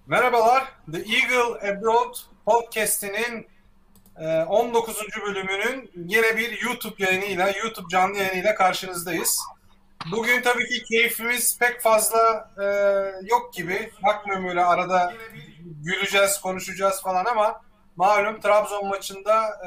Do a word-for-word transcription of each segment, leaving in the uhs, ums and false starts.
Merhabalar, The Eagle Abroad Podcast'inin e, on dokuzuncu bölümünün yine bir YouTube yayınıyla, YouTube canlı yayınıyla karşınızdayız. Bugün tabii ki keyfimiz pek fazla e, yok gibi. Bakmıyorum öyle arada güleceğiz, konuşacağız falan ama malum Trabzon maçında e,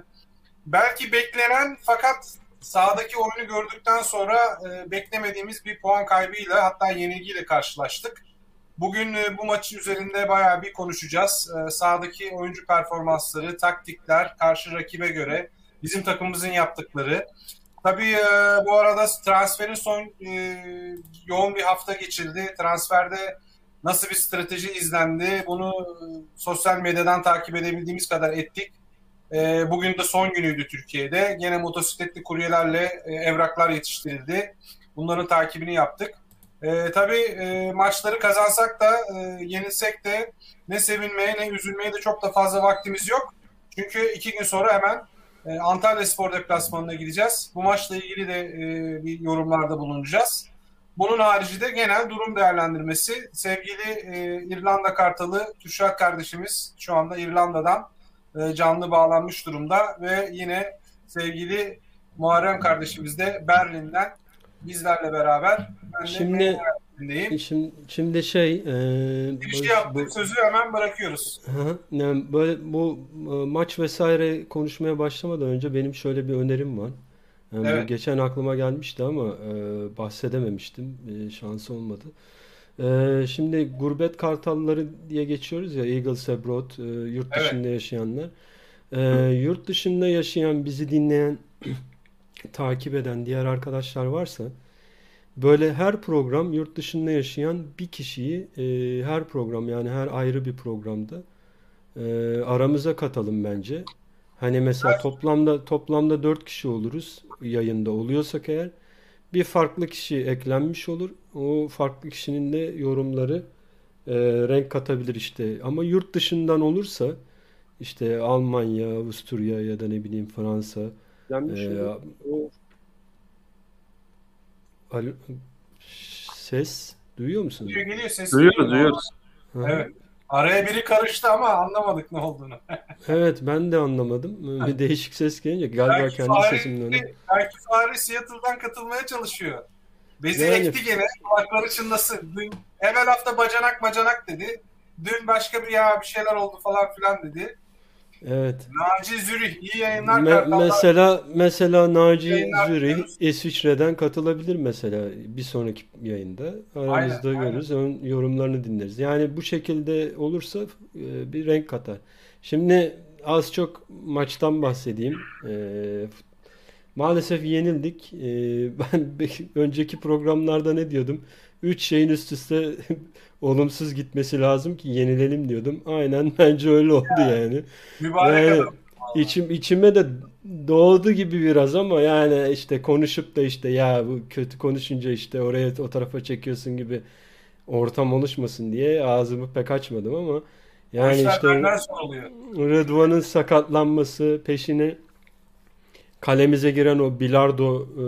belki beklenen fakat sahadaki oyunu gördükten sonra e, beklemediğimiz bir puan kaybıyla hatta yenilgiyle karşılaştık. Bugün e, bu maçın üzerinde bayağı bir konuşacağız. E, sahadaki oyuncu performansları, taktikler, karşı rakibe göre bizim takımımızın yaptıkları. Tabii e, bu arada transferin son e, yoğun bir hafta geçirdi. Transferde nasıl bir strateji izlendi? Bunu e, sosyal medyadan takip edebildiğimiz kadar ettik. E, bugün de son günüydü Türkiye'de. Gene motosikletli kuryelerle e, evraklar yetiştirildi. Bunların takibini yaptık. E, tabii e, maçları kazansak da e, yenilsek de ne sevinmeye ne üzülmeye de çok da fazla vaktimiz yok. Çünkü iki gün sonra hemen e, Antalyaspor deplasmanına gideceğiz. Bu maçla ilgili de e, bir yorumlarda bulunacağız. Bunun harici de genel durum değerlendirmesi. Sevgili e, İrlanda Kartalı Kürşat kardeşimiz şu anda İrlanda'dan e, canlı bağlanmış durumda ve yine sevgili Muharrem kardeşimiz de Berlin'den bizlerle beraber. Ben de Şimdi Menderes'indeyim. şimdi şimdi şey e, Girişi Barış yaptık, bu sözü hemen bırakıyoruz. Hı hı. Yani böyle bu e, maç vesaire konuşmaya başlamadan önce benim şöyle bir önerim var. Yani bu Evet, geçen aklıma gelmişti ama e, bahsedememiştim. E, şansı olmadı. E, şimdi gurbet kartalları diye geçiyoruz ya, Eagles Abroad, e, yurt evet. dışında yaşayanlar. E, Yurt dışında yaşayan, bizi dinleyen, takip eden diğer arkadaşlar varsa, böyle her program yurt dışında yaşayan bir kişiyi, e, her program, yani her ayrı bir programda e, aramıza katalım bence. Hani mesela toplamda toplamda dört kişi oluruz, yayında oluyorsak eğer bir farklı kişi eklenmiş olur. O farklı kişinin de yorumları e, renk katabilir işte. Ama yurt dışından olursa işte Almanya, Avusturya ya da ne bileyim Fransa, Denmiş e, olur. O Alo- ses duyuyor musunuz? Geliyor, geliyor, ses geliyor. duyuyoruz, Normal. duyuyoruz. Hı hı. Evet. Araya biri karıştı ama anlamadık ne olduğunu. Evet, ben de anlamadım. Bir değişik ses gelince galiba Belki kendi Fahri, sesimle öyle. belki Fahri Seattle'dan katılmaya çalışıyor. Bezi Yani ekti gene. Kulakları çınlasın. Dün, evvel hafta bacanak bacanak dedi. Dün başka bir ya bir şeyler oldu falan filan dedi. evet. Naci Zürih. İyi yayınlar Me- Kartallar. mesela mesela İyi Naci yayınlar Zürih diliyoruz. İsviçre'den katılabilir mesela bir sonraki yayında. Aynen, Aramızda aynen. görürüz, onun yorumlarını dinleriz. Yani bu şekilde olursa e, bir renk katar. Şimdi az çok maçtan bahsedeyim. E, Maalesef yenildik. Ee, ben be- önceki programlarda ne diyordum? Üç şeyin üst üste olumsuz gitmesi lazım ki yenilelim diyordum. Aynen bence öyle oldu yani. Mübarek Yani adam. Vallahi. içim içime de doğdu gibi biraz ama yani işte konuşup da işte ya bu kötü konuşunca işte oraya o tarafa çekiyorsun gibi ortam oluşmasın diye ağzımı pek açmadım ama O yani işler işte benden soruluyor. Rıdvan'ın sakatlanması peşine kalemize giren o bilardo, e,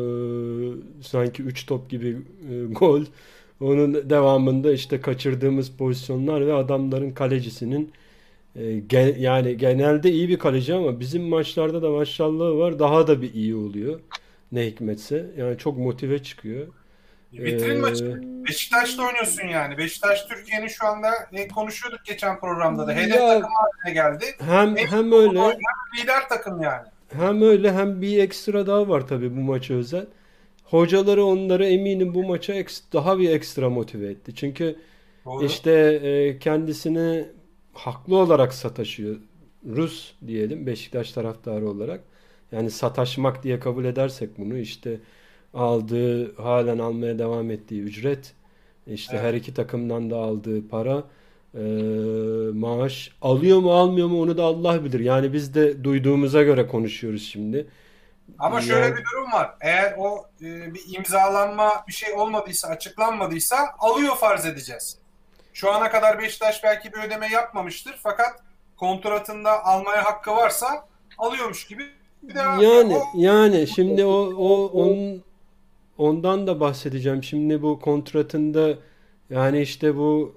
sanki üç top gibi e, gol. Onun devamında işte kaçırdığımız pozisyonlar ve adamların kalecisinin e, gen- yani genelde iyi bir kaleci ama bizim maçlarda da maşallahı var, daha da bir iyi oluyor. Ne hikmetse. Yani çok motive çıkıyor. E, Vitrin maçı. Beşiktaş'ta oynuyorsun yani. Beşiktaş Türkiye'nin şu anda e, konuşuyorduk geçen programda da. Hedef Ya takım haline geldi. hem En iyi hem futbol öyle oynayan lider takım yani. hem öyle hem bir ekstra daha var tabii bu maça özel. Hocaları onları eminim bu maça eks- daha bir ekstra motive etti. Çünkü Doğru. İşte e, kendisini haklı olarak sataşıyor. Rus diyelim, Beşiktaş taraftarı olarak. Yani sataşmak diye kabul edersek bunu, işte aldığı, halen almaya devam ettiği ücret, işte Evet. her iki takımdan da aldığı para, e, maaş alıyor mu almıyor mu onu da Allah bilir. Yani biz de duyduğumuza göre konuşuyoruz şimdi. Ama şöyle Yani bir durum var. Eğer o e, bir imzalanma bir şey olmadıysa, açıklanmadıysa alıyor farz edeceğiz. Şu ana kadar Beşiktaş belki bir ödeme yapmamıştır. Fakat kontratında almaya hakkı varsa alıyormuş gibi devam ediyor. O yani yani şimdi o O, o o onun ondan da bahsedeceğim. Şimdi bu kontratında, yani işte bu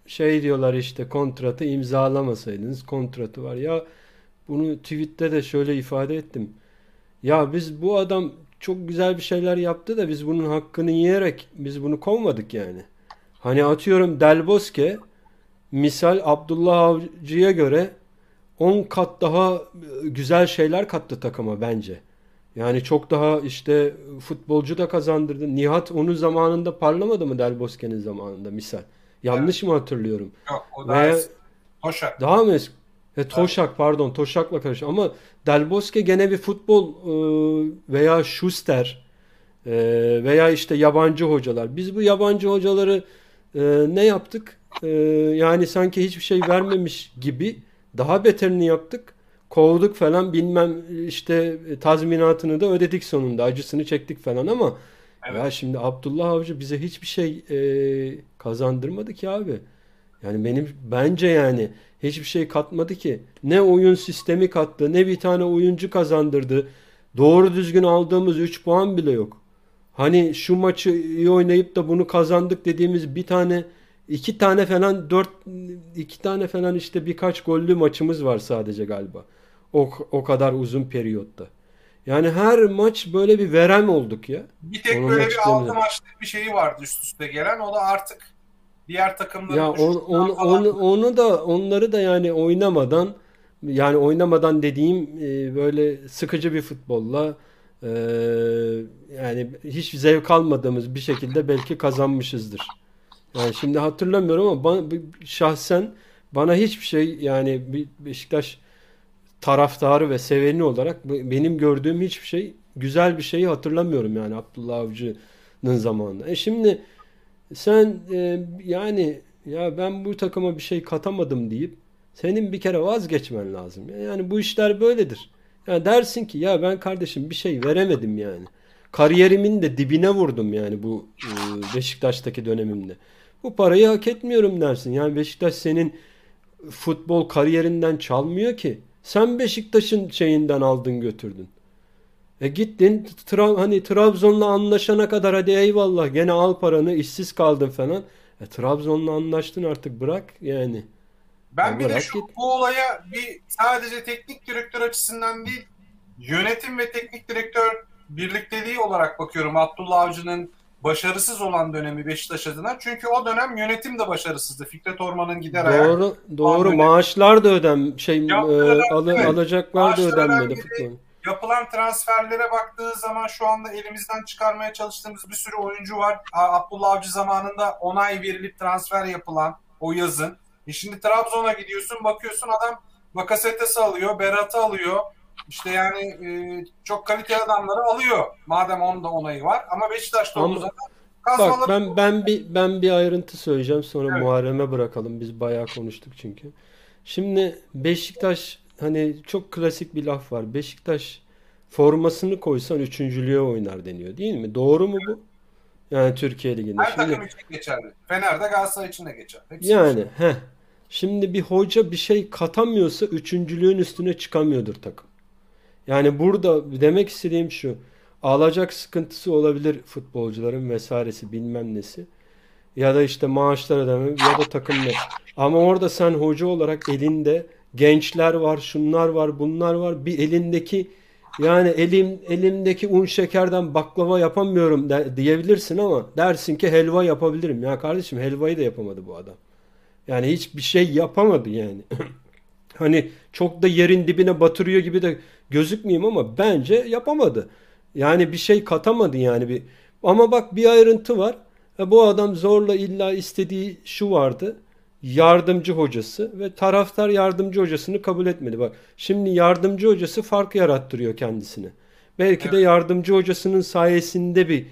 şey diyorlar işte kontratı imzalamasaydınız kontratı var. Ya bunu tweette de şöyle ifade ettim. Ya biz bu adam çok güzel bir şeyler yaptı da biz bunun hakkını yiyerek biz bunu kovmadık yani. Hani atıyorum Del Bosque misal Abdullah Avcı'ya göre on kat daha güzel şeyler kattı takıma bence. Yani çok daha işte futbolcu da kazandırdı. Nihat onun zamanında parlamadı mı Del Bosque'nin zamanında misal? Evet. Yanlış mı hatırlıyorum? Yok, o daha Ve eski. Toşak. daha mı eski? E, Tabii. Toşak pardon Toşak'la karıştı. Ama Del Bosque gene bir futbol e, veya Schuster e, veya işte yabancı hocalar. Biz bu yabancı hocaları e, ne yaptık? E, yani sanki hiçbir şey vermemiş gibi daha beterini yaptık. Kovduk falan bilmem işte tazminatını da ödedik sonunda. Acısını çektik falan ama Evet. ya şimdi Abdullah Avcı bize hiçbir şey e, kazandırmadı ki abi. Yani benim bence yani hiçbir şey katmadı ki. Ne oyun sistemi kattı, ne bir tane oyuncu kazandırdı. Doğru düzgün aldığımız üç puan bile yok. Hani şu maçı iyi oynayıp da bunu kazandık dediğimiz bir tane, iki tane falan, dört, iki tane falan işte birkaç gollü maçımız var sadece galiba. O, o kadar uzun periyotta. Yani her maç böyle bir verem olduk ya. Bir tek Onunla böyle bir altı açıklayamayacağım. maçlık bir şeyi vardı üst üste gelen. O da artık diğer Ya takımların onu, düşüşünden onu, falan. onu, onu da onları da yani oynamadan yani oynamadan dediğim e, böyle sıkıcı bir futbolla e, yani hiç zevk almadığımız bir şekilde belki kazanmışızdır. Yani şimdi hatırlamıyorum ama bana, şahsen bana hiçbir şey yani bir Beşiktaş taraftarı ve seveni olarak benim gördüğüm hiçbir şey güzel bir şeyi hatırlamıyorum yani Abdullah Avcı'nın zamanında. E şimdi sen e, yani ya ben bu takıma bir şey katamadım deyip senin bir kere vazgeçmen lazım. Ya. Yani bu işler böyledir. Ya dersin ki ya ben kardeşim bir şey veremedim yani. Kariyerimin de dibine vurdum yani bu e, Beşiktaş'taki dönemimde. Bu parayı hak etmiyorum dersin. Yani Beşiktaş senin futbol kariyerinden çalmıyor ki. Sen Beşiktaş'ın şeyinden aldın götürdün. E gittin Tra- hani Trabzon'la anlaşana kadar hadi eyvallah gene al paranı işsiz kaldın falan. E Trabzon'la anlaştın artık bırak yani. Ben Ya bir de bırak şu git. bu olaya bir sadece teknik direktör açısından değil, yönetim ve teknik direktör birlikteliği olarak bakıyorum Abdullah Avcı'nın başarısız olan dönemi Beşiktaş adına. Çünkü o dönem yönetim de başarısızdı. Fikret Orman'ın gider ayak Doğru olan doğru dönemi. maaşlar da ödem şey Yaptığı, e, alı- evet, alacaklar da maaşlar ödenmedi ödenmedi. futbolun. Yapılan transferlere baktığın zaman şu anda elimizden çıkarmaya çalıştığımız bir sürü oyuncu var. A- Abdullah Avcı zamanında onay verilip transfer yapılan o yazın. E şimdi Trabzon'a gidiyorsun bakıyorsun adam Bakasetas'ı alıyor, Berat'ı alıyor. İşte yani e, çok kaliteli adamları alıyor. Madem onun da onayı var. Ama Beşiktaş'ta olduğu Ama zaman bak kazmaları ben ben bir ben bir ayrıntı söyleyeceğim sonra evet, Muharrem'e bırakalım. Biz bayağı konuştuk çünkü. Şimdi Beşiktaş hani çok klasik bir laf var. Beşiktaş formasını koysan üçüncülüğe oynar deniyor değil mi? Doğru mu bu? Yani Türkiye Ligi'nde. her Şimdi takım için geçerli. Fener'de Galatasaray için de geçer. Hepsi için. yani heh. Şimdi bir hoca bir şey katamıyorsa üçüncülüğün üstüne çıkamıyordur takım. Yani burada demek istediğim şu. Alacak sıkıntısı olabilir futbolcuların vesairesi bilmem nesi. Ya da işte maaşlar ödeme ya da takım ne. Ama orada sen hoca olarak elinde gençler var, şunlar var, bunlar var. Bir elindeki yani elim elimdeki un şekerden baklava yapamıyorum de, diyebilirsin ama dersin ki helva yapabilirim. Ya kardeşim helvayı da yapamadı bu adam. Yani hiçbir şey yapamadı yani. Hani çok da yerin dibine batırıyor gibi de gözükmeyeyim ama bence yapamadı. Yani bir şey katamadı yani bir. Ama bak bir ayrıntı var. E, bu adam zorla illa istediği şu vardı. Yardımcı hocası ve taraftar yardımcı hocasını kabul etmedi. Bak şimdi yardımcı hocası fark yarattırıyor kendisine. Belki de Evet. yardımcı hocasının sayesinde bir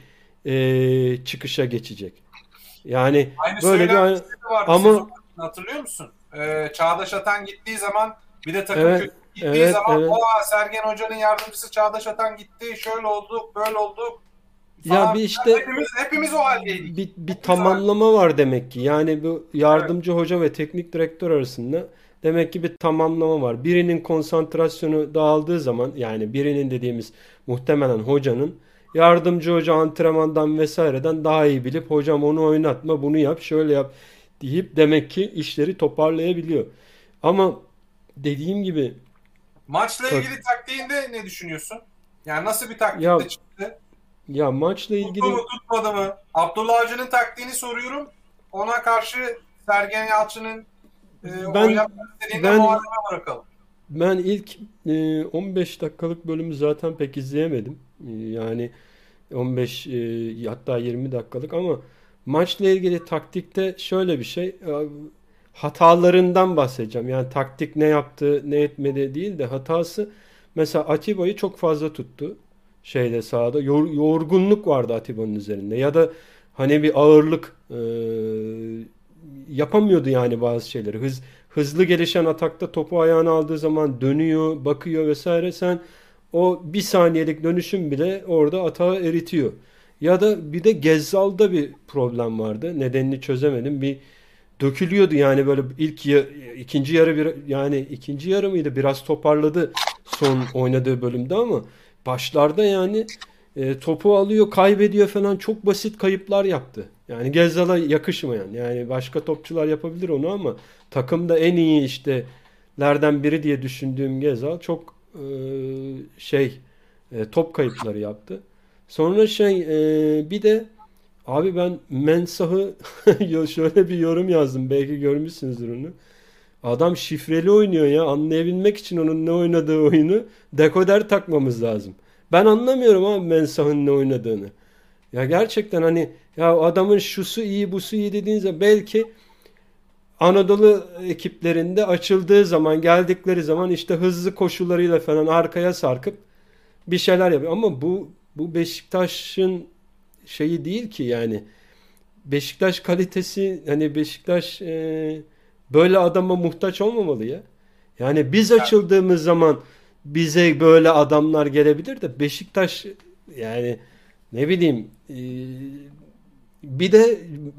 e, çıkışa geçecek. Yani Aynı böyle bir söylenmişti de vardı sezon ama başında, hatırlıyor musun? Ee, Çağdaş Atan gittiği zaman bir de takım evet kötü gittiği evet zaman o evet. Sergen Hoca'nın yardımcısı Çağdaş Atan gitti. Şöyle olduk, böyle olduk Ya falan. bir işte Hepimiz hepimiz o haldeydik. bir, bir Hepimiz o haldeydik. tamamlama var demek ki. Yani bu Evet. yardımcı hoca ve teknik direktör arasında demek ki bir tamamlama var. Birinin konsantrasyonu dağıldığı zaman yani birinin dediğimiz muhtemelen hocanın yardımcı hoca antrenmandan vesaireden daha iyi bilip hocam onu oynatma bunu yap şöyle yap deyip demek ki işleri toparlayabiliyor. Ama dediğim gibi Maçla tak, ilgili taktiğinde ne düşünüyorsun? Yani nasıl bir ya taktikle çıktı? ya maçla Tuttu mu ilgili tutmadı mı? Abdullah Avcı'nın taktiğini soruyorum. Ona karşı Sergen Yalçın'ın e, ben oynatmak istediğinde ben muhalleme bırakalım. ben ilk e, on beş dakikalık bölümü zaten pek izleyemedim. E, yani on beş e, hatta yirmi dakikalık ama maçla ilgili taktikte şöyle bir şey, e, hatalarından bahsedeceğim. Yani taktik ne yaptı, ne etmedi değil de hatası, mesela Atiba'yı çok fazla tuttu şeyde sahada. Yor- yorgunluk vardı Atiba'nın üzerinde ya da hani bir ağırlık, e, yapamıyordu yani bazı şeyleri. Hız hızlı gelişen atakta topu ayağına aldığı zaman dönüyor, bakıyor vesaire. Sen o bir saniyelik dönüşüm bile orada atağı eritiyor. Ya da bir de Gezzal'da bir problem vardı. Nedenini çözemedim. Bir dökülüyordu yani böyle ilk ya- ikinci yarı bir, yani ikinci yarı mıydı? Biraz toparladı son oynadığı bölümde ama başlarda yani e, topu alıyor, kaybediyor falan, çok basit kayıplar yaptı. Yani Gezzal'a yakışmayan. Yani başka topçular yapabilir onu ama takımda en iyi işte lerden biri diye düşündüğüm Gezal çok e, şey e, top kayıpları yaptı. Sonra şey, e, bir de abi ben Mensah'ı şöyle bir yorum yazdım. Belki görmüşsünüzdür onu. Adam şifreli oynuyor ya. Anlayabilmek için onun ne oynadığı oyunu dekoder takmamız lazım. Ben anlamıyorum abi Mensah'ın ne oynadığını. Ya gerçekten hani, ya adamın şusu iyi busu iyi dediğinizde belki Anadolu ekiplerinde açıldığı zaman, geldikleri zaman işte hızlı koşularıyla falan arkaya sarkıp bir şeyler yapıyor. Ama bu bu Beşiktaş'ın şeyi değil ki yani. Beşiktaş kalitesi, hani Beşiktaş e, böyle adama muhtaç olmamalı ya. Yani biz açıldığımız zaman bize böyle adamlar gelebilir de Beşiktaş, yani ne bileyim, e, bir de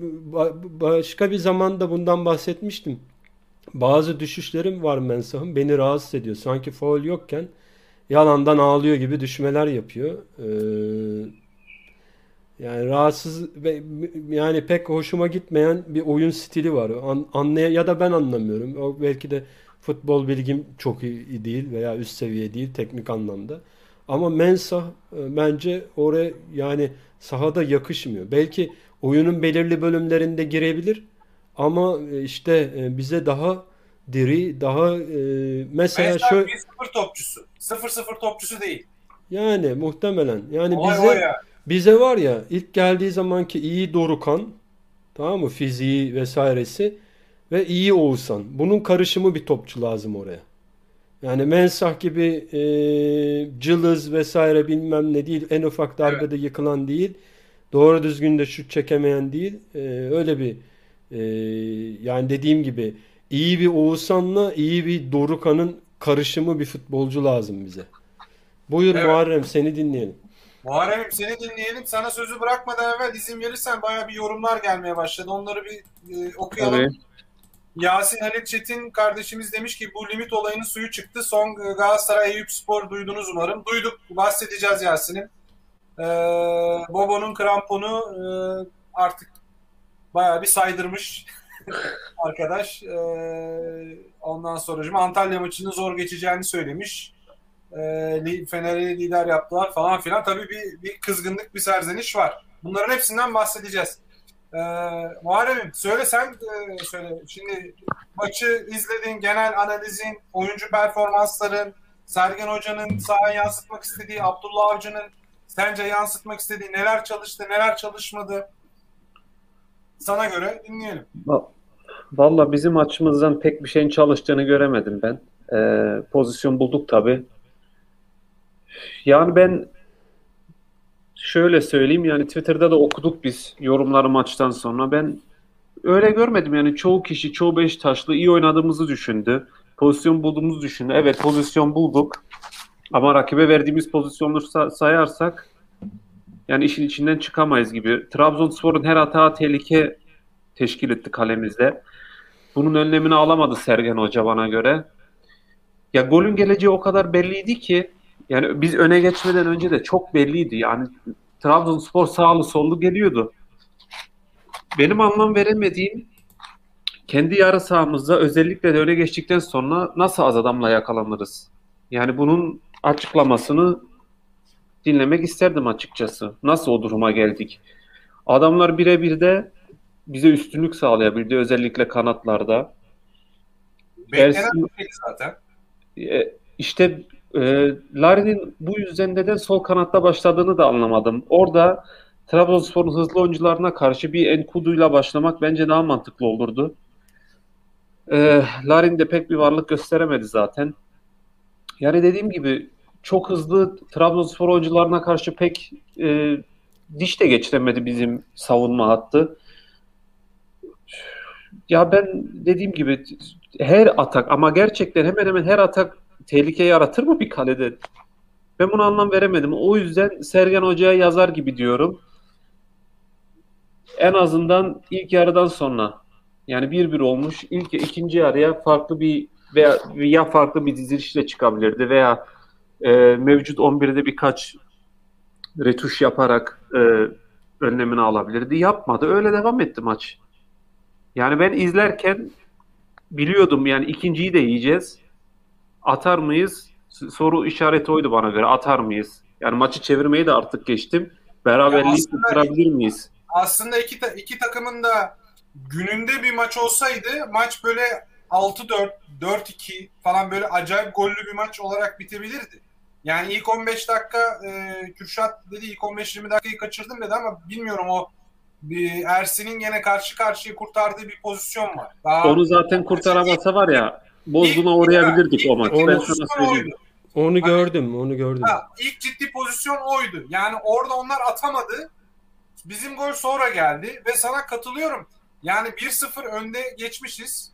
başka bir zamanda bundan bahsetmiştim. Bazı düşüşlerim var Mensah'ın, beni rahatsız ediyor. Sanki faul yokken yalandan ağlıyor gibi düşmeler yapıyor. Ee, Yani rahatsız ve yani pek hoşuma gitmeyen bir oyun stili var. An, anlaya ya da ben anlamıyorum. O belki de futbol bilgim çok iyi değil veya üst seviye değil teknik anlamda. Ama Mensah e, bence oraya yani sahada yakışmıyor. Belki oyunun belirli bölümlerinde girebilir ama e, işte e, bize daha diri, daha e, mesela Mesela şöyle, bir sıfır topçusu. sıfır sıfır topçusu değil. yani muhtemelen yani Olay o bize ya. bize var ya, ilk geldiği zamanki iyi Dorukhan, tamam mı, fiziği vesairesi ve iyi Oğuzhan, bunun karışımı bir topçu lazım oraya. Yani Mensah gibi e, cılız vesaire bilmem ne değil, en ufak Evet. darbede yıkılan değil, doğru düzgün de şut çekemeyen değil. E, öyle bir e, yani dediğim gibi iyi bir Oğuzhan'la iyi bir Dorukhan'ın karışımı bir futbolcu lazım bize. Buyur Evet. Muharrem, seni dinleyelim. Muharrem'im seni dinleyelim. Sana sözü bırakmadan evvel izin verirsen bayağı bir yorumlar gelmeye başladı. Onları bir e, okuyalım. Tabii. Yasin Halil Çetin kardeşimiz demiş ki bu limit olayının suyu çıktı. Son e, Galatasaray Eyüpspor duydunuz umarım. Duyduk. Bahsedeceğiz Yasin'im. Ee, Bobo'nun kramponu e, artık bayağı bir saydırmış arkadaş. Ee, ondan sonra Antalya maçını zor geçeceğini söylemiş. Ee, Fener'i lider yaptılar falan filan. Tabii bir, bir kızgınlık, bir serzeniş var. Bunların hepsinden bahsedeceğiz. Ee, Muharrem'im söyle sen e, söyle. Şimdi maçı izledin, genel analizin, oyuncu performansların, Sergen Hoca'nın sahaya yansıtmak istediği, Abdullah Avcı'nın sence yansıtmak istediği neler çalıştı, neler çalışmadı? Sana göre dinleyelim. Va- Valla bizim açımızdan pek bir şeyin çalıştığını göremedim ben. Ee, pozisyon bulduk tabii. Yani ben şöyle söyleyeyim, yani Twitter'da da okuduk biz yorumları maçtan sonra. Ben öyle görmedim, yani çoğu kişi, çoğu Beşiktaşlı iyi oynadığımızı düşündü. Pozisyon bulduğumuzu düşündü. Evet, pozisyon bulduk. Ama rakibe verdiğimiz pozisyonları sa- sayarsak yani işin içinden çıkamayız gibi. Trabzonspor'un her hata tehlike teşkil etti kalemizde. Bunun önlemini alamadı Sergen Hoca bana göre. Ya golün geleceği o kadar belliydi ki, yani biz öne geçmeden önce de çok belliydi. Yani Trabzonspor sağlı sollu geliyordu. Benim anlam veremediğim, kendi yarı sahamızda özellikle de öne geçtikten sonra nasıl az adamla yakalanırız? Yani bunun açıklamasını dinlemek isterdim açıkçası. Nasıl o duruma geldik? Adamlar birebir de bize üstünlük sağlayabildi. Özellikle kanatlarda. Beklenen Ersin, bir şey zaten. e, işte e, Larin'in bu yüzden neden sol kanatta başladığını da anlamadım. Orada Trabzonspor'un hızlı oyuncularına karşı bir Enkudu'yla başlamak bence daha mantıklı olurdu. E, Larin de pek bir varlık gösteremedi zaten. Yani dediğim gibi çok hızlı Trabzonspor oyuncularına karşı pek e, diş de geçiremedi bizim savunma hattı. Ya ben dediğim gibi her atak ama gerçekten hemen hemen her atak tehlike yaratır mı bir kalede? Ben buna anlam veremedim. O yüzden Sergen Hoca'ya yazar gibi diyorum. En azından ilk yarıdan sonra yani bir bir olmuş. İlk ikinci yarıya farklı bir veya ya farklı bir dizilişle çıkabilirdi veya e, mevcut on birde birkaç retuş yaparak e, önlemini alabilirdi. Yapmadı. Öyle devam etti maç. Yani ben izlerken biliyordum yani ikinciyi de yiyeceğiz. Atar mıyız? S- Soru işareti oydu bana göre. Atar mıyız? Yani maçı çevirmeyi de artık geçtim. Ya Beraberliği aslında tutturabilir miyiz? aslında iki ta- iki takımın da gününde bir maç olsaydı maç böyle altı dört, dört iki falan böyle acayip gollü bir maç olarak bitebilirdi. Yani ilk on beş dakika e, Kürşat dedi ilk on beş yirmi dakikayı kaçırdım dedi ama bilmiyorum o bir Ersin'in gene karşı karşıya kurtardığı bir pozisyon var. Daha Onu zaten kurtaramasa var ya ilk, bozguna uğrayabilirdik o ilk maç. ciddi Ben Onu sana pozisyon söyleyeyim. oydu. onu Hani, gördüm, onu gördüm. ha, ilk ciddi pozisyon oydu. Yani orada onlar atamadı. Bizim gol sonra geldi ve sana katılıyorum. Yani bir sıfır önde geçmişiz.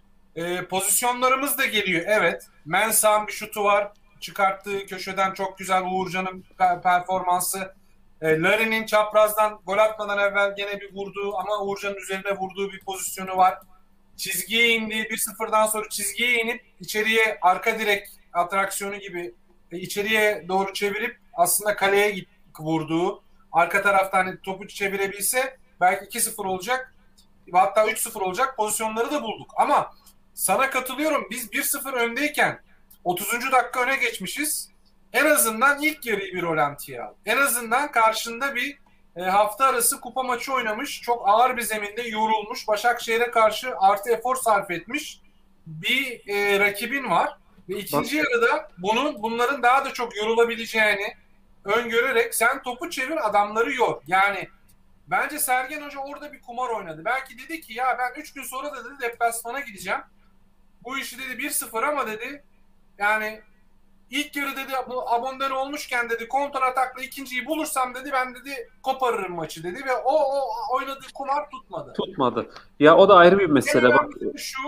E, pozisyonlarımız da geliyor. Evet. Mensah'ın bir şutu var. Çıkarttığı köşeden çok güzel Uğurcan'ın performansı. E, Larin'in çaprazdan gol atmadan evvel gene bir vurduğu ama Uğurcan'ın üzerine vurduğu bir pozisyonu var. Çizgiye indi. bir sıfırdan sonra çizgiye inip içeriye arka direk atraksiyonu gibi e, içeriye doğru çevirip aslında kaleye git, vurduğu. Arka taraftan hani topu çevirebilse belki iki sıfır olacak. Hatta üç sıfır olacak pozisyonları da bulduk. Ama sana katılıyorum. Biz bir sıfır öndeyken otuzuncu dakika öne geçmişiz. En azından ilk yarıyı bir rolantiye al. En azından karşında bir e, hafta arası kupa maçı oynamış. Çok ağır bir zeminde yorulmuş. Başakşehir'e karşı artı efor sarf etmiş bir e, rakibin var. Ve ikinci Bak, yarıda bunun bunların daha da çok yorulabileceğini öngörerek sen topu çevir adamları yor. Yani bence Sergen Hoca orada bir kumar oynadı. Belki dedi ki ya ben üç gün sonra da dedi deplasmana gideceğim. Bu işi dedi bir sıfır ama dedi yani ilk yarı dedi bu abondan olmuşken dedi kontra atakla ikinciyi bulursam dedi ben dedi koparırım maçı dedi ve o, o oynadığı kumar tutmadı. tutmadı. Ya o da ayrı bir En mesele. Bak, önemlisi şu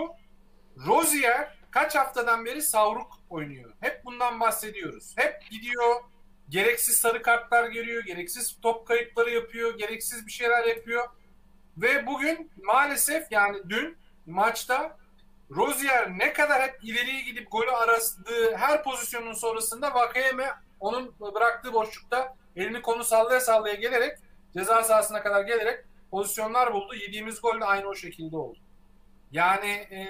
Rozier kaç haftadan beri savruk oynuyor. Hep bundan bahsediyoruz. Hep gidiyor gereksiz sarı kartlar görüyor, gereksiz top kayıpları yapıyor, gereksiz bir şeyler yapıyor. Ve bugün maalesef yani dün maçta Rozier ne kadar hep ileriye gidip golü aradığı her pozisyonun sonrasında Vakayeme onun bıraktığı boşlukta elini konu sallaya sallaya gelerek ceza sahasına kadar gelerek pozisyonlar buldu. Yediğimiz gol de aynı o şekilde oldu. Yani e,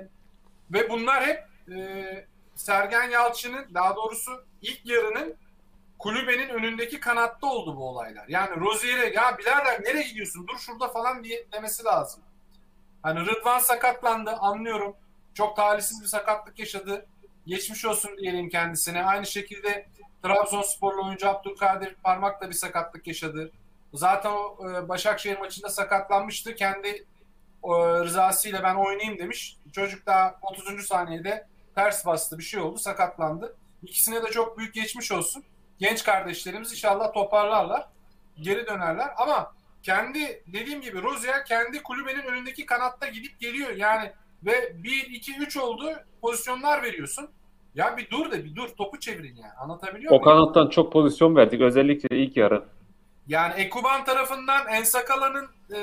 ve bunlar hep e, Sergen Yalçın'ın daha doğrusu ilk yarının kulübenin önündeki kanatta oldu bu olaylar. Yani Rozier'e ya birader nereye gidiyorsun dur şurada falan diye demesi lazım. Hani Rıdvan sakatlandı anlıyorum. Çok talihsiz bir sakatlık yaşadı. Geçmiş olsun diyelim kendisine. Aynı şekilde Trabzonsporlu oyuncu Abdülkadir Parmak da bir sakatlık yaşadı. Zaten o Başakşehir maçında sakatlanmıştı. Kendi rızasıyla ben oynayayım demiş. Çocuk daha otuzuncu saniyede ters bastı bir şey oldu sakatlandı. İkisine de çok büyük geçmiş olsun. Genç kardeşlerimiz inşallah toparlarlar. Geri dönerler ama kendi dediğim gibi Rozier kendi kulübenin önündeki kanatta gidip geliyor. Yani ve bir iki üç oldu pozisyonlar veriyorsun. Ya bir dur da bir dur topu çevirin yani. Anlatabiliyor o muyum? kanattan çok pozisyon verdik. Özellikle ilk yarı. Yani Ekuban tarafından Ensakala'nın e,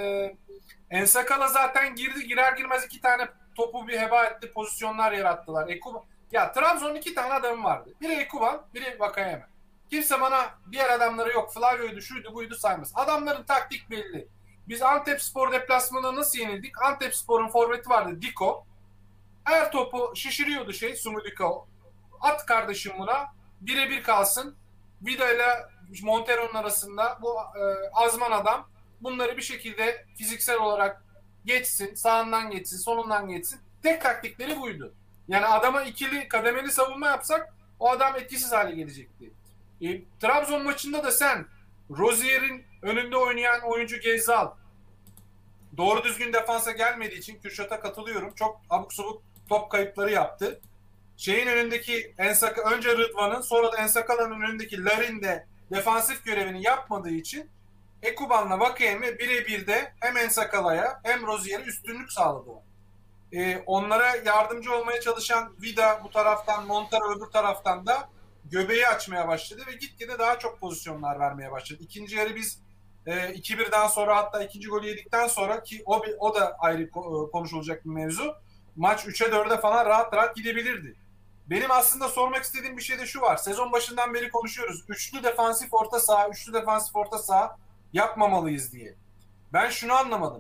Ensakala zaten girdi girer girmez iki tane topu bir heba etti pozisyonlar yarattılar. Ekuban ya Trabzon'un iki tane adamı vardı. Biri Ekuban, biri Vakayeme. Kimse bana diğer adamları yok. Flavio'ydu, şuydu, buydu saymaz. Adamların taktik belli. Biz Antepspor deplasmanına nasıl yenildik? Antepspor'un forveti vardı Diko. Her topu şişiriyordu şey Sumudiko. At kardeşim buna. Birebir kalsın. Vida ile Montero'nun arasında bu e, azman adam bunları bir şekilde fiziksel olarak geçsin. Sağından geçsin, solundan geçsin. Tek taktikleri buydu. Yani adama ikili kademeli savunma yapsak o adam etkisiz hale gelecekti. E, Trabzon maçında da sen Rozier'in önünde oynayan oyuncu Gezzal doğru düzgün defansa gelmediği için Kürşat'a katılıyorum. Çok abuk subuk top kayıpları yaptı. Şeyin önündeki Ensaka, önce Rıdvan'ın sonra da Ensakala'nın önündeki Larin de defansif görevini yapmadığı için Ekuban'la Vakayeme birebir de hem Ensakala'ya hem Rozier'e üstünlük sağladılar. Ee, onlara yardımcı olmaya çalışan Vida bu taraftan, Montero öbür taraftan da göbeği açmaya başladı ve gitgide daha çok pozisyonlar vermeye başladı. İkinci yarı biz e, iki birden sonra hatta ikinci golü yedikten sonra ki o, o da ayrı konuşulacak bir mevzu. Maç üçe dörde falan rahat rahat gidebilirdi. Benim aslında sormak istediğim bir şey de şu var. Sezon başından beri konuşuyoruz. Üçlü defansif orta saha, üçlü defansif orta saha yapmamalıyız diye. Ben şunu anlamadım.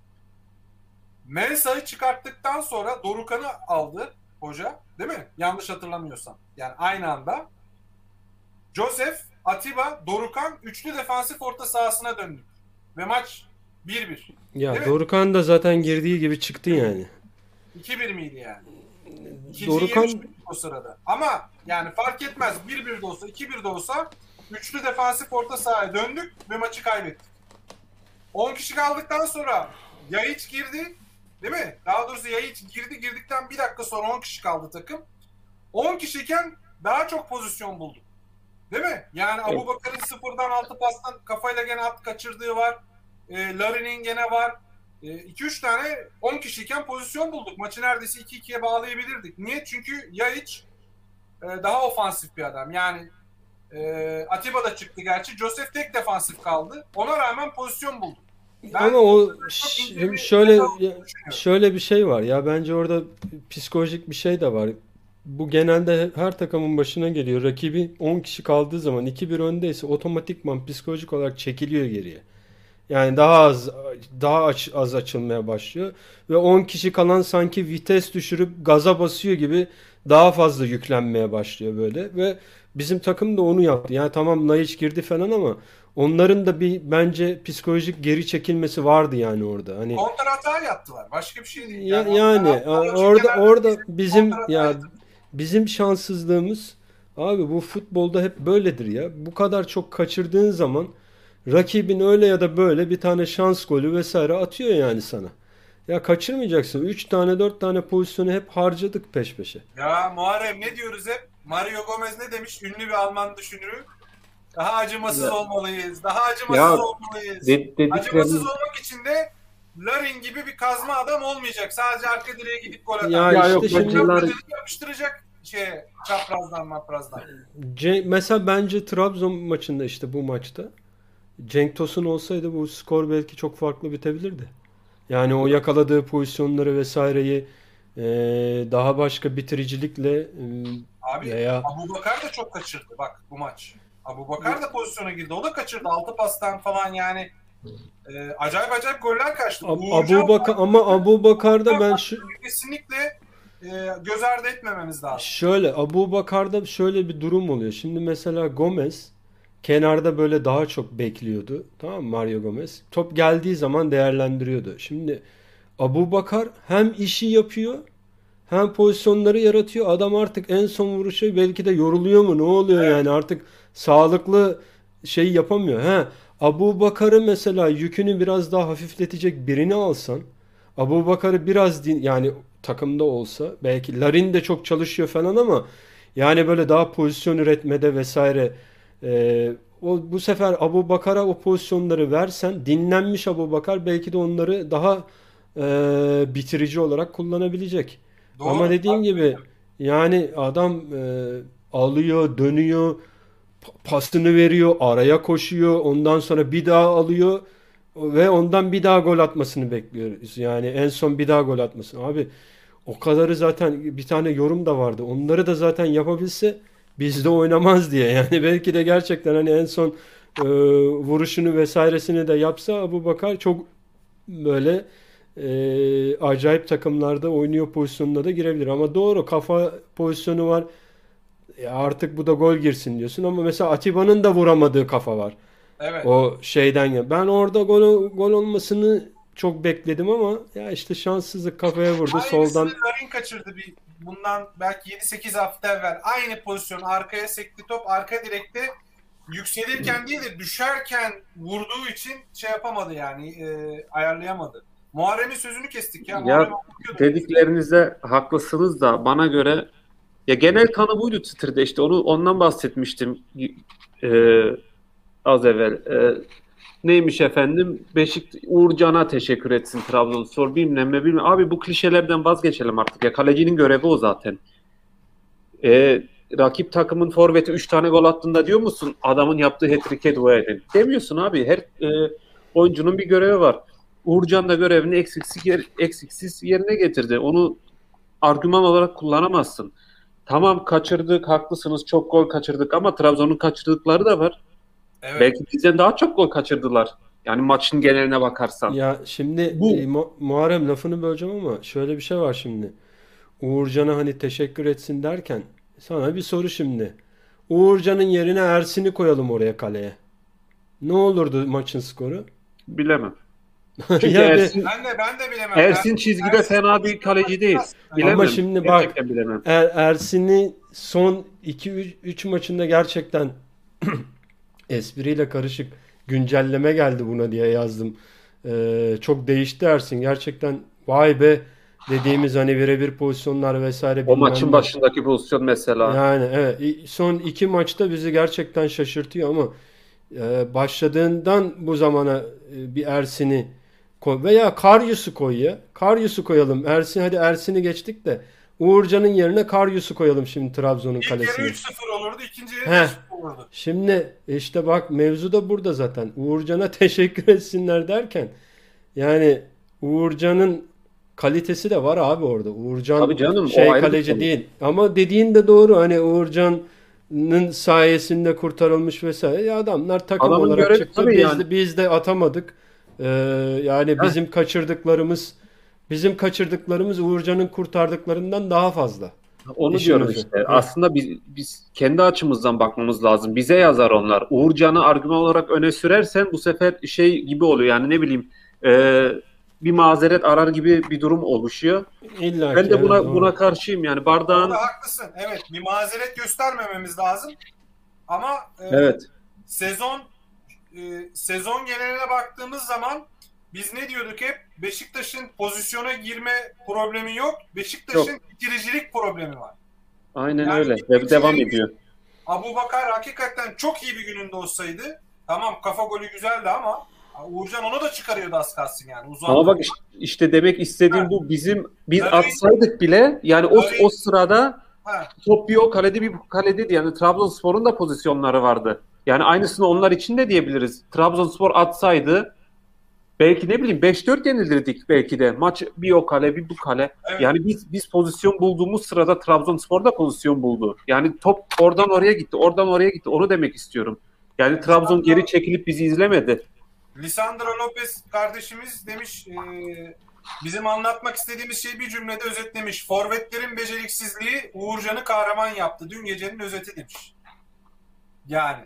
Mensah'ı çıkarttıktan sonra Dorukhan'ı aldı hoca. Değil mi? Yanlış hatırlamıyorsam. Yani aynı anda. Joseph, Atiba, Dorukhan üçlü defansif orta sahasına döndük. Ve maç bir bir. Ya Dorukhan da zaten girdiği gibi çıktı yani. iki bir miydi yani? İkinciyi Dorukhan yemiştik o sırada. Ama yani fark etmez. bir bir de olsa, iki bir de olsa üçlü defansif orta sahaya döndük ve maçı kaybettik. on kişi kaldıktan sonra Yayiç girdi. Değil mi? Daha doğrusu Yayiç girdi. Girdikten bir dakika sonra on kişi kaldı takım. on kişiyken daha çok pozisyon bulduk. Değil mi? Yani Evet. Abubakar'ın sıfırdan altı pastan kafayla gene at kaçırdığı var. E, Larin'in gene var. iki üç tane on kişiyken pozisyon bulduk. Maçı neredeyse iki ikiye bağlayabilirdik. Niye? Çünkü Yayiç e, daha ofansif bir adam. Yani e, Atiba da çıktı gerçi. Joseph tek defansif kaldı. Ona rağmen pozisyon bulduk. Ben ama o çok ince ş- bir şöyle meta olduğunu düşünüyorum. şöyle bir şey var ya, bence orada psikolojik bir şey de var. Bu genelde her takımın başına geliyor. Rakibi on kişi kaldığı zaman iki bir öndeyse otomatikman psikolojik olarak çekiliyor geriye. Yani daha az daha aç, az açılmaya başlıyor ve on kişi kalan sanki vites düşürüp gaza basıyor gibi daha fazla yüklenmeye başlıyor böyle ve bizim takım da onu yaptı. Yani tamam Laiç girdi falan ama onların da bir bence psikolojik geri çekilmesi vardı yani orada. Hani Kontra hata yaptılar. Başka bir şey değil. ya, Yani, yani onlar- onlar orada kenarda orada bizim bizim kontra hata ya yaptık. bizim şanssızlığımız, abi bu futbolda hep böyledir ya. Bu kadar çok kaçırdığın zaman rakibin öyle ya da böyle bir tane şans golü vesaire atıyor yani sana. Ya kaçırmayacaksın. Üç tane dört tane pozisyonu hep harcadık peş peşe. Ya Muharrem ne diyoruz hep? Mario Gomez ne demiş? Ünlü bir Alman düşünürü. Daha acımasız Ya, olmalıyız. Daha acımasız ya olmalıyız. de- Acımasız dediklerini olmak için de Larin gibi bir kazma adam olmayacak. Sadece arka direğe gidip gol atan. Ya ya işte yok şimdi bence Larin Yapıştıracak, yapıştıracak şey çaprazdan maprazdan. Ce- mesela bence Trabzon maçında, işte bu maçta Cenk Tosun olsaydı bu skor belki çok farklı bitebilirdi. Yani o yakaladığı pozisyonları vesaireyi e, daha başka bitiricilikle e, Abi veya Abubakar da çok kaçırdı bak bu maç. Abubakar da pozisyona girdi. O da kaçırdı. Altı pastan falan yani. E, acayip acayip goller kaçtı. Ab- Uğurcan Abubakar, ama Abubakar'da ben şu kesinlikle e, göz ardı etmememiz lazım. şöyle Abubakar'da şöyle bir durum oluyor. Şimdi mesela Gomez kenarda böyle daha çok bekliyordu. Tamam mı, Mario Gomez? Top geldiği zaman değerlendiriyordu. Şimdi Abubakar hem işi yapıyor hem pozisyonları yaratıyor. Adam artık en son vuruşu belki de yoruluyor mu? Ne oluyor Evet. yani? Artık sağlıklı şey yapamıyor. He, Abubakar'ı mesela yükünü biraz daha hafifletecek birini alsan, Abubakar'ı biraz din, yani takımda olsa belki Larin de çok çalışıyor falan ama yani böyle daha pozisyon üretmede vesaire, e, o bu sefer Abubakar'a o pozisyonları versen, dinlenmiş Abubakar belki de onları daha e, bitirici olarak kullanabilecek. Ama Doğru. dediğim gibi yani adam e, alıyor, dönüyor, pa- pasını veriyor, araya koşuyor, ondan sonra bir daha alıyor ve ondan bir daha gol atmasını bekliyoruz. Yani en son bir daha gol atmasını. Abi o kadarı zaten, bir tane yorum da vardı. Onları da zaten yapabilse bizde oynamaz diye. Yani belki de gerçekten hani en son e, vuruşunu vesairesini de yapsa Abubakar çok böyle e, acayip takımlarda oynuyor pozisyonuna da girebilir. Ama doğru, kafa pozisyonu var. E, artık bu da gol girsin diyorsun ama mesela Atiba'nın da vuramadığı kafa var. Evet. O şeyden ya. Ben orada gol gol olmasını çok bekledim ama ya işte şanssızlık, kafaya vurdu Aynısını soldan. Larin kaçırdı bir bundan belki yedi sekiz hafta evvel. Aynı pozisyon, arkaya sekti top, arka direkte yükselirken değil de düşerken vurduğu için şey yapamadı yani, e, ayarlayamadı. Muharrem'in sözünü kestik ya. Muharrem Ya anlatıyordu. dediklerinize haklısınız da bana göre ya genel kanı buydu Twitter'da, işte onu ondan bahsetmiştim ee, az evvel. Ee, neymiş efendim? Beşik Uğurcan'a teşekkür etsin Trabzonspor bilmem ne bilmem. Abi bu klişelerden vazgeçelim artık ya. Kalecinin görevi o zaten. Ee, rakip takımın forveti üç tane gol attığında diyor musun adamın yaptığı hat-trick'e dua edin? Demiyorsun abi. Her e, oyuncunun bir görevi var. Uğurcan da görevini eksiksiz, yer, eksiksiz yerine getirdi. Onu argüman olarak kullanamazsın. Tamam kaçırdık, haklısınız, çok gol kaçırdık ama Trabzon'un kaçırdıkları da var. Evet. Belki bizden daha çok gol kaçırdılar. Yani maçın geneline bakarsan. Ya şimdi Bu- e, Mu- Muharrem, lafını böleceğim ama şöyle bir şey var şimdi. Uğurcan'a hani teşekkür etsin derken sana bir soru şimdi. Uğurcan'ın yerine Ersin'i koyalım oraya kaleye. Ne olurdu maçın skoru? Bilemem. Çünkü Ya bir- Ersin, Ben de ben de bilemem. Ersin çizgide Ersin- fena bir kaleci değil. Bilemem. Ama şimdi bak- Gerçekten bilemem. Er- Ersin'i son iki üç maçında gerçekten espriyle karışık güncelleme geldi buna diye yazdım. Ee, çok değişti Ersin. Gerçekten vay be dediğimiz hani birebir pozisyonlar vesaire O bilmem maçın ne. başındaki pozisyon mesela. Yani evet, i- son iki maçta bizi gerçekten şaşırtıyor ama e, başladığından bu zamana e, bir Ersin'i koy veya Karyus'u koy ya. Karyus'u koyalım. Ersin, hadi Ersin'i geçtik de Uğurcan'ın yerine Karyus'u koyalım şimdi Trabzon'un İlk yarı kalesine. üç sıfır olurdu, ikinci yarı Heh. üç sıfır olurdu. Şimdi işte bak mevzu da burada zaten. Uğurcan'a teşekkür etsinler derken yani Uğurcan'ın kalitesi de var abi orada. Uğurcan Tabii canım, o şey ayrı bir kaleci konu. değil. Ama dediğin de doğru. Hani Uğurcan'ın sayesinde kurtarılmış vesaire. Ya adamlar takım Adamın olarak görevi çıktı. tabii Biz yani. de, biz de atamadık. Ee, yani Heh. bizim kaçırdıklarımız bizim kaçırdıklarımız Uğurcan'ın kurtardıklarından daha fazla. Onu İşin diyorum özü. işte. Hı. Aslında biz, biz kendi açımızdan bakmamız lazım. Bize yazar onlar. Uğurcan'ı argüman olarak öne sürersen bu sefer şey gibi oluyor. Yani ne bileyim e, bir mazeret arar gibi bir durum oluşuyor. İlla Ben ki, de buna evet, doğru. buna karşıyım. Yani bardağın Orada haklısın. Evet, bir mazeret göstermememiz lazım. Ama e, evet. sezon e, sezon geneline baktığımız zaman biz ne diyorduk hep? Beşiktaş'ın pozisyona girme problemi yok. Beşiktaş'ın bitiricilik problemi var. Aynen Yani öyle. bir- Ve devam bir- ediyor. Abubakar hakikaten çok iyi bir gününde olsaydı, tamam kafa golü güzeldi ama Uğurcan onu da çıkarıyordu az kalsın yani. Uzandı. Ama bak işte, işte demek istediğim Ha. bu. Bizim biz Tabii. atsaydık bile yani o Tabii. o sırada Ha, top bir o kalede bir bu kaledeydi. Yani Trabzonspor'un da pozisyonları vardı. Yani aynısını onlar için de diyebiliriz. Trabzonspor atsaydı belki ne bileyim beş dört yenilirdik belki de. Maç bir o kale bir bu kale. evet. Yani biz biz pozisyon bulduğumuz sırada Trabzonspor da pozisyon buldu. Yani top oradan oraya gitti, oradan oraya gitti. Onu demek istiyorum. Yani Trabzon geri çekilip bizi izlemedi. Lisandro Lopez kardeşimiz demiş, e, bizim anlatmak istediğimiz şeyi bir cümlede özetlemiş. Forvetlerin beceriksizliği Uğurcan'ı kahraman yaptı. Dün gecenin özeti demiş. Yani.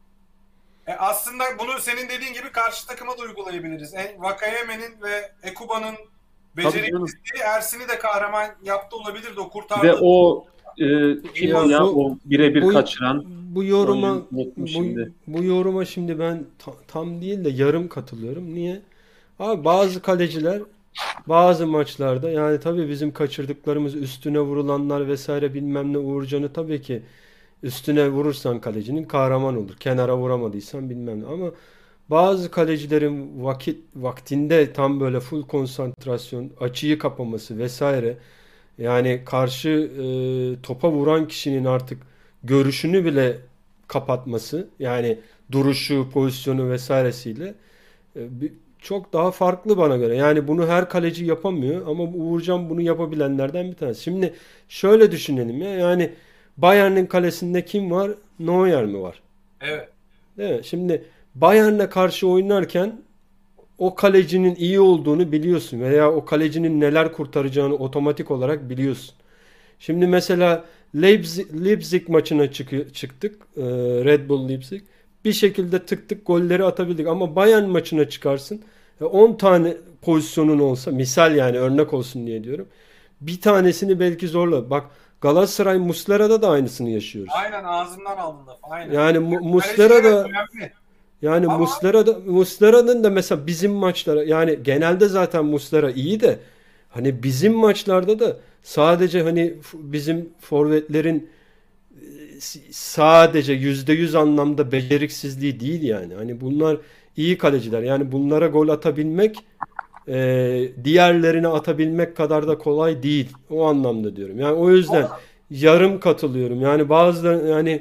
E aslında bunu senin dediğin gibi karşı takıma da uygulayabiliriz. E, Vakayeme'nin ve Ekuba'nın beceriksizliği Ersin'i de kahraman yaptı olabilirdi. O kurtardı. Ve o e, kim Ya o ya bu- o birebir bu- kaçıran Bu yoruma Oyun unuttum bu, şimdi. bu yoruma şimdi ben ta- tam değil de yarım katılıyorum. Niye? Abi bazı kaleciler bazı maçlarda yani tabii bizim kaçırdıklarımız, üstüne vurulanlar vesaire bilmem ne, Uğurcan'ı tabii ki üstüne vurursan kalecinin kahraman olur. Kenara vuramadıysan bilmem ne. Ama bazı kalecilerin vakit vaktinde tam böyle full konsantrasyon, açıyı kapaması vesaire, yani karşı e, topa vuran kişinin artık görüşünü bile kapatması, yani duruşu, pozisyonu vesairesiyle e, bir- çok daha farklı bana göre. Yani bunu her kaleci yapamıyor ama Uğurcan bunu yapabilenlerden bir tanesi. Şimdi şöyle düşünelim ya, yani Bayern'in kalesinde kim var? Neuer mi var? Evet. Değil mi? Şimdi Bayern'e karşı oynarken o kalecinin iyi olduğunu biliyorsun veya o kalecinin neler kurtaracağını otomatik olarak biliyorsun. Şimdi mesela Leipzig, Leipzig maçına çıkı- çıktık. e, Red Bull Leipzig. Bir şekilde tık tık golleri atabildik. Ama Bayern maçına çıkarsın. e, on tane pozisyonun olsa, misal yani örnek olsun diye diyorum. Bir tanesini belki zorla. Bak Galatasaray Muslera'da da aynısını yaşıyoruz. Aynen, ağzından aldın laf. Aynen. Yani Mu- Kaleci Muslera evet da önemli. yani Ama Muslera da Muslera'nın da mesela bizim maçlara, yani genelde zaten Muslera iyi de hani bizim maçlarda da sadece hani f- bizim forvetlerin e, s- sadece yüzde yüz anlamda beceriksizliği değil yani. Hani bunlar iyi kaleciler. Yani bunlara gol atabilmek e, diğerlerine atabilmek kadar da kolay değil. O anlamda diyorum. Yani o yüzden ama yarım katılıyorum. Yani bazıları yani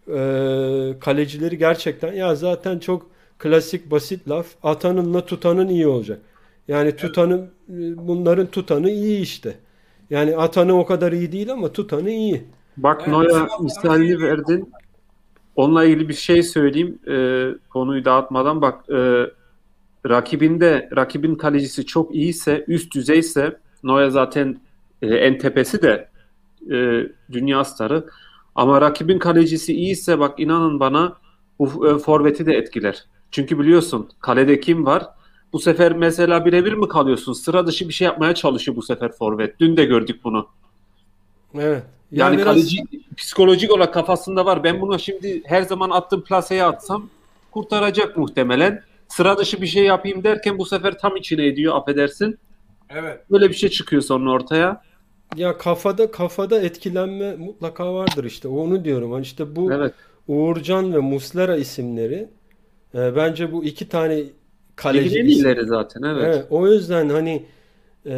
e, kalecileri gerçekten ya zaten çok klasik basit laf. Atanınla tutanın iyi olacak. Yani evet, tutanın e, bunların tutanı iyi işte. Yani atanı o kadar iyi değil ama tutanı iyi. Bak evet bizim Noya atanımız iyi misalini değil. verdin. Onunla ilgili bir şey söyleyeyim. Ee, konuyu dağıtmadan bak e, rakibinde rakibin kalecisi çok iyiyse, üst düzeyse Noya zaten e, en tepesi de e, dünya starı. Ama rakibin kalecisi iyiyse bak inanın bana bu e, forveti de etkiler. Çünkü biliyorsun kalede kim var? Bu sefer mesela birebir mi kalıyorsun? Sıra dışı bir şey yapmaya çalışıyor bu sefer forvet. Dün de gördük bunu. Evet. Ya Yani biraz kaleci psikolojik olarak kafasında var. Ben bunu şimdi her zaman attığım plaseye atsam kurtaracak muhtemelen. Sıra dışı bir şey yapayım derken bu sefer tam içine ediyor, affedersin. Evet. Böyle bir şey çıkıyor sonra ortaya. ya kafada kafada etkilenme mutlaka vardır işte. Onu diyorum. Hani işte bu Evet. Uğurcan ve Muslera isimleri e, bence bu iki tane Ligin kaleci en isim. iyileri zaten, evet. Evet, o yüzden hani e,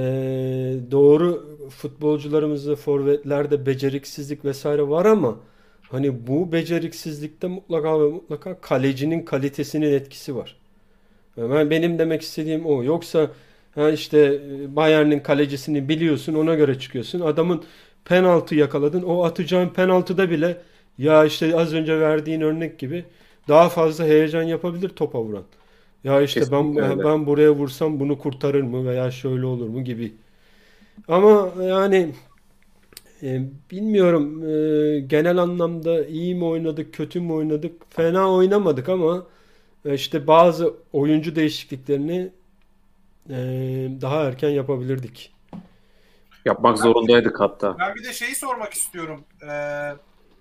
doğru futbolcularımızda forvetlerde beceriksizlik vesaire var ama hani bu beceriksizlikte mutlaka ve mutlaka kalecinin kalitesinin etkisi var. Yani ben benim demek istediğim o. Yoksa ha işte e, Bayern'in kalecisini biliyorsun, ona göre çıkıyorsun. Adamın penaltı yakaladın. O atacağın penaltıda bile ya işte az önce verdiğin örnek gibi daha fazla heyecan yapabilir topa vuran. Ya işte ben Kesinlikle öyle. ben buraya vursam bunu kurtarır mı veya şöyle olur mu gibi. Ama yani e, bilmiyorum, e, genel anlamda iyi mi oynadık, kötü mü oynadık? Fena oynamadık ama e, işte bazı oyuncu değişikliklerini e, daha erken yapabilirdik. Yapmak Ben, zorundaydık hatta. ben bir de şeyi sormak istiyorum. Ee,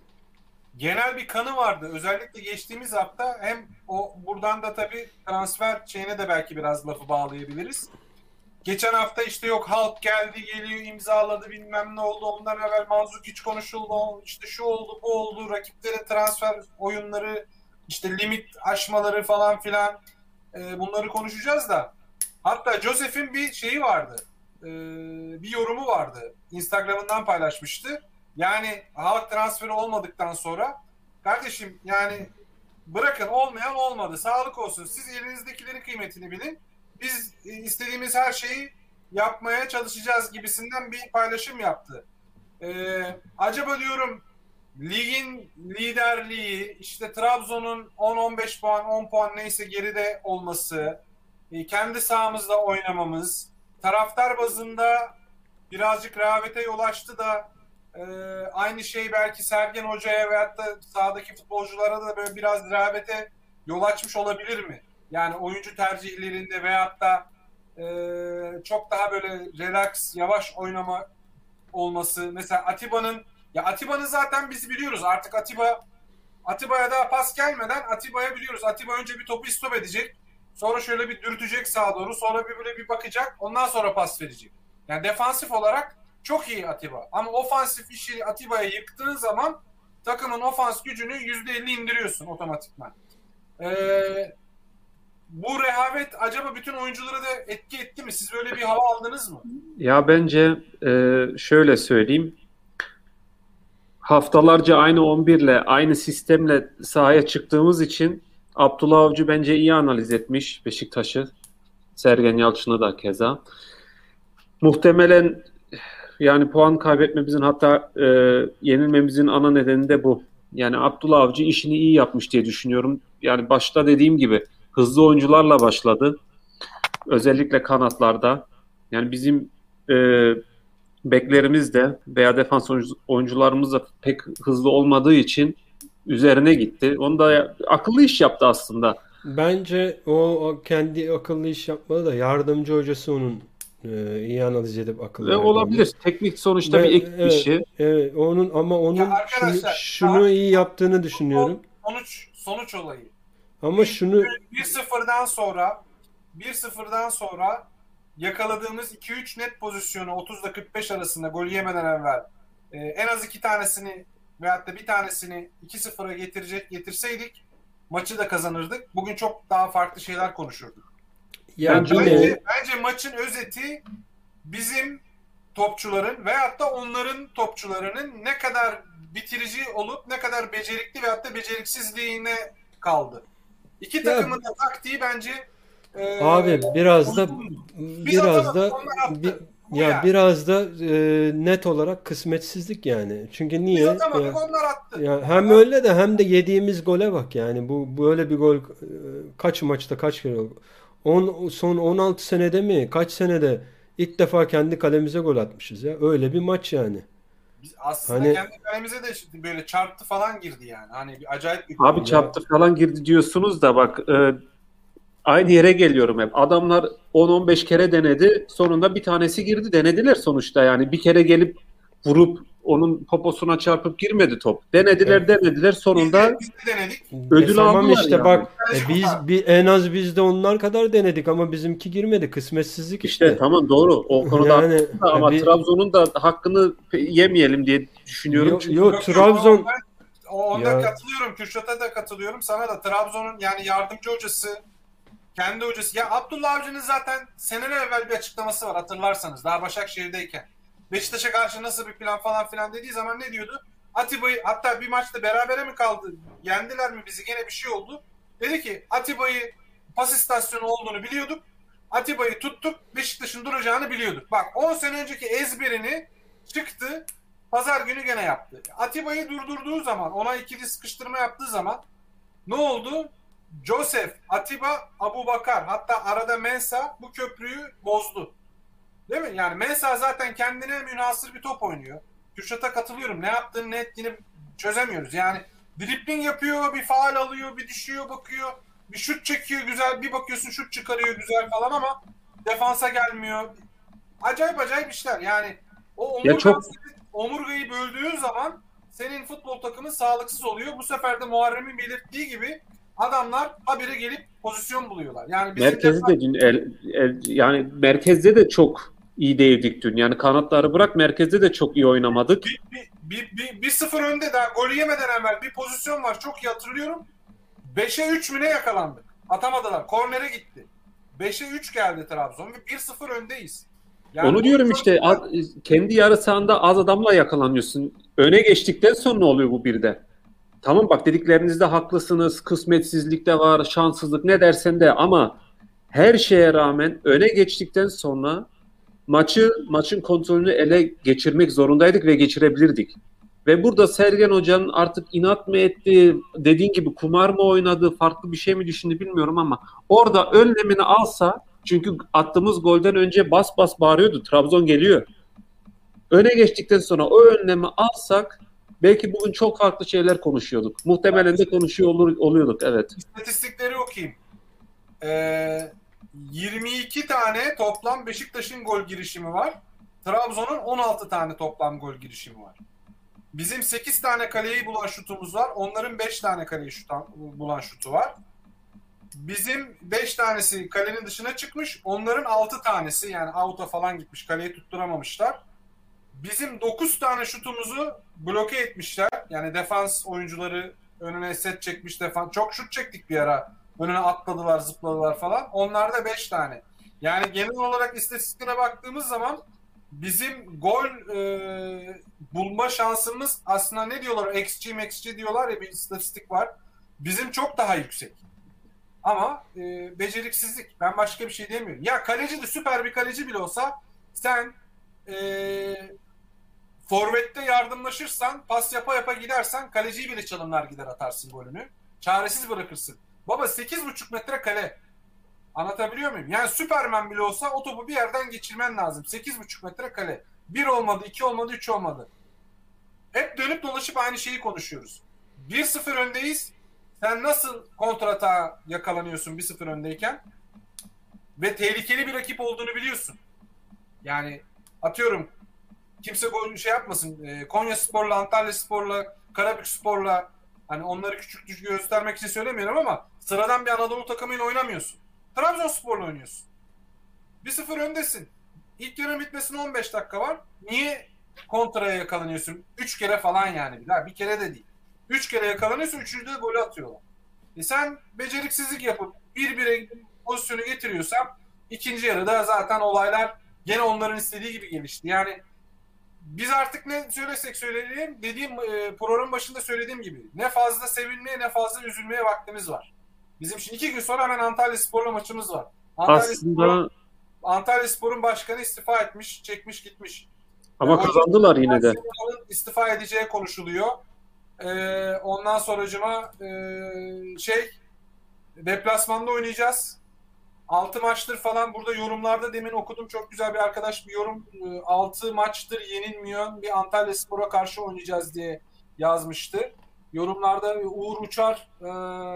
genel bir kanı vardı. Özellikle geçtiğimiz hafta hem o buradan da tabii transfer şeyine de belki biraz lafı bağlayabiliriz. Geçen hafta işte yok Hulk geldi geliyor imzaladı bilmem ne oldu. Ondan evvel Mandzukic konuşuldu. İşte şu oldu bu oldu. Rakiplerin transfer oyunları işte limit aşmaları falan filan. Ee, bunları konuşacağız da. Hatta Joseph'in bir şeyi vardı. Ee, bir yorumu vardı. Instagram'ından paylaşmıştı. Yani Hulk transferi olmadıktan sonra kardeşim yani bırakın olmayan olmadı. Sağlık olsun. Siz elinizdekilerin kıymetini bilin. Biz e, istediğimiz her şeyi yapmaya çalışacağız gibisinden bir paylaşım yaptı. Ee, acaba diyorum ligin liderliği, işte Trabzon'un on on beş puan, on puan neyse geride olması, e, kendi sahamızda oynamamız, taraftar bazında birazcık rehavete yol açtı da e, aynı şey belki Sergen Hoca'ya veyahut da sahadaki futbolculara da böyle biraz rehavete yol açmış olabilir mi? Yani oyuncu tercihlerinde veyahut da e, çok daha böyle relax, yavaş oynama olması. Mesela Atiba'nın ya Atiba'nın zaten biz biliyoruz artık Atiba Atiba'ya da pas gelmeden Atiba'ya biliyoruz. Atiba önce bir topu istop edecek. Sonra şöyle bir dürtecek sağa doğru. Sonra bir böyle bir bakacak. Ondan sonra pas verecek. Yani defansif olarak çok iyi Atiba. Ama ofansif işi Atiba'ya yıktığın zaman takımın ofans gücünü yüzde elli indiriyorsun otomatikman. Ee, bu rehavet acaba bütün oyunculara da etki etti mi? Siz böyle bir hava aldınız mı? Ya bence e, şöyle söyleyeyim. Haftalarca aynı on birle, aynı sistemle sahaya çıktığımız için Abdullah Avcı bence iyi analiz etmiş Beşiktaş'ı. Sergen Yalçın'ı da keza. Muhtemelen yani puan kaybetmemizin hatta e, yenilmemizin ana nedeni de bu. Yani Abdullah Avcı işini iyi yapmış diye düşünüyorum. Yani başta dediğim gibi hızlı oyuncularla başladı. Özellikle kanatlarda. Yani bizim e, beklerimiz de veya defans oyuncularımız da pek hızlı olmadığı için üzerine gitti. Onu da akıllı iş yaptı aslında. Bence o, o kendi akıllı iş yapmadı da yardımcı hocası onun e, iyi analiz edip akıl Ve verdi ona. olabilir. Teknik sonuçta bir Ben ekip evet, işi. evet onun ama Ya onun şunu arkadaşlar, şunu iyi yaptığını düşünüyorum. sonuç sonuç olayı. Ama şunu bir sıfırdan sonra bir sıfırdan sonra yakaladığımız iki üç net pozisyonu otuzla kırk beş arasında gol yemeden evvel e, en az iki tanesini veyahut da bir tanesini iki sıfıra getirecek getirseydik maçı da kazanırdık. Bugün çok daha farklı şeyler konuşurduk. ya Yani yine bence, bence maçın özeti bizim topçuların veyahut da onların topçularının ne kadar bitirici olup ne kadar becerikli veyahut da beceriksizliğine kaldı. İki ya takımın da taktiği bence e, abi biraz da uygundu. Biz biraz atamadık, da onlar bir, attı. Bu ya yani. biraz da e, net olarak kısmetsizlik yani. Çünkü Biz niye? atamadık, Ya, onlar attı. ya hem öyle de hem de yediğimiz gole bak yani. Bu böyle bir gol e, kaç maçta kaç kere oldu? on son on altı senede mi? Kaç senede ilk defa kendi kalemize gol atmışız ya. Öyle bir maç yani. Biz aslında Hani kendi kalemize de şimdi böyle çarptı falan girdi yani. Hani bir acayip bir Abi gol. çarptı falan girdi diyorsunuz da bak e, aynı yere geliyorum hep. Adamlar on on beş kere denedi. Sonunda bir tanesi girdi. Denediler sonuçta yani. Bir kere gelip vurup onun poposuna çarpıp girmedi top. Denediler e, denediler. Biz Sonunda de, biz de denedik. E ödül tamam aldılar işte yani. bak Kaleci e biz kurtardı. bir en az biz de onlar kadar denedik ama bizimki girmedi. Kısmetsizlik İşte işte. tamam doğru. O konuda Yani haklısın da e, ama bir Trabzon'un da hakkını yemeyelim diye düşünüyorum. yo, Çünkü yo Yok yok, o- Trabzon ben o- onda ya katılıyorum. Kürşat'a da katılıyorum. Sana da Trabzon'un yani yardımcı hocası, kendi hocası. Ya Abdullah Avcı'nın zaten seneler evvel bir açıklaması var hatırlarsanız. Daha Başakşehir'deyken. Beşiktaş'a karşı nasıl bir plan falan filan dediği zaman ne diyordu? Atiba'yı, hatta bir maçta berabere mi kaldı? Yendiler mi bizi? Gene bir şey oldu. Dedi ki Atiba'yı pas istasyonu olduğunu biliyorduk. Atiba'yı tuttuk. Beşiktaş'ın duracağını biliyorduk. Bak on sene önceki ezberini çıktı. Pazar günü gene yaptı. Atiba'yı durdurduğu zaman, ona ikili sıkıştırma yaptığı zaman ne oldu? Joseph, Atiba, Abubakar, hatta arada Mensah bu köprüyü bozdu. Değil mi? Yani Mensah zaten kendine münhasır bir top oynuyor. Kürşat'a katılıyorum. Ne yaptığını ne ettiğini çözemiyoruz. Yani dribbling yapıyor, bir faul alıyor, bir düşüyor, bakıyor. Bir şut çekiyor güzel, bir bakıyorsun şut çıkarıyor güzel falan ama defansa gelmiyor. Acayip acayip işler. Yani o ya omurgan, çok omurgayı böldüğün zaman senin futbol takımın sağlıksız oluyor. Bu sefer de Muharrem'in belirttiği gibi adamlar habire gelip pozisyon buluyorlar. Yani bizim merkezi de dün el, el- yani merkezde de çok iyi değildik dün. Yani kanatları bırak merkezde de çok iyi oynamadık. bir, bir, bir, bir, bir sıfır önde daha golü yemeden evvel bir pozisyon var. Çok iyi hatırlıyorum. beşe üç mü ne yakalandık? Atamadılar. Kornere gitti. beşe üç geldi Trabzon ve bir sıfır öndeyiz. Yani Onu diyorum işte az- kendi yarı sahanda az adamla yakalanıyorsun. Öne geçtikten sonra ne oluyor bu birde? Tamam bak dediklerinizde haklısınız. Kısmetsizlik de var, şanssızlık ne dersen de ama her şeye rağmen öne geçtikten sonra maçı maçın kontrolünü ele geçirmek zorundaydık ve geçirebilirdik. Ve burada Sergen Hoca'nın artık inat mı etti, dediğin gibi kumar mı oynadı, farklı bir şey mi düşündü bilmiyorum ama orada önlemini alsa çünkü attığımız golden önce bas bas bağırıyordu. Trabzon geliyor. Öne geçtikten sonra o önlemi alsak belki bugün çok farklı şeyler konuşuyorduk. Muhtemelen de konuşuyor olur, oluyorduk. Evet. İstatistikleri okuyayım. Ee, yirmi iki tane toplam Beşiktaş'ın gol girişimi var. Trabzon'un on altı tane toplam gol girişimi var. Bizim sekiz tane kaleyi bulan şutumuz var. Onların beş tane kaleyi şutan, bulan şutu var. Bizim beş tanesi kalenin dışına çıkmış. Onların altı tanesi yani out'a falan gitmiş. Kaleyi tutturamamışlar. Bizim dokuz tane şutumuzu bloke etmişler. Yani defans oyuncuları önüne set çekmiş defans. Çok şut çektik bir ara. Önüne atladılar, zıpladılar falan. Onlar da beş tane. Yani genel olarak istatistiklere baktığımız zaman bizim gol e, bulma şansımız aslında ne diyorlar? X G, X G diyorlar ya bir istatistik var. Bizim çok daha yüksek. Ama e, beceriksizlik. Ben başka bir şey demiyorum. Ya kaleci de süper bir kaleci bile olsa sen e, forvette yardımlaşırsan, pas yapa yapa gidersen kaleciyi bile çalımlar gider atarsın golünü. Çaresiz bırakırsın. Baba sekiz buçuk metre kale. Anlatabiliyor muyum? Yani Süpermen bile olsa o topu bir yerden geçirmen lazım. sekiz buçuk metre kale. bir olmadı, iki olmadı, üç olmadı. Hep dönüp dolaşıp aynı şeyi konuşuyoruz. bir sıfır öndeyiz. Sen nasıl kontrata yakalanıyorsun bir sıfır öndeyken? Ve tehlikeli bir rakip olduğunu biliyorsun. Yani atıyorum kimse gol şey yapmasın. Konya Spor'la, Antalya Spor'la, Karabük Spor'la hani onları küçük göstermek için söylemiyorum ama sıradan bir Anadolu takımıyla oynamıyorsun. Trabzonspor'la oynuyorsun. bir sıfır öndesin. İlk yarının bitmesine on beş dakika var. Niye kontraya yakalanıyorsun? üç kere falan yani. Bir, bir kere de değil. üç kere yakalanıyorsun. üçüncüde de golü atıyorlar. E sen beceriksizlik yapıp bir bire pozisyonu getiriyorsan ikinci yarıda zaten olaylar gene onların istediği gibi gelişti. Yani biz artık ne söylesek söyleyelim dediğim e, programın başında söylediğim gibi ne fazla sevinmeye ne fazla üzülmeye vaktimiz var. Bizim şimdi iki gün sonra hemen Antalya Spor'la maçımız var. Antalya Aslında Spor'un, Antalya Spor'un başkanı istifa etmiş, çekmiş gitmiş. ama yani kazandılar yine de. İstifa edeceği konuşuluyor. Ee, ondan sonracıma e, şey deplasmanda oynayacağız. altı maçtır falan burada yorumlarda demin okudum çok güzel bir arkadaş bir yorum altı maçtır yenilmiyor bir Antalya Spor'a karşı oynayacağız diye yazmıştı. Yorumlarda Uğur Uçar e,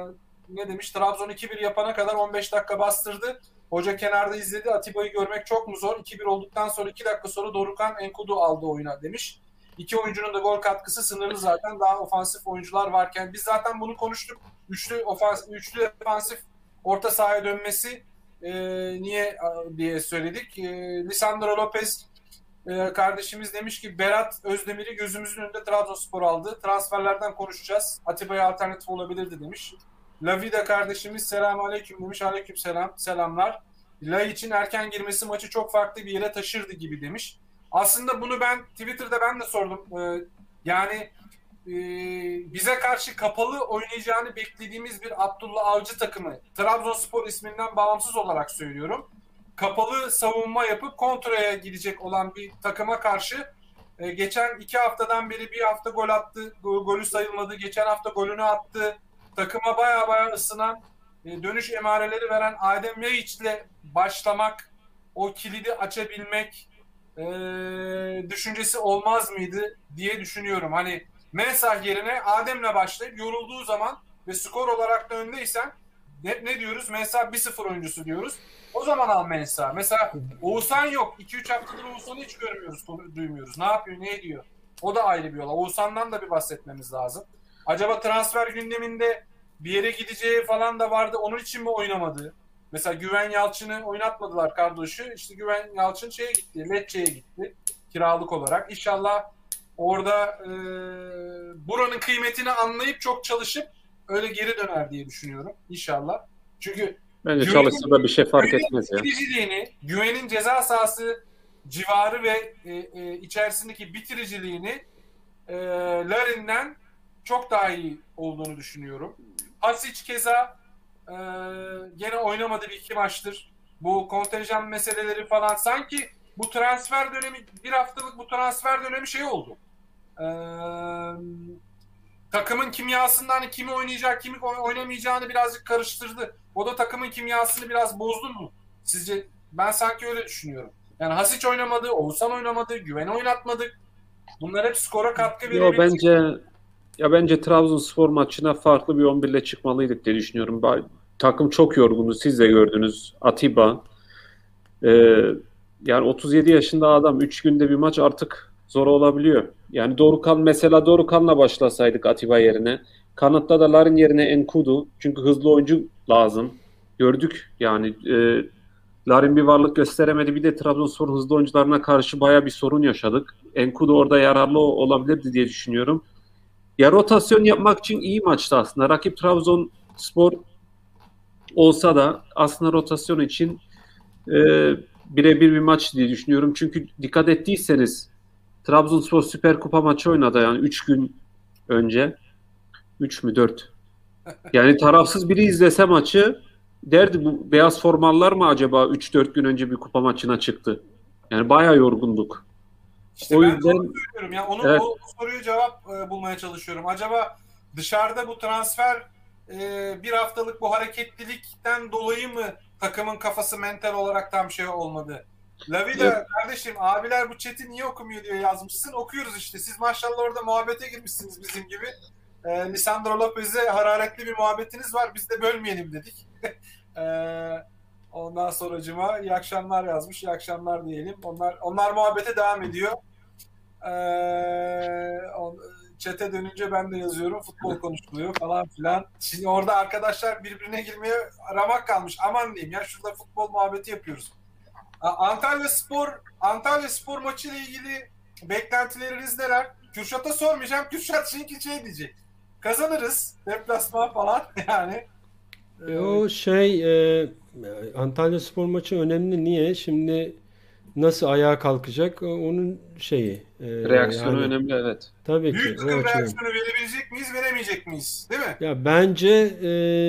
ne demiş? Trabzon iki bir yapana kadar on beş dakika bastırdı. Hoca kenarda izledi. Atiba'yı görmek çok mu zor? iki bir olduktan sonra iki dakika sonra Dorukhan Enkudu aldı oyuna demiş. İki oyuncunun da gol katkısı sınırlı zaten. Daha ofansif oyuncular varken. Biz zaten bunu konuştuk. Üçlü, ofans, üçlü defansif orta sahaya dönmesi e, niye diye söyledik. E, Lisandro Lopez e, kardeşimiz demiş ki Berat Özdemir'i gözümüzün önünde Trabzonspor aldı. Transferlerden konuşacağız. Atiba'ya alternatif olabilirdi demiş. Lavida kardeşimiz selamünaleyküm demiş. Aleyküm selam. Selamlar. La için erken girmesi maçı çok farklı bir yere taşırdı gibi demiş. Aslında bunu ben Twitter'da ben de sordum. Ee, yani e, bize karşı kapalı oynayacağını beklediğimiz bir Abdullah Avcı takımı. Trabzonspor isminden bağımsız olarak söylüyorum. Kapalı savunma yapıp kontraya gidecek olan bir takıma karşı e, geçen iki haftadan beri bir hafta gol attı. Golü sayılmadı. Geçen hafta golünü attı. Takıma baya baya ısınan, e, dönüş emareleri veren Adem Yayiç'le başlamak, o kilidi açabilmek e, düşüncesi olmaz mıydı diye düşünüyorum. Hani Mensah yerine Adem'le başlayıp yorulduğu zaman ve skor olarak da öndeysen hep ne diyoruz? Mensah bir sıfır oyuncusu diyoruz. O zaman al Mensah. Mesela Oğuzhan yok. iki üç haftadır Oğuzhan'ı hiç görmüyoruz, duymuyoruz. Ne yapıyor, ne ediyor? O da ayrı bir olay. Oğuzhan'dan da bir bahsetmemiz lazım. Acaba transfer gündeminde bir yere gideceği falan da vardı. Onun için mi oynamadı? Mesela Güven Yalçın'ı oynatmadılar Kardoş'u. İşte Güven Yalçın şeye gitti. Lecce'ye gitti. Kiralık olarak. İnşallah orada e, buranın kıymetini anlayıp çok çalışıp öyle geri döner diye düşünüyorum. İnşallah. Çünkü bence çalışsa da bir şey fark etmez ya. Bitiriciliğini, Güven'in ceza sahası civarı ve e, e, içerisindeki bitiriciliğini e, Larin'den çok daha iyi olduğunu düşünüyorum. Hasic keza e, gene oynamadı bir iki maçtır. Bu kontenjan meseleleri falan sanki bu transfer dönemi bir haftalık bu transfer dönemi şey oldu. E, takımın kimyasından hani kimi oynayacak, kimi oynamayacağını birazcık karıştırdı. O da takımın kimyasını biraz bozdu mu? Sizce? Ben sanki öyle düşünüyorum. Yani Hasic oynamadı, Oğuzhan oynamadı, Güven'i oynatmadık. Bunlar hep skora katkı verebilecek. Yo, bence ya bence Trabzonspor maçına farklı bir on bir ile çıkmalıydık diye düşünüyorum. Takım çok yorgundu. Siz de gördünüz. Atiba. Ee, yani otuz yedi yaşında adam. üç günde bir maç artık zor olabiliyor. Yani Dorukhan mesela Dorukhan'la başlasaydık Atiba yerine. Kanatta da Larin yerine Enkudu. Çünkü hızlı oyuncu lazım. Gördük yani e, Larin bir varlık gösteremedi. Bir de Trabzonspor hızlı oyuncularına karşı baya bir sorun yaşadık. Enkudu orada yararlı olabilirdi diye düşünüyorum. Ya rotasyon yapmak için iyi maçtı aslında. Rakip Trabzonspor olsa da aslında rotasyon için e, birebir bir maç diye düşünüyorum. Çünkü dikkat ettiyseniz Trabzonspor Süper Kupa maçı oynadı yani üç gün önce. üç mü dört? Yani tarafsız biri izlese maçı derdi bu beyaz formalılar mı acaba üç dört gün önce bir kupa maçına çıktı? Yani bayağı yorgunduk. İşte O ben de yüzden onu söylüyorum ya. Onu evet. o soruyu cevap e, bulmaya çalışıyorum. Acaba dışarıda bu transfer e, bir haftalık bu hareketlilikten dolayı mı takımın kafası mental olarak tam şey olmadı? Lavida kardeşim, abiler bu chat'i niye okumuyor diye yazmışsın. Okuyoruz işte. Siz maşallah orada muhabbete girmişsiniz bizim gibi. E, Lisandro Lopez'e hararetli bir muhabbetiniz var. Biz de bölmeyelim dedik. e, ondan sonracıma iyi akşamlar yazmış. İyi akşamlar diyelim. Onlar onlar muhabbete devam ediyor. Ee, chat'e dönünce ben de yazıyorum. Futbol konuşuluyor falan filan. Şimdi orada arkadaşlar birbirine girmeye ramak kalmış. Aman diyeyim ya, şurada futbol muhabbeti yapıyoruz. Antalya Spor Antalya Spor maçı ile ilgili beklentileriniz neler? Kürşat'a sormayacağım. Kürşat çünkü şey diyecek. Kazanırız. Deplasman falan yani. E, o şey e, Antalya Spor maçı önemli. Niye? Şimdi nasıl ayağa kalkacak? O- Onun şeyi. E, Reaksiyonu yani önemli, evet. tabii ki Büyük o takım açıdan. reaksiyonu verebilecek miyiz, veremeyecek miyiz? Değil mi? Ya bence e,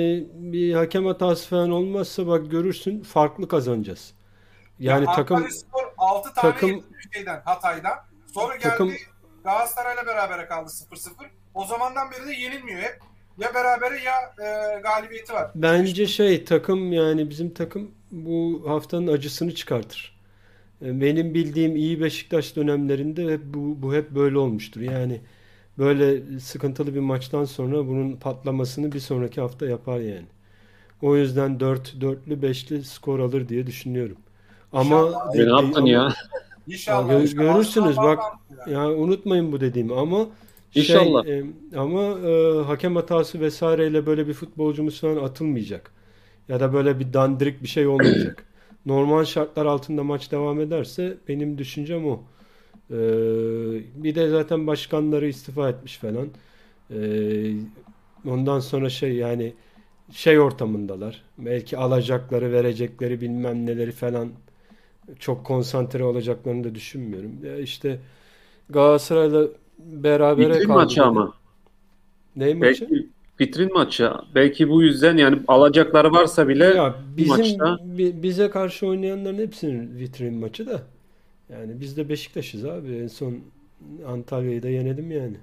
bir hakem hatası falan olmazsa bak görürsün farklı kazanacağız. Ya Yani Antalya takım Spor altı tane takım yedi bir şeyden, Hatay'dan. Sonra geldi takım Galatasaray'la berabere kaldı sıfır sıfır. O zamandan beri de yenilmiyor hep. Ya berabere ya e, galibiyeti var. bence şey takım yani bizim takım bu haftanın acısını çıkartır. E, Benim bildiğim iyi Beşiktaş dönemlerinde hep bu, bu hep böyle olmuştur. Yani böyle sıkıntılı bir maçtan sonra bunun patlamasını bir sonraki hafta yapar yani. O yüzden dört dörtlü beşli skor alır diye düşünüyorum. Ama İnşallah. Abi ne de, de- yaptın ama ya? ya İnşallah. gö- İnşallah. görürsünüz Aslan bak Balkan yani. ya unutmayın bu dediğimi ama şey İnşallah. e, ama e, hakem hatası vesaireyle böyle bir futbolcumuz falan atılmayacak. Ya da böyle bir dandirik bir şey olmayacak. Normal şartlar altında maç devam ederse benim düşüncem o. Ee, Bir de zaten başkanları istifa etmiş falan. Ee, Ondan sonra şey yani şey ortamındalar. Belki alacakları, verecekleri bilmem neleri falan çok konsantre olacaklarını da düşünmüyorum. Ya işte Galatasaray'la berabere Vitrin kaldı maçı dedin. ama. Ney maçı? Belki vitrin maçı. Belki bu yüzden yani alacakları varsa bile Ya bu bizim maçta bi- bize karşı oynayanların hepsinin vitrin maçı da. Yani biz de Beşiktaş'ız abi. En son Antalya'yı da yenelim yani.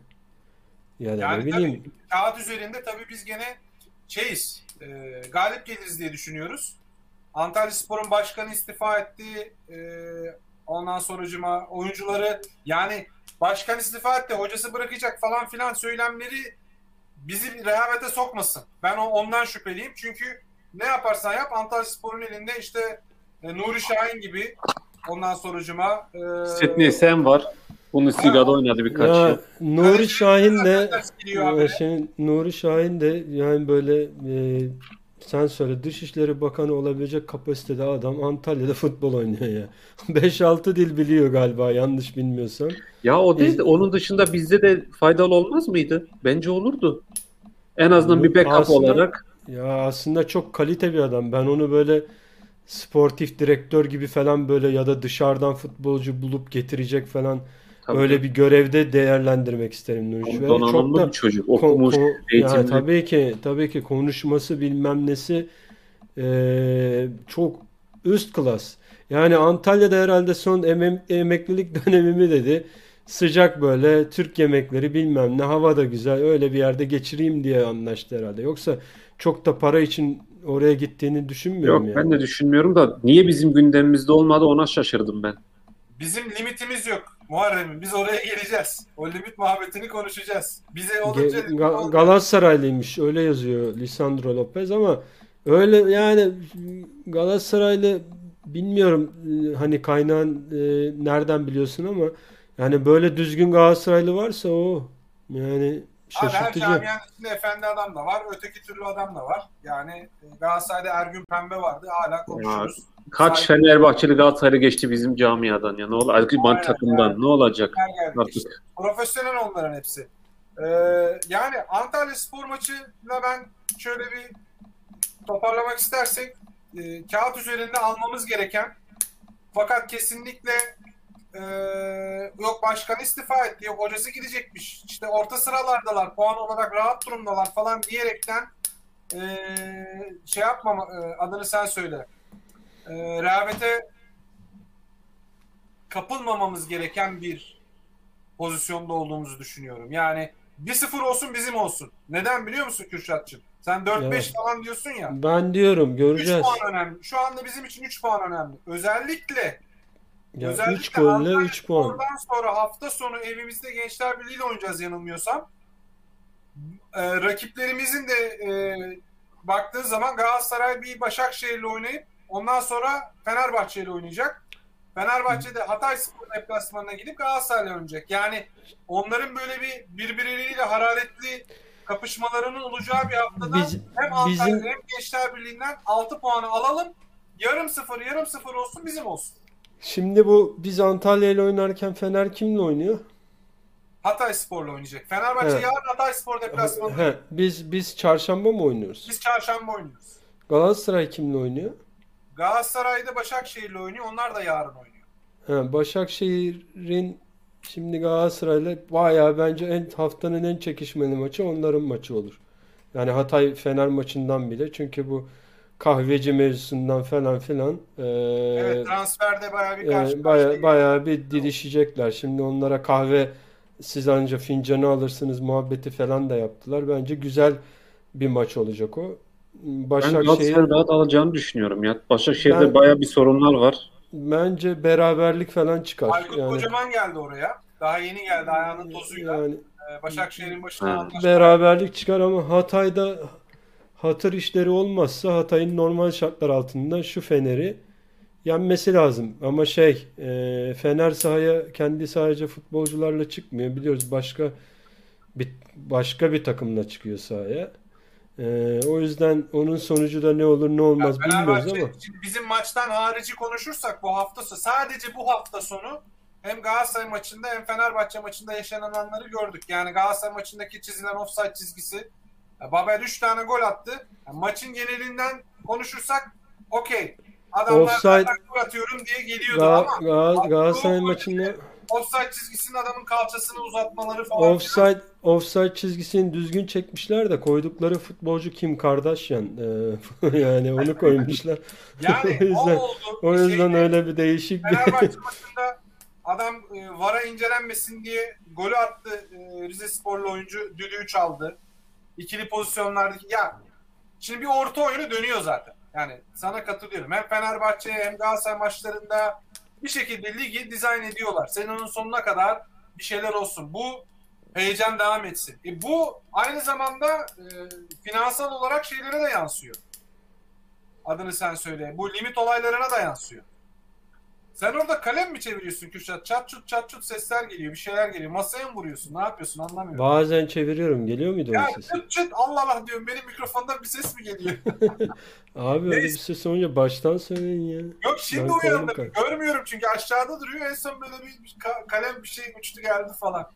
Ya da ne Yani tabii bileyim. kağıt üzerinde tabii biz gene şeyiz. E, galip geliriz diye düşünüyoruz. Antalyaspor'un başkanı istifa etti. E, ondan sonracıma oyuncuları, yani başkan istifa etti, hocası bırakacak falan filan söylemleri bizi rehavete sokmasın. Ben o- ondan şüpheliyim. Çünkü ne yaparsan yap Antalyaspor'un elinde işte e, Nuri Şahin gibi, ondan sonracıma e, Sydney Sen var. Bundesliga'da oynadı birkaç yıl. Ya Nuri kaleciler Şahin zaten de ters geliyor e, habere. şey, Nuri Şahin de yani böyle e, sen söyle Dışişleri Bakanı olabilecek kapasitede adam Antalya'da futbol oynuyor ya. beş altı dil biliyor galiba yanlış bilmiyorsam. Ya o değil de E, onun dışında bizde de faydalı olmaz mıydı? Bence olurdu. En azından bir backup aslında olarak. ya aslında çok kalite bir adam. Ben onu böyle sportif direktör gibi falan böyle ya da dışarıdan futbolcu bulup getirecek falan Tabii öyle canım. bir görevde değerlendirmek isterim Nuriş ve çok Donanımlı bir da çocuk. ko- Okumuş, ko- ya eğitimli. tabii ki tabii ki konuşması bilmem nesi eee, çok üst klas. Yani Antalya'da herhalde son emem- emeklilik dönemimi dedi. Sıcak böyle Türk yemekleri bilmem ne hava da güzel öyle bir yerde geçireyim diye anlaştı herhalde. Yoksa çok da para için oraya gittiğini düşünmüyorum Yok, ben yani. de düşünmüyorum da niye bizim gündemimizde olmadı ona şaşırdım ben. Bizim limitimiz yok Muharrem'im. Biz oraya geleceğiz. O limit muhabbetini konuşacağız. Bize olunca Ge- limit Ga- olmuyor. Galatasaraylıymış öyle yazıyor Lisandro Lopez ama öyle yani Galatasaraylı bilmiyorum e, hani kaynağın e, nereden biliyorsun ama yani böyle düzgün Galatasaraylı varsa o yani Abi her şaşırtıcı. camianın içinde efendi adam da var. Öteki türlü adam da var. Yani e, Galatasaray'da Ergün Pembe vardı. Hala Ya, konuşuruz. kaç Saygı Fenerbahçeli Galatasaray'ı geçti bizim camiadan ya. Ne olacak? aynen yani. Takımdan ne olacak Her geldik işte. artık? Profesyonel onların hepsi. Ee, yani Antalya Spor maçıyla ben şöyle bir toparlamak istersek e, kağıt üzerinde almamız gereken, fakat kesinlikle e, yok başkan istifa etti, yok hocası gidecekmiş, işte orta sıralardalar, puan olarak rahat durumdalar falan diyerekten e, şey yapmama, e, adını sen söyle, e, rehavete kapılmamamız gereken bir pozisyonda olduğumuzu düşünüyorum. Yani bir sıfır olsun bizim olsun. Neden biliyor musun Kürşatçığım? Sen dört beş Evet. falan diyorsun ya. Ben diyorum üç göreceğiz. puan önemli. Şu anda bizim için üç puan önemli. Özellikle Ya üç özellikle golle Antalya üç puan. Spor'dan sonra hafta sonu evimizde Gençler Birliği ile oynayacağız yanılmıyorsam. Ee, rakiplerimizin de e, baktığın zaman Galatasaray bir Başakşehir'le oynayıp ondan sonra Fenerbahçe ile oynayacak. Fenerbahçe'de Hatayspor deplasmanına gidip Galatasaray'la oynayacak. Yani onların böyle bir birbirleriyle hararetli kapışmalarının olacağı bir haftada Biz, hem Antalya bizim hem Gençler Birliği'nden altı puanı alalım. Yarım sıfır yarım sıfır olsun bizim olsun. şimdi bu biz Antalya ile oynarken Fener kimle oynuyor? Hatayspor'la oynayacak. Fenerbahçe He. yarın Hatayspor deplasmanında. He, biz biz çarşamba mı oynuyoruz? Biz çarşamba oynuyoruz. Galatasaray kimle oynuyor? Galatasaray'da Başakşehir'le oynuyor. Onlar da yarın oynuyor. He, Başakşehir'in şimdi Galatasaray'la bayağı bence en haftanın en çekişmeli maçı onların maçı olur. Yani Hatay Fener maçından bile çünkü bu kahveci mevzusundan falan filan Evet, eee transferde bayağı bir e, karşı baya, karşıya bayağı bir didişecekler. Şimdi onlara kahve siz anca fincanı alırsınız muhabbeti falan da yaptılar. Bence güzel bir maç olacak o. Ben Başakşehir Galatasaray'ın rahat alacağını düşünüyorum ya. Başakşehir'de ben bayağı bir sorunlar var. bence beraberlik falan çıkar. Aykut Yani Kocaman geldi oraya. Daha yeni geldi ayağının tozuyla. yani Ee, Başakşehir'in başına Ha. anlaşma. beraberlik çıkar ama Hatay'da hatır işleri olmazsa Hatay'ın normal şartlar altında şu Fener'i yenmesi lazım. Ama şey e, Fener sahaya kendi sadece futbolcularla çıkmıyor. Biliyoruz başka bir başka bir takımla çıkıyor sahaya. E, o yüzden onun sonucu da ne olur ne Ya olmaz bilmiyoruz Fenerbahçe, ama şimdi bizim maçtan harici konuşursak bu hafta sonu, sadece bu hafta sonu hem Galatasaray maçında hem Fenerbahçe maçında yaşananları gördük. Yani Galatasaray maçındaki çizilen ofsayt çizgisi. Ya Babel üç tane gol attı. Ya maçın genelinden konuşursak okey. Adamlar offside zaten gol atıyorum diye geliyordu Ga- ama Ga- attığı Galatasaray o maçında golde offside çizgisinin adamın kalçasını uzatmaları falan filan. offside offside çizgisini düzgün çekmişler de koydukları futbolcu Kim Kardashian. E, yani onu koymuşlar. O Yani o yüzden oldu. o yüzden Şeyde, öyle bir değişik bir Fenerbahçe maçında adam e, VAR'a incelenmesin diye golü attı. E, Rize Sporlu oyuncu düdüğü çaldı. İkili pozisyonlardaki ya şimdi bir orta oyunu dönüyor zaten. Yani sana katılıyorum. Hem Fenerbahçe hem Galatasaray maçlarında bir şekilde ligi dizayn ediyorlar. Senenin sonuna kadar bir şeyler olsun. Bu heyecan devam etsin. E, bu aynı zamanda e, finansal olarak şeylere de yansıyor. Adını sen söyle. Bu limit olaylarına da yansıyor. Sen orada kalem mi çeviriyorsun Kürşat? Çat çut çat çut sesler geliyor. Bir şeyler geliyor. Masaya mı vuruyorsun? Ne yapıyorsun? Anlamıyorum. Bazen çeviriyorum. Geliyor muydu Ya onun sesi? çıt çıt Allah Allah diyorum. Benim mikrofondan bir ses mi geliyor? Abi öyle bir Neyse. ses olunca baştan söyleyin ya. Yok şimdi Ben koydum uyandım. kalem. Görmüyorum çünkü aşağıda duruyor. En son böyle bir ka- kalem bir şey uçtu geldi falan.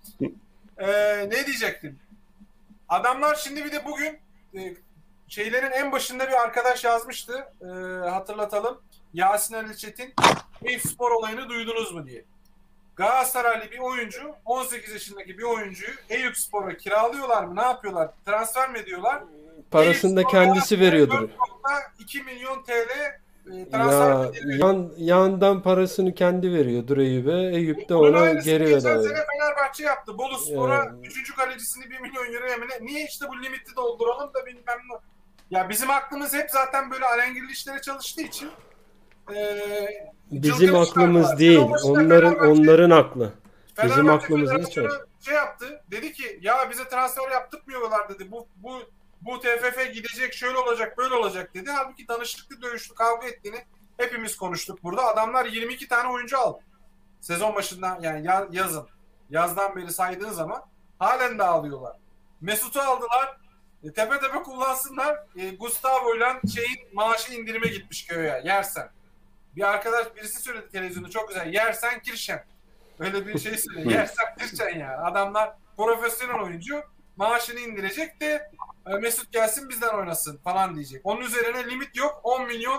Ee, ne diyecektim? Adamlar şimdi bir de bugün e, şeylerin en başında bir arkadaş yazmıştı. E, hatırlatalım. Yasin Ali Çetin. Eyüp Spor olayını duydunuz mu diye. Galatasaraylı bir oyuncu, on sekiz yaşındaki bir oyuncuyu Eyüp Spor'a kiralıyorlar mı? Ne yapıyorlar? Transfer mi ediyorlar? Parasını da Eyüp Spor'a kendisi veriyordur. dört nokta iki milyon T L e, transfer Ya bedeli. yan, yandan parasını kendi veriyordur Eyüp'e. Eyüp de Bunun ona aynısını geri geçen veriyor. sene Fenerbahçe yaptı. Bolu Spor'a Ya, üçüncü kalecisini bir milyon euroya mı ne? Niye işte bu limiti dolduralım da bilmem ne. Ya bizim aklımız hep zaten böyle alengirli işlere çalıştığı için e, bizim cılkını aklımız çıkardılar. değil. Sezon başında Onların Fenerbahçe onların aklı. Bizim Fenerbahçe aklımız ne Federasyonu çalışıyor? şey yaptı. Dedi ki ya bize transfer yaptırmıyorlar dedi. Bu bu bu T F F gidecek şöyle olacak böyle olacak dedi. Halbuki danışıklı dövüşlü kavga ettiğini hepimiz konuştuk burada. Adamlar yirmi iki tane oyuncu aldı. Sezon başından yani ya- yazın. Yazdan beri saydığın zaman halen de alıyorlar. Mesut'u aldılar. E, tepe tepe kullansınlar. E, Gustavo'yla şeyin maaşı indirime gitmiş köye. Yersen. Bir arkadaş birisi söyledi televizyonda çok güzel. Yersen Kirşen. Öyle bir şey söylüyor. Yersen Kirşen yani. Adamlar profesyonel oyuncu. Maaşını indirecek de e, Mesut gelsin bizden oynasın falan diyecek. Onun üzerine limit yok. on milyon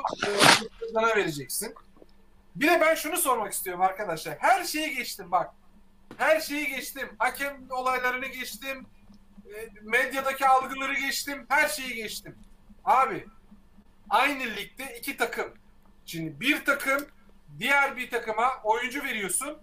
e, vereceksin. Bir de ben şunu sormak istiyorum arkadaşlar. Her şeyi geçtim bak. Her şeyi geçtim. Hakem olaylarını geçtim. E, medyadaki algıları geçtim. Her şeyi geçtim. Abi aynı ligde iki takım. Şimdi bir takım diğer bir takıma oyuncu veriyorsun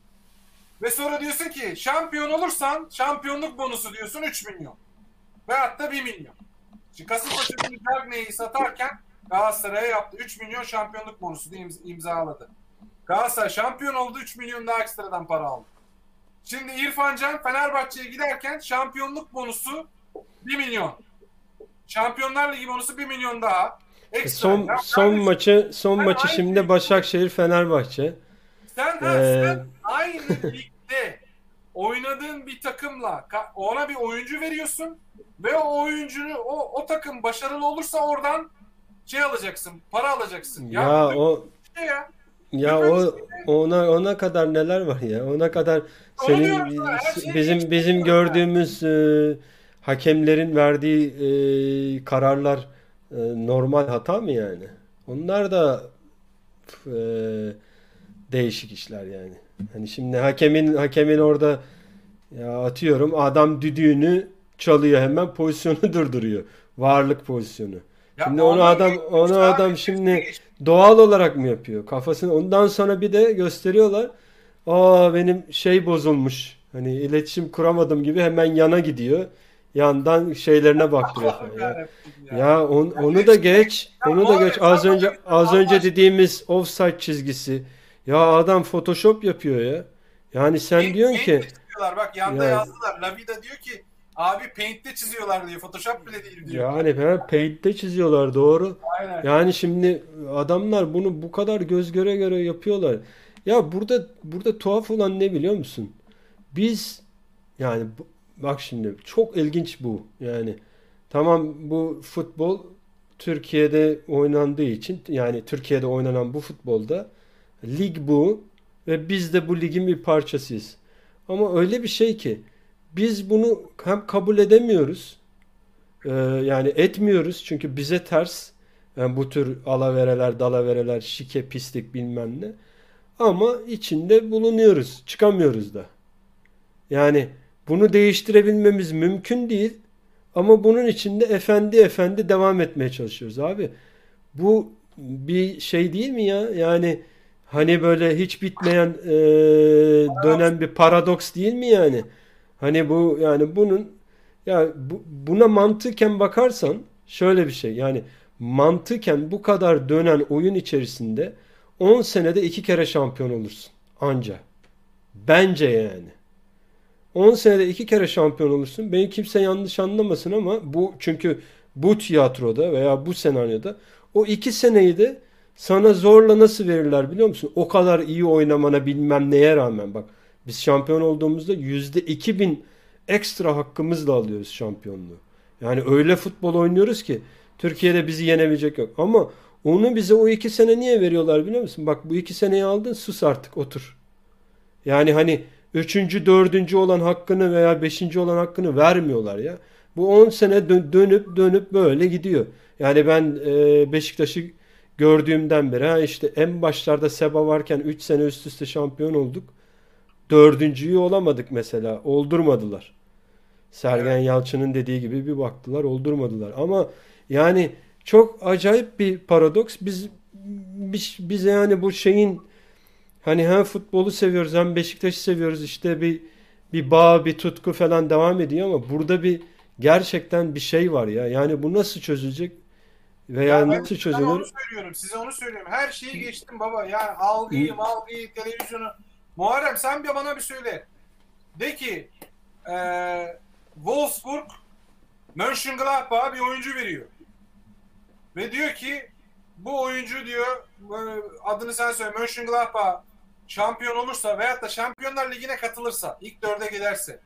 ve sonra diyorsun ki şampiyon olursan şampiyonluk bonusu diyorsun üç milyon veyahut da bir milyon. Şimdi Kasımpaşa Cagney'i satarken Galatasaray'a yaptı. üç milyon şampiyonluk bonusu diye imz- imzaladı. Galatasaray şampiyon oldu, üç milyon daha ekstradan para aldı. Şimdi İrfan Can Fenerbahçe'ye giderken şampiyonluk bonusu bir milyon. Şampiyonlar Ligi bonusu bir milyon daha. Ekstra. Son Ya son kardeşim, maçı son ben maçı aynı şimdi ligde- Başakşehir Fenerbahçe. Sen, ha, Ee, sen aynı ligde oynadığın bir takımla ka- ona bir oyuncu veriyorsun ve o oyuncunu o, o takım başarılı olursa oradan şey alacaksın, para alacaksın. Ya, Ya bu o şey ya. ya o ona ona kadar neler var ya. Ona kadar Onu diyorum senin sana, her şeyi bizim geçtim bizim diyorum gördüğümüz e, hakemlerin verdiği e, kararlar e, normal hata mı yani? Onlar da e, değişik işler yani. Hani şimdi hakemin hakemin orada ya atıyorum adam düdüğünü çalıyor, hemen pozisyonu durduruyor. Varlık pozisyonu. Ya Şimdi onu ondan adam geçmiş onu abi, adam şimdi doğal olarak mı yapıyor? Kafasını ondan sonra bir de gösteriyorlar. Aa benim şey bozulmuş. Hani iletişim kuramadım gibi hemen yana gidiyor. Yandan şeylerine baktırıyor falan Allah'ım ya. yarabbim ya. Ya on- Ya onu da geçtim. geç. Ya Onu da Muharrem, geç. Az sen önce bana- az Allah önce aşkına. dediğimiz offside çizgisi. Ya adam Photoshop yapıyor ya. Yani sen Paint- diyorsun ki Paint'te çiziyorlar. Bak yanda Ya- yazdılar. Lavida diyor ki abi Paint'te çiziyorlar diyor. Photoshop bile değil diyor. yani ben Paint'te çiziyorlar, doğru. Aynen. Yani şimdi adamlar bunu bu kadar göz göre göre yapıyorlar. Ya burada burada tuhaf olan ne biliyor musun? Biz yani bu- bak şimdi çok ilginç bu. Yani tamam, bu futbol Türkiye'de oynandığı için, yani Türkiye'de oynanan bu futbolda lig bu ve biz de bu ligin bir parçasıyız. Ama öyle bir şey ki biz bunu hem kabul edemiyoruz, e, yani etmiyoruz çünkü bize ters. Yani bu tür alavereler, dalavereler, şike, pislik bilmem ne. Ama içinde bulunuyoruz, çıkamıyoruz da. Yani bunu değiştirebilmemiz mümkün değil. Ama bunun içinde efendi efendi devam etmeye çalışıyoruz abi. Bu bir şey değil mi ya? Yani hani böyle hiç bitmeyen e, dönen bir paradoks değil mi yani? Hani bu, yani bunun, ya bu, buna mantıken bakarsan şöyle bir şey. Yani mantıken bu kadar dönen oyun içerisinde on senede iki kere şampiyon olursun anca. Bence yani. on senede iki kere şampiyon olursun. Beni kimse yanlış anlamasın ama bu, çünkü bu tiyatroda veya bu senaryoda o iki seneyi de sana zorla nasıl verirler biliyor musun? O kadar iyi oynamana bilmem neye rağmen bak, biz şampiyon olduğumuzda yüzde iki bin ekstra hakkımızla alıyoruz şampiyonluğu. Yani öyle futbol oynuyoruz ki Türkiye'de bizi yenebilecek yok. Ama onu bize o iki sene niye veriyorlar biliyor musun? Bak, bu iki seneyi aldın, sus artık, otur. Yani hani üçüncü, dördüncü olan hakkını veya beşinci olan hakkını vermiyorlar ya. Bu on sene dö- dönüp dönüp böyle gidiyor. Yani ben e, Beşiktaş'ı gördüğümden beri, ha işte en başlarda Seba varken üç sene üst üste şampiyon olduk. Dördüncüyü olamadık mesela. Oldurmadılar. Sergen Yalçın'ın dediği gibi bir baktılar, oldurmadılar. Ama yani çok acayip bir paradoks. Biz biz, biz yani bu şeyin, hani hem futbolu seviyoruz hem Beşiktaş'ı seviyoruz. İşte bir bir bağ, bir tutku falan devam ediyor ama burada bir gerçekten bir şey var ya. Yani bu nasıl çözülecek veya Ya ben nasıl size onu çözülür? söylüyorum. Size onu söylüyorum. Her şeyi geçtim baba. Yani algıyı, malgıyı, televizyonu. Muharrem sen bir bana bir söyle. De ki eee Wolfsburg Mönchengladbach'a bir oyuncu veriyor. Ve diyor ki bu oyuncu diyor, adını sen söyle, Mönchengladbach şampiyon olursa veyahut da Şampiyonlar Ligi'ne katılırsa, ilk dörde giderse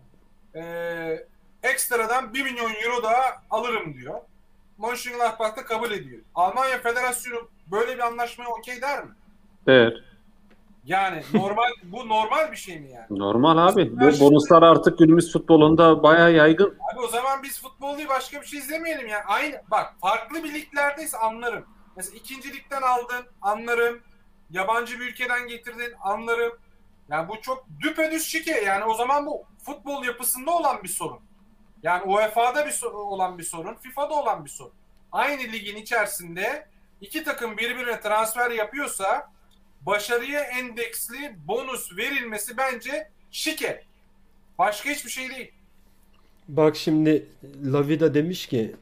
eee ekstradan bir milyon euro daha alırım diyor. Mönchengladbach da kabul ediyor. Almanya Federasyonu böyle bir anlaşmaya okey der mi? Der. Yani normal, bu normal bir şey mi yani? Normal abi. Bu bonuslar artık günümüz futbolunda bayağı yaygın. Abi o zaman biz futbol değil başka bir şey izlemeyelim ya. Aynı bak, farklı bir liglerdeyiz, anlarım. Mesela ikinci ligden aldın, anlarım. Yabancı bir ülkeden getirdin, anlarım. Yani bu çok düpedüz şike. Yani o zaman bu futbol yapısında olan bir sorun. Yani U E F A'da bir sorun, olan bir sorun, FIFA'da olan bir sorun. Aynı ligin içerisinde iki takım birbirine transfer yapıyorsa başarıya endeksli bonus verilmesi bence şike. Başka hiçbir şey değil. Bak şimdi Lavida demiş ki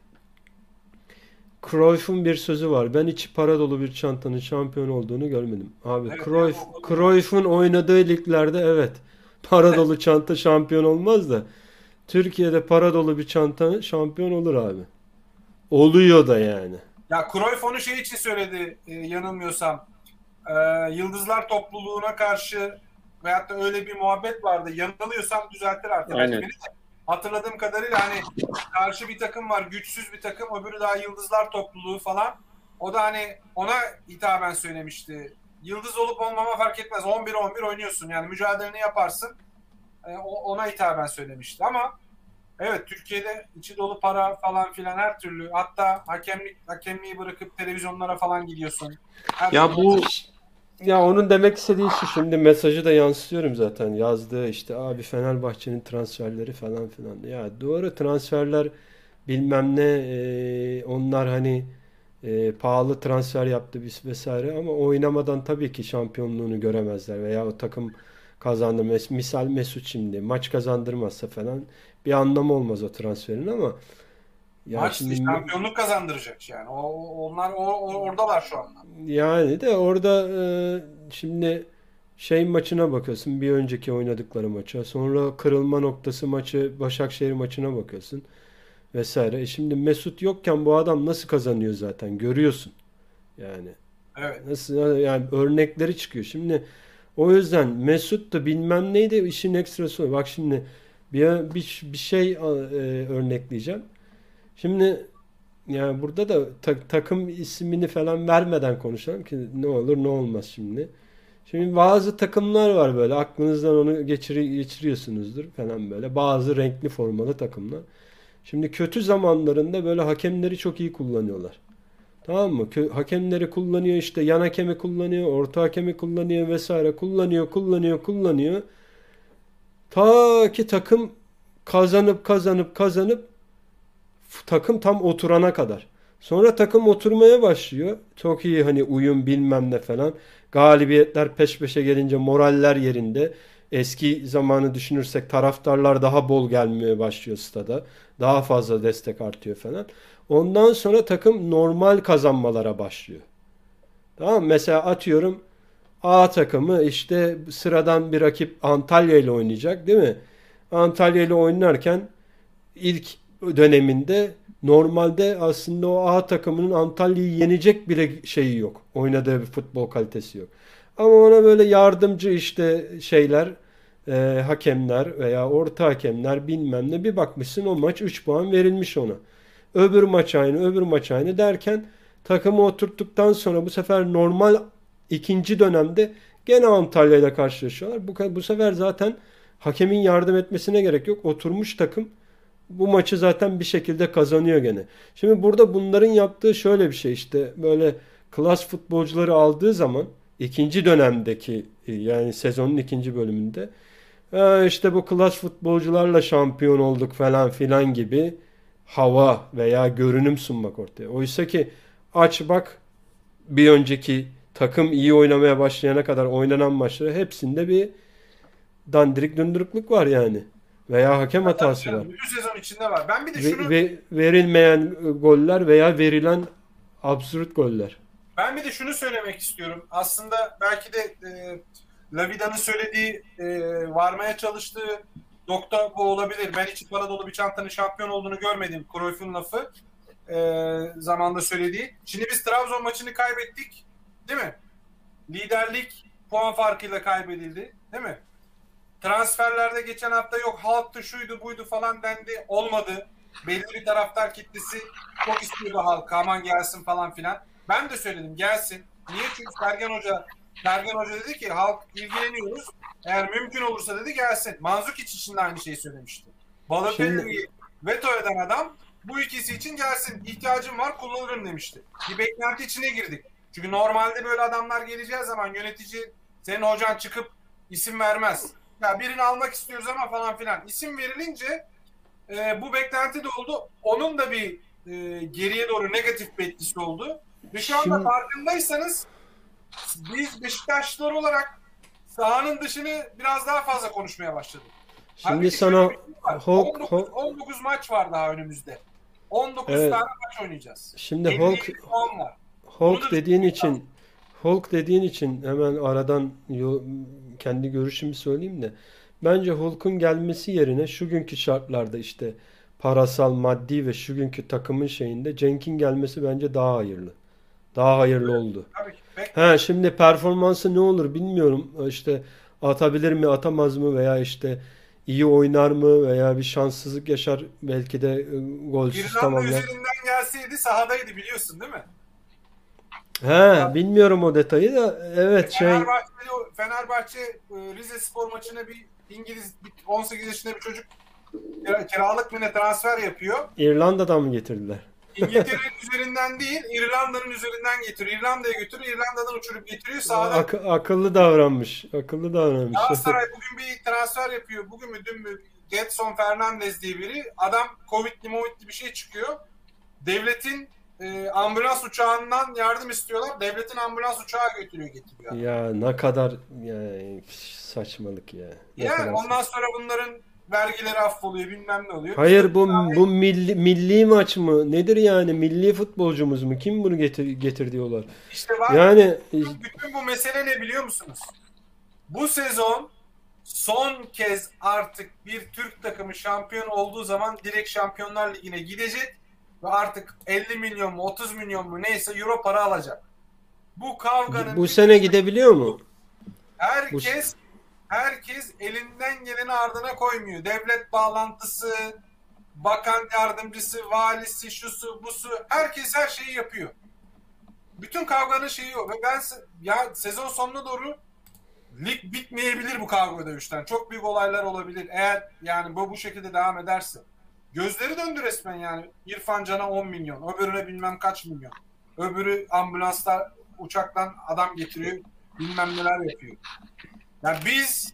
Cruyff'un bir sözü var. Ben içi para dolu bir çantanın şampiyon olduğunu görmedim. Abi Evet, Cruyff, evet, o- Cruyff'un oynadığı liglerde evet para dolu çanta şampiyon olmaz da Türkiye'de para dolu bir çanta şampiyon olur abi. Oluyor da yani. Ya Cruyff onu şey için söyledi e, yanılmıyorsam. E, Yıldızlar topluluğuna karşı veyahut da öyle bir muhabbet vardı. Yanılıyorsam düzeltir arkadaş Aynen. beni de. Hatırladığım kadarıyla hani karşı bir takım var, güçsüz bir takım, öbürü daha Yıldızlar topluluğu falan. O da hani ona hitaben söylemişti. Yıldız olup olmama fark etmez. on bir on bir oynuyorsun yani mücadeleni yaparsın. E, o- ona hitaben söylemişti ama evet, Türkiye'de içi dolu para falan filan her türlü. Hatta hakemlik hakemliği bırakıp televizyonlara falan gidiyorsun. Her Ya türlü- bu Ya onun demek istediği şu, şimdi mesajı da yansıtıyorum zaten yazdığı işte abi Fenerbahçe'nin transferleri falan filan. Ya doğru, transferler bilmem ne, e, onlar hani e, pahalı transfer yaptı biz vesaire ama oynamadan tabii ki şampiyonluğunu göremezler veya o takım kazandı. Mes- Misal Mesut şimdi maç kazandırmazsa falan bir anlamı olmaz o transferin ama ya maç şimdi şampiyonluk kazandıracak yani. O, o- onlar o, o- oradalar şu anda. yani de orada e, şimdi şey maçına bakıyorsun, bir önceki oynadıkları maça, sonra kırılma noktası maçı, Başakşehir maçına bakıyorsun vesaire. E şimdi Mesut yokken bu adam nasıl kazanıyor zaten görüyorsun. Yani Evet. nasıl, yani örnekleri çıkıyor. Şimdi o yüzden Mesut da bilmem neydi işin ekstrası. Bak şimdi bir bir, bir şey e, örnekleyeceğim. Şimdi yani burada da ta- takım ismini falan vermeden konuşalım ki ne olur ne olmaz şimdi. Şimdi bazı takımlar var böyle aklınızdan onu geçiri, geçiriyorsunuzdur falan böyle. Bazı renkli formalı takımlar. Şimdi kötü zamanlarında böyle hakemleri çok iyi kullanıyorlar. Tamam mı? Kö- hakemleri kullanıyor işte, yan hakemi kullanıyor, orta hakemi kullanıyor vesaire, kullanıyor, kullanıyor, kullanıyor. Ta ki takım kazanıp kazanıp kazanıp takım tam oturana kadar. Sonra takım oturmaya başlıyor. Çok iyi hani uyum bilmem ne falan. Galibiyetler peş peşe gelince moraller yerinde. Eski zamanı düşünürsek taraftarlar daha bol gelmeye başlıyor stada. Daha fazla destek artıyor falan. Ondan sonra takım normal kazanmalara başlıyor. Tamam mı? Mesela atıyorum A takımı işte sıradan bir rakip Antalya ile oynayacak değil mi? Antalya ile oynarken ilk döneminde normalde aslında o A takımının Antalya'yı yenecek bile şeyi yok. Oynadığı bir futbol kalitesi yok. Ama ona böyle yardımcı işte şeyler, e, hakemler veya orta hakemler bilmem ne, bir bakmışsın o maç üç puan verilmiş ona. Öbür maç aynı, öbür maç aynı derken takımı oturttuktan sonra bu sefer normal ikinci dönemde gene Antalya ile karşılaşıyorlar. Bu, bu sefer zaten hakemin yardım etmesine gerek yok. Oturmuş takım bu maçı zaten bir şekilde kazanıyor gene. Şimdi burada bunların yaptığı şöyle bir şey, işte böyle klas futbolcuları aldığı zaman ikinci dönemdeki yani sezonun ikinci bölümünde "Ha işte bu klas futbolcularla şampiyon olduk" falan filan gibi hava veya görünüm sunmak ortaya. Oysa ki aç bak, bir önceki takım iyi oynamaya başlayana kadar oynanan maçları hepsinde bir dandirik dunduruk var yani. Veya hakem hatası var. Bütün sezon içinde var. Ben bir de Ve, şunu ve verilmeyen goller veya verilen absürt goller. ben bir de şunu söylemek istiyorum. Aslında belki de e, Lavida'nın söylediği, e, varmaya çalıştığı nokta bu olabilir. Ben içi para dolu bir çantanın şampiyon olduğunu görmedim. Cruyff'un lafı e, zamanda söylediği. Şimdi biz Trabzon maçını kaybettik, değil mi? Liderlik puan farkıyla kaybedildi, değil mi? Transferlerde geçen hafta yok halktı, şuydu buydu falan dendi. Olmadı. Belli bir taraftar kitlesi çok istiyordu halka, aman gelsin falan filan. Ben de söyledim gelsin. Niye? Çünkü Sergen Hoca Sergen Hoca dedi ki halk ilgileniyoruz. Eğer mümkün olursa dedi gelsin. Manzukic için de aynı şeyi söylemişti. Balotelli'yi veto eden adam bu ikisi için gelsin. İhtiyacım var, kullanırım demişti. Bir beklenti içine girdik. Çünkü normalde böyle adamlar geleceği zaman yönetici, senin hocan çıkıp isim vermez. Ya birini almak istiyoruz ama falan filan. İsim verilince e, bu beklenti de oldu. Onun da bir e, geriye doğru negatif bir etkisi oldu. Ve şu anda Şimdi- farkındaysanız biz Beşiktaşlılar olarak sahanın dışını biraz daha fazla konuşmaya başladık. Şimdi Halbuki sana şöyle bir şey var. Hulk, on dokuz, Hulk- on dokuz maç var daha önümüzde. on dokuz Evet. tane maç oynayacağız. Şimdi elli Hulk yedi puan var. Bunu Hulk da dediğin düşünmek için Hulk dediğin için hemen aradan yo- kendi görüşümü söyleyeyim de bence Hulk'un gelmesi yerine şu günkü şartlarda işte parasal, maddi ve şu günkü takımın şeyinde Cenk'in gelmesi bence daha hayırlı. Daha hayırlı oldu. Tabii ki. Bek- Ha şimdi performansı ne olur bilmiyorum. İşte atabilir mi, atamaz mı veya işte iyi oynar mı veya bir şanssızlık yaşar belki de e, golsüz İrlanda tamamlar. üzerinden gelseydi sahadaydı biliyorsun değil mi? He, bilmiyorum o detayı da evet şey Fenerbahçe, Fenerbahçe e, Rize Spor maçına bir İngiliz bir on sekiz yaşında bir çocuk kira- kiralık mı ne transfer yapıyor. İrlanda'dan mı getirdiler? İngiltere'nin üzerinden değil, İrlanda'nın üzerinden getiriyor. İrlanda'ya götürüyor, İrlanda'dan uçurup getiriyor. Sahada Ak- akıllı davranmış. Akıllı davranmış. Galatasaray bugün bir transfer yapıyor. Bugün mü dün mü Gedson Fernandes diye biri. Adam Covid'li Movid'li bir şey çıkıyor. Devletin e, ambulans uçağından yardım istiyorlar. Devletin ambulans uçağı götürüyor getiriyor. Ya ne kadar ya, saçmalık ya. Ne Yani kadar ondan sonra bunların vergileri affoluyor, bilmem ne oluyor. Hayır bu bu milli, milli maç mı? Nedir yani? Milli futbolcumuz mu? Kim bunu getir, getir diyorlar. İşte var. Yani Bütün, bütün bu mesele ne biliyor musunuz? Bu sezon son kez artık bir Türk takımı şampiyon olduğu zaman direkt Şampiyonlar Ligi'ne gidecek ve artık elli milyon mu otuz milyon mu neyse euro para alacak. Bu kavganın bu sene gidebiliyor mu? herkes herkes elinden geleni ardına koymuyor. Devlet bağlantısı, bakan yardımcısı, valisi, şusu, busu herkes her şeyi yapıyor. Bütün kavganın şeyi o. Ve ben se- ya sezon sonuna doğru lig bitmeyebilir bu kavga dövüşten. Çok büyük olaylar olabilir. Eğer yani bu bu şekilde devam ederse. Gözleri döndü resmen yani. İrfan Can'a on milyon. Öbürüne bilmem kaç milyon. Öbürü ambulansla uçaktan adam getiriyor. Bilmem neler yapıyor. Yani biz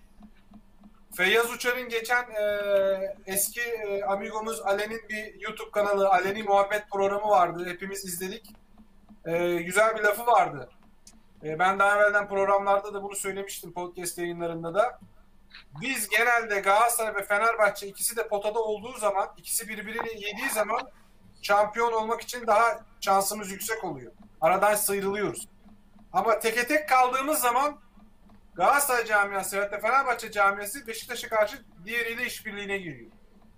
Feyyaz Uçar'ın geçen e, eski e, amigomuz Alen'in bir YouTube kanalı Alen'i Muhabbet programı vardı. Hepimiz izledik. E, güzel bir lafı vardı. E, ben daha evvelden programlarda da bunu söylemiştim podcast yayınlarında da. Biz genelde Galatasaray ve Fenerbahçe ikisi de potada olduğu zaman, ikisi birbirini yediği zaman şampiyon olmak için daha şansımız yüksek oluyor. Aradan sıyrılıyoruz. Ama teke tek kaldığımız zaman Galatasaray camiası ve Fenerbahçe camiası Beşiktaş'a karşı diğeriyle işbirliğine giriyor.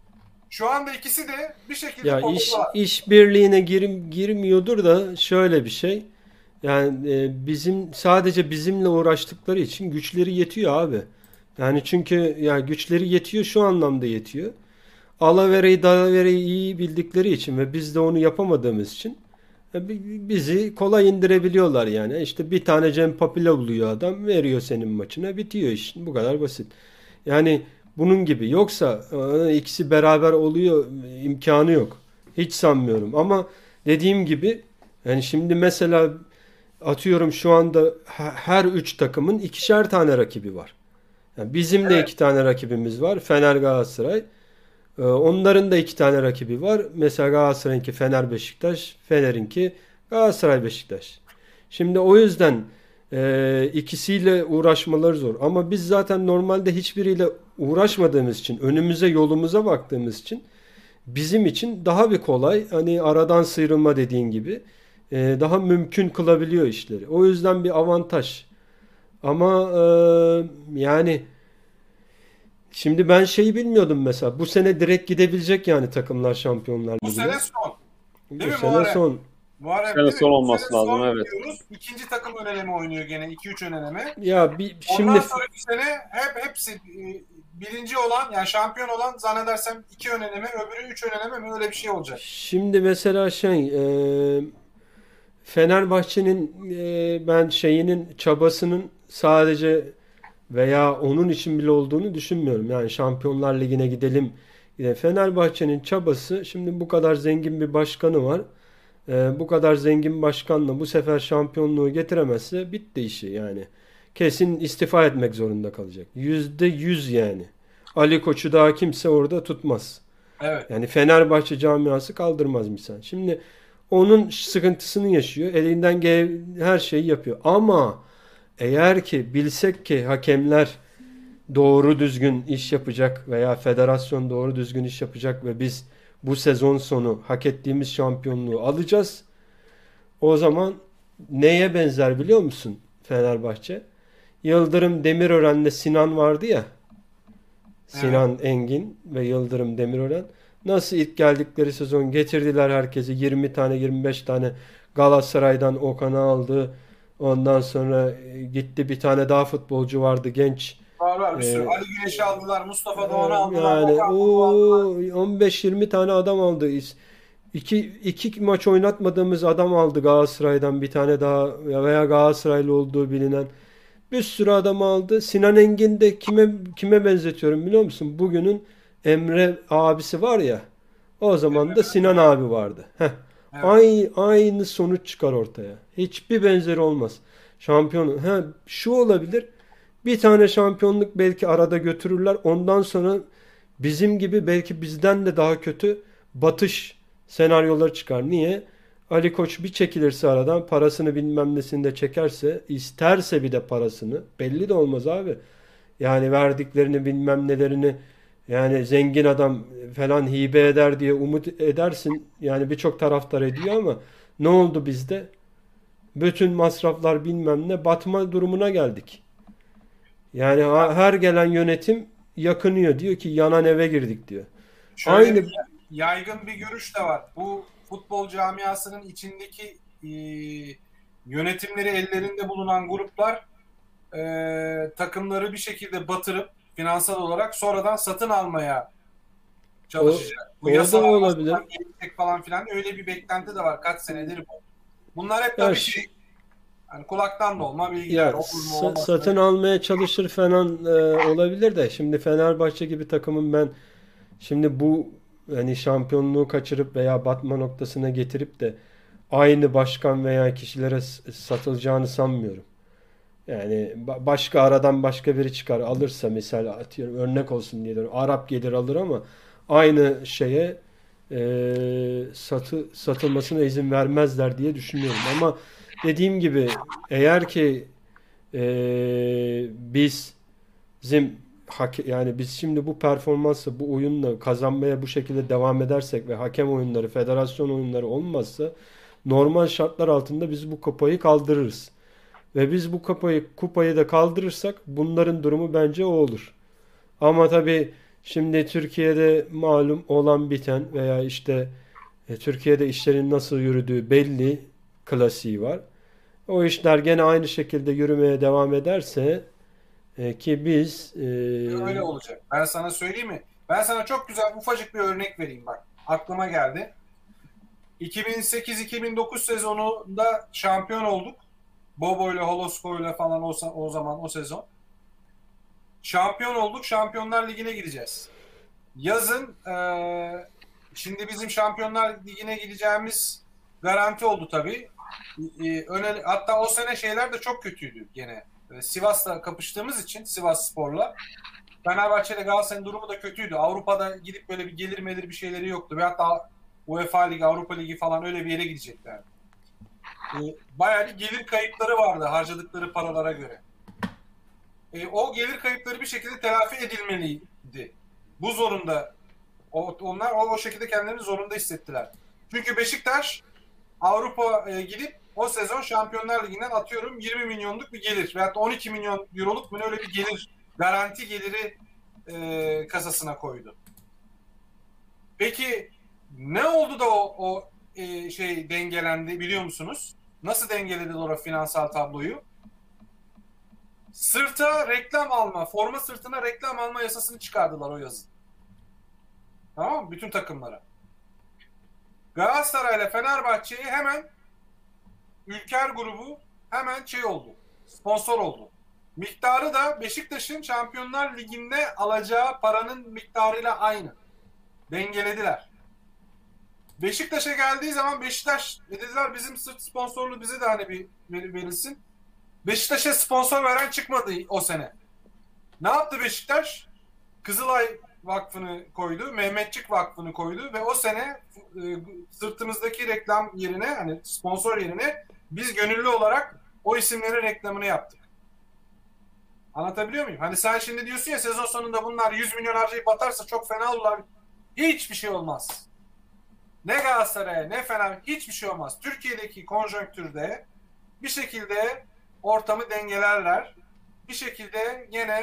Şu anda ikisi de bir şekilde Ya iş potada. iş birliğine girim, girmiyordur da şöyle bir şey. Yani e, bizim sadece bizimle uğraştıkları için güçleri yetiyor abi. Yani çünkü ya güçleri yetiyor şu anlamda yetiyor. Alavereyi dalavereyi iyi bildikleri için ve biz de onu yapamadığımız için e, bi- bizi kolay indirebiliyorlar yani. İşte bir tane Cem Papila buluyor adam veriyor senin maçına bitiyor iş. Bu kadar basit. Yani bunun gibi. Yoksa e, ikisi beraber oluyor imkanı yok. Hiç sanmıyorum. Ama dediğim gibi yani şimdi mesela atıyorum şu anda he- her üç takımın ikişer tane rakibi var. Yani bizim de Evet. iki tane rakibimiz var. Fener Galatasaray. Ee, onların da iki tane rakibi var. Mesela Galatasaray'ınki Fener Beşiktaş, Fener'inki Galatasaray Beşiktaş. Şimdi o yüzden e, ikisiyle uğraşmaları zor. Ama biz zaten normalde hiçbiriyle uğraşmadığımız için, önümüze yolumuza baktığımız için bizim için daha bir kolay. Hani aradan sıyrılma dediğin gibi e, daha mümkün kılabiliyor işleri. O yüzden bir avantaj. Ama e, yani şimdi ben şeyi bilmiyordum mesela. Bu sene direkt gidebilecek yani takımlar Şampiyonlar Bu Ligi'ne. sene son. Bu Değil mi sene Muharrem? son. Muharrem Sene değil mi? son Bu olması sene lazım, son evet. diyoruz. İkinci takım öneleme oynuyor gene. iki üç öneleme. Ya bir Ondan şimdi sonraki sene hep hepsi e, birinci olan yani şampiyon olan zannedersem iki öneleme öbürü üç öneleme mi öyle bir şey olacak. şimdi mesela şey e, Fenerbahçe'nin e, ben şeyinin çabasının sadece veya onun için bile olduğunu düşünmüyorum. Yani Şampiyonlar Ligi'ne gidelim. Yani Fenerbahçe'nin çabası şimdi bu kadar zengin bir başkanı var. Ee, bu kadar zengin başkanla bu sefer şampiyonluğu getiremezse bitti işi yani. Kesin istifa etmek zorunda kalacak. Yüzde yüz yani. Ali Koç'u daha kimse orada tutmaz. Evet. Yani Fenerbahçe camiası kaldırmaz misal. Şimdi onun sıkıntısını yaşıyor. Elinden gelen her şeyi yapıyor. Ama eğer ki bilsek ki hakemler doğru düzgün iş yapacak veya federasyon doğru düzgün iş yapacak ve biz bu sezon sonu hak ettiğimiz şampiyonluğu alacağız. O zaman neye benzer biliyor musun Fenerbahçe? Yıldırım Demirören'le Sinan vardı ya. Sinan Engin ve Yıldırım Demirören. Nasıl ilk geldikleri sezon getirdiler herkesi. yirmi tane yirmi beş tane Galatasaray'dan Okan'ı aldı. Ondan sonra gitti bir tane daha futbolcu vardı genç. Var var bir sürü. Ee, Ali Güneş'i aldılar, Mustafa Doğan'ı aldılar, Yani Okan o Buruk'u aldılar. on beş yirmi tane adam aldı. İki, iki maç oynatmadığımız adam aldı Galatasaray'dan bir tane daha veya Galatasaraylı olduğu bilinen bir sürü adam aldı. Sinan Engin de kime kime benzetiyorum biliyor musun? Bugünün Emre abisi var ya. O zaman da Sinan abi vardı. Heh. Evet. Aynı, aynı sonuç çıkar ortaya. Hiçbir benzeri olmaz. Şampiyon. Ha, şu olabilir. Bir tane şampiyonluk belki arada götürürler. Ondan sonra bizim gibi belki bizden de daha kötü batış senaryoları çıkar. Niye? Ali Koç bir çekilirse aradan parasını bilmem nesini de çekerse isterse bir de parasını belli de olmaz abi. Yani verdiklerini bilmem nelerini yani zengin adam falan hibe eder diye umut edersin. Yani birçok taraftar ediyor ama ne oldu bizde? Bütün masraflar bilmem ne batma durumuna geldik. Yani ha- her gelen yönetim yakınıyor. Diyor ki yanan eve girdik diyor. Şöyle Aynı bir yaygın bir görüş de var. Bu futbol camiasının içindeki e, yönetimleri ellerinde bulunan gruplar e, takımları bir şekilde batırıp finansal olarak sonradan satın almaya o, çalışacak. Bu o da olabilir. yasalar gelecek falan filan öyle bir beklenti de var kaç senedir bu. Bunlar hep Ya tabii ş- şey, hani kulaktan dolma bilgiler Ya olur mu sa- olmaz satın mı? almaya çalışır falan e, olabilir de şimdi Fenerbahçe gibi takımın ben şimdi bu hani şampiyonluğu kaçırıp veya batma noktasına getirip de aynı başkan veya kişilere s- satılacağını sanmıyorum. Yani ba- başka aradan başka biri çıkar alırsa mesela atıyorum örnek olsun diye diyorum. Arap gelir alır ama aynı şeye e, satı satılmasına izin vermezler diye düşünüyorum. Ama dediğim gibi eğer ki e, biz bizim hak, yani biz şimdi bu performansla bu oyunla kazanmaya bu şekilde devam edersek ve hakem oyunları, federasyon oyunları olmazsa normal şartlar altında biz bu kupayı kaldırırız. Ve biz bu kupayı kupayı da kaldırırsak bunların durumu bence o olur. Ama tabii şimdi Türkiye'de malum olan biten veya işte e, Türkiye'de işlerin nasıl yürüdüğü belli klasiği var. O işler gene aynı şekilde yürümeye devam ederse e, ki biz e, Öyle olacak. Ben sana söyleyeyim mi? Ben sana çok güzel ufacık bir örnek vereyim bak. Aklıma geldi. iki bin sekiz iki bin dokuz sezonunda şampiyon olduk. Bobo ile Holosko ile falan o, o zaman o sezon. Şampiyon olduk. Şampiyonlar Ligi'ne gideceğiz. Yazın eee, şimdi bizim Şampiyonlar Ligi'ne gideceğimiz garanti oldu tabii. E, öne, hatta o sene şeyler de çok kötüydü gene. E, Sivas'la kapıştığımız için Sivas Spor'la. Fenerbahçe'de Galatasaray'ın durumu da kötüydü. Avrupa'da gidip böyle bir gelir melir bir şeyleri yoktu. Ve hatta UEFA Ligi, Avrupa Ligi falan öyle bir yere gidecekler. E, bayağı bir gelir kayıpları vardı harcadıkları paralara göre. E, o gelir kayıpları bir şekilde telafi edilmeliydi. Bu zorunda. O, onlar o, o şekilde kendilerini zorunda hissettiler. Çünkü Beşiktaş Avrupa'ya gidip o sezon Şampiyonlar Ligi'nden atıyorum yirmi milyonluk bir gelir veyahut da on iki milyon euroluk mu öyle bir gelir, garanti geliri e, kasasına koydu. Peki ne oldu da o, o e, şey dengelendi biliyor musunuz? Nasıl dengelediler o finansal tabloyu? Sırta reklam alma, forma sırtına reklam alma yasasını çıkardılar o yazın. Tamam mı? Bütün takımlara. Galatasaray ile Fenerbahçe'yi hemen Ülker grubu hemen şey oldu. Sponsor oldu. Miktarı da Beşiktaş'ın Şampiyonlar Ligi'nde alacağı paranın miktarıyla aynı. Dengelediler. Beşiktaş'a geldiği zaman Beşiktaş dediler bizim sırt sponsorluğu bize de hani bir verilsin. Beşiktaş'a sponsor veren çıkmadı o sene. Ne yaptı Beşiktaş? Kızılay Vakfı'nı koydu, Mehmetçik Vakfı'nı koydu ve o sene e, sırtımızdaki reklam yerine hani sponsor yerine biz gönüllü olarak o isimlerin reklamını yaptık. Anlatabiliyor muyum? Hani sen şimdi diyorsun ya sezon sonunda bunlar yüz milyon harcayıp batarsa çok fena olurlar. Hiçbir şey olmaz. Ne Galatasaray'a ne Fener hiçbir şey olmaz. Türkiye'deki konjonktürde bir şekilde ortamı dengelerler. Bir şekilde gene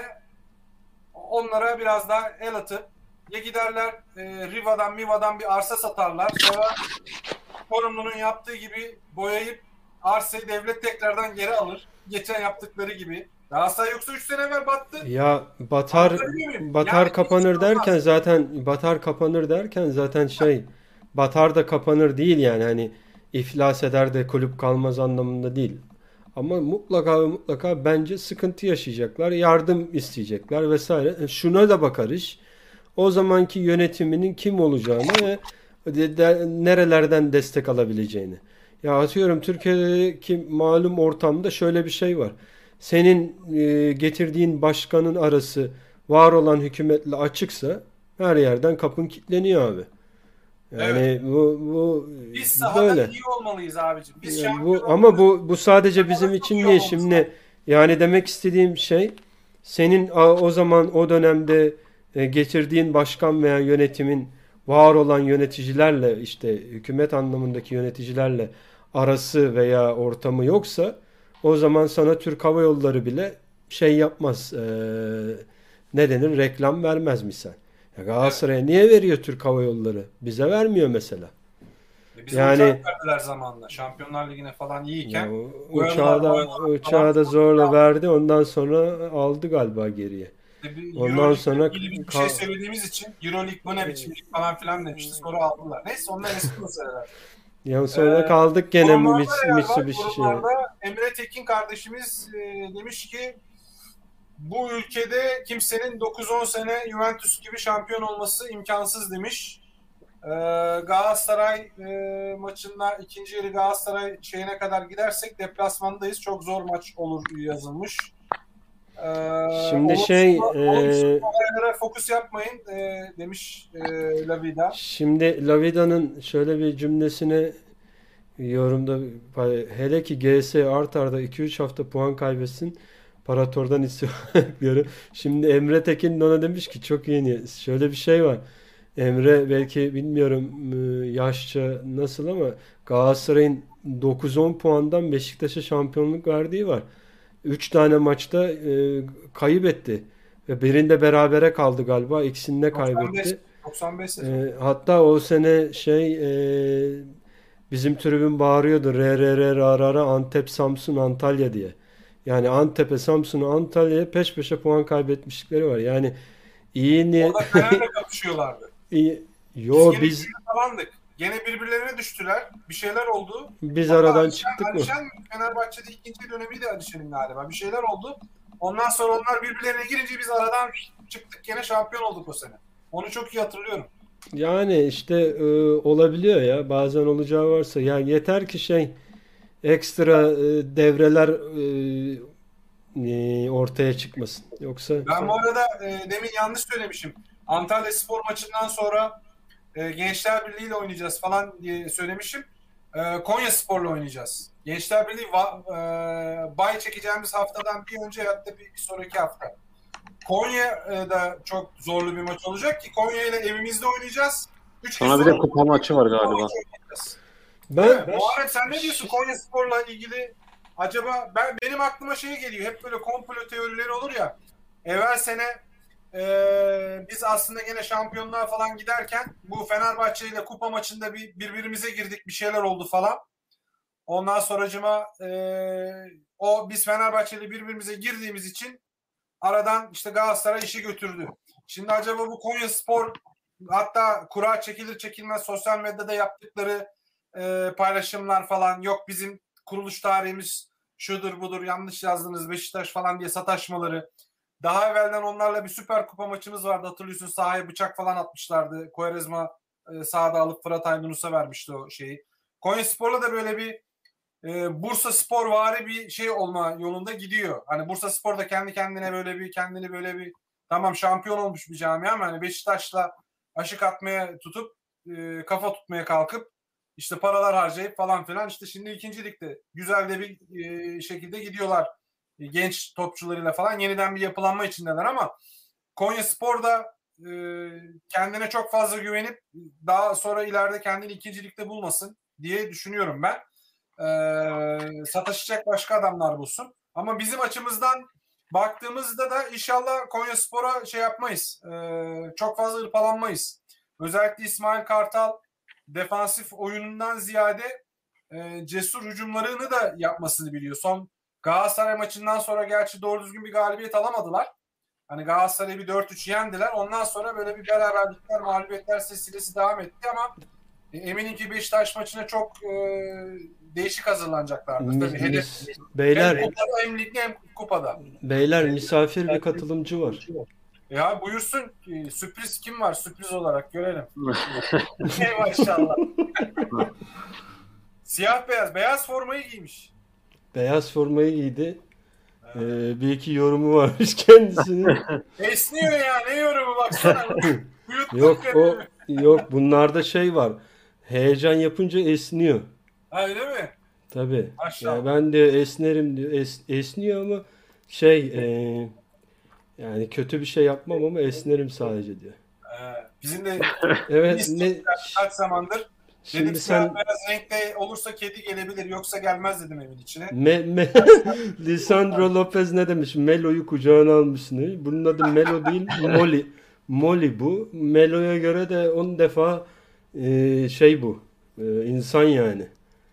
onlara biraz daha el atıp ya giderler e, Riva'dan Miva'dan bir arsa satarlar. Sonra Sorumlunun yaptığı gibi boyayıp arsayı devlet tekrardan geri alır. Geçen yaptıkları gibi. Galatasaray yoksa üç sene evvel battı. Ya batar Anlatabiliyor muyum? batar Yani hiç kapanır olmaz. derken zaten batar kapanır derken zaten şey batar da kapanır değil yani hani iflas eder de kulüp kalmaz anlamında değil. Ama mutlaka ve mutlaka bence sıkıntı yaşayacaklar, yardım isteyecekler vesaire. E, Şuna da bakar iş. O zamanki yönetiminin kim olacağını ve de- de- nerelerden destek alabileceğini. Ya atıyorum Türkiye'deki malum ortamda şöyle bir şey var. Senin e, getirdiğin başkanın arası var olan hükümetle açıksa her yerden kapın kilitleniyor abi. Evet. Yani bu bu Biz sahada böyle. iyi olmalıyız abicim. Biz Yani şampiyon bu ama olmalıyız. bu bu sadece bizim Sahada çok için iyi değil. olmamız lazım. Şimdi yani demek istediğim şey senin a- o zaman o dönemde e, getirdiğin başkan veya yönetimin var olan yöneticilerle işte hükümet anlamındaki yöneticilerle arası veya ortamı yoksa o zaman sana Türk Hava Yolları bile şey yapmaz. E, ne denir? Reklam vermez misal. Ya Evet. Galatasaray'a niye veriyor Türk Hava Yolları? Bize vermiyor mesela. E, Bize Yani uçak verdiler zamanla. Şampiyonlar Ligi'ne falan ya iyiyken o- boyadılar, uçağı da boyadılar falan. uçağı da zorla verdi. Ondan sonra aldı galiba geriye. İşte bir Ondan Euroleague'le sonra ilgili biz bir şey ka- söylediğimiz için Euroleague bu ne biçim lig falan filan demişti. Sonra aldılar. Neyse onlar eski meseleler. yani Ee, sonra kaldık gene Yorumlarda Mis- yer var. Mitsubishi'ye. Yorumlarda Emre Tekin kardeşimiz e, demiş ki bu ülkede kimsenin dokuz on sene Juventus gibi şampiyon olması imkansız demiş. Ee, Galatasaray e, maçında ikinci yarı Galatasaray şeyine kadar gidersek deplasmandayız. Çok zor maç olur yazılmış. Ee, Şimdi olumsuz, şey olumsuz e, olaylara fokus yapmayın e, demiş e, Lavida. şimdi Lavida'nın şöyle bir cümlesine yorumda hele ki G S art arda iki üç hafta puan kaybetsin Parator'dan istifa bekliyorum. Şimdi Emre Tekin de ona demiş ki çok iyi niyet. Şöyle bir şey var. Emre belki bilmiyorum e, yaşça nasıl ama Galatasaray'ın dokuz on puandan Beşiktaş'a şampiyonluk verdiği var. üç tane maçta e, kayıp etti. Ve birinde berabere kaldı galiba. İkisinde doksan beş kaybetti. doksan beş sezon. E, hatta o sene şey e, bizim tribün bağırıyordu. R R R ra ra ra Antep, Samsun, Antalya diye. Yani Antep'e, Samsun'a, Antalya'ya peş peşe puan kaybetmişlikleri var. Yani iyi niyet Orada Fener'le kapışıyorlardı. iyi. Biz Yo gene biz ikinci falandık. Gene birbirlerine düştüler. Bir şeyler oldu. biz Hatta aradan Alişen, çıktık mı? Alişen Fenerbahçe'de ikinci dönemiydi Alişen'in galiba. Bir şeyler oldu. Ondan sonra onlar birbirlerine girince biz aradan çıktık. Gene şampiyon olduk o sene. Onu çok iyi hatırlıyorum. Yani işte e, olabiliyor ya. Bazen olacağı varsa. Yani yeter ki şey ekstra e, devreler e, e, ortaya çıkmasın. Yoksa Ben bu arada e, demin yanlış söylemişim. Antalya Spor maçından sonra e, Gençler Birliği ile oynayacağız falan diye söylemişim. E, Konya Spor'la oynayacağız. Gençler Birliği va- e, bay çekeceğimiz haftadan bir önce hatta bir, bir sonraki hafta. Konya'da çok zorlu bir maç olacak ki Konya ile evimizde oynayacağız. Üç gün Sonra bir sonra de kupa maçı var kupa galiba. maçı oynayacağız. ben Evet, Muharrem sen ne diyorsun Konya Spor'la ilgili? Acaba ben benim aklıma şey geliyor. Hep böyle komplo teorileri olur ya. Evvel sene e, biz aslında gene şampiyonluğa falan giderken bu Fenerbahçe ile kupa maçında bir birbirimize girdik. Bir şeyler oldu falan. Ondan sonracıma e, o biz Fenerbahçe ile birbirimize girdiğimiz için aradan işte Galatasaray işi götürdü. Şimdi acaba bu Konya Spor hatta kura çekilir çekilmez sosyal medyada yaptıkları e, paylaşımlar falan yok bizim kuruluş tarihimiz şudur budur yanlış yazdınız Beşiktaş falan diye sataşmaları. Daha evvelden onlarla bir Süper Kupa maçımız vardı hatırlıyorsun sahaya bıçak falan atmışlardı. Quaresma e, sahada alıp Fırat Aydınus'a vermişti o şeyi. Konya Spor'la da böyle bir e, Bursa Spor vari bir şey olma yolunda gidiyor. Hani Bursa Spor da kendi kendine böyle bir kendini böyle bir tamam şampiyon olmuş bir camia ama hani Beşiktaş'la aşık atmaya tutup e, kafa tutmaya kalkıp işte paralar harcayıp falan filan işte şimdi ikinci ligde güzel de bir e, şekilde gidiyorlar genç topçularıyla falan yeniden bir yapılanma içindeler ama Konyaspor da e, kendine çok fazla güvenip daha sonra ileride kendini ikincilikte bulmasın diye düşünüyorum ben. E, sataşacak başka adamlar bulsun. Ama bizim açımızdan baktığımızda da inşallah Konyaspor'a şey yapmayız. E, çok fazla hırpalanmayız. Özellikle İsmail Kartal defansif oyunundan ziyade e, cesur hücumlarını da yapmasını biliyor. Son Galatasaray maçından sonra gerçi doğru düzgün bir galibiyet alamadılar. Hani Galatasaray'ı bir dört üç yendiler. Ondan sonra böyle bir beraberlikler, mağlubiyetler silsilesi devam etti ama e, eminim ki Beşiktaş maçına çok e, değişik hazırlanacaklardır. Tabii hedef Beyler, hem kupada hem ligde hem kupada. beyler misafir bir katılımcı var. Ya buyursun. E, sürpriz kim var? Sürpriz olarak görelim. Ey maşallah. Siyah beyaz. Beyaz formayı giymiş. Beyaz formayı giydi. Ee, bir iki yorumu varmış kendisinin. Esniyor ya. Ne yorumu baksana. Yok o yok bunlarda şey var. Heyecan yapınca esniyor. Ha öyle mi? Tabii. Maşallah. Ya ben de esnerim diyor. Es, esniyor ama şey e, yani kötü bir şey yapmam ama esnerim sadece diyor. Ee, bizim de Evet biz ne kaç zamandır şimdi dedim sen siyah beyaz renkte olursa kedi gelebilir yoksa gelmez dedim evin içine. Me, me, Lisandro Lopez ne demiş? Melo'yu kucağına almışsın. Bunun adı Melo değil, Molly. Molly bu. Melo'ya göre de on defa e, şey bu. E, insan yani.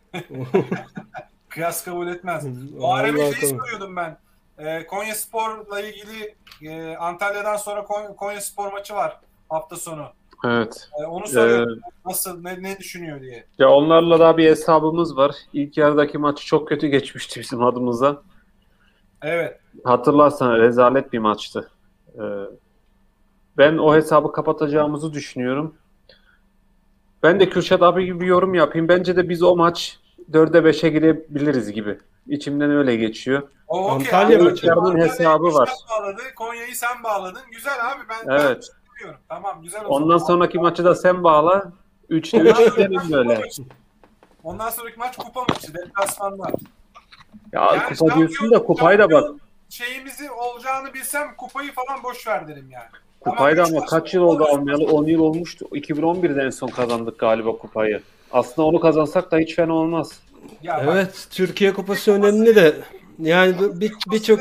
Kıyas kabul etmez. Muharrem'e Allah şeyi kabul. soruyordum ben. Ee, Konyaspor'la ilgili e, Antalya'dan sonra Kon- Konyaspor maçı var hafta sonu. Evet. Ee, onu Ee, soruyorum. Nasıl, ne, ne düşünüyor diye. ya onlarla da bir hesabımız var. İlk yarıdaki maçı çok kötü geçmişti bizim adımıza. Evet. Hatırlarsan rezalet bir maçtı. Ee, ben o hesabı kapatacağımızı düşünüyorum. Ben de Kürşat abi gibi bir yorum yapayım. Bence de biz o maç dörde beşe girebiliriz gibi. İçimden öyle geçiyor. O, okey Antalya abi. maçı. Yarının hesabı var. Kuşat bağladı, Konya'yı sen bağladın. Güzel abi ben, Evet. ben biliyorum. Tamam güzel o Ondan zaman. sonraki maçı da sen bağla. Üçte üç gidelim böyle. Ondan sonraki maç kupa maçı. Deplasmanda. Ya Yani kupa diyorsun da kupayı da bak. Şeyimizi olacağını bilsem kupayı falan boş ver derim yani. Kupayı da Tamam, ama üç kaç maç yıl oldu kupa almayalı? on yıl olmuştu. iki bin on birde en son kazandık galiba kupayı. Aslında onu kazansak da hiç fena olmaz. Ya bak, Evet, Türkiye Kupası önemli de yani bir birçok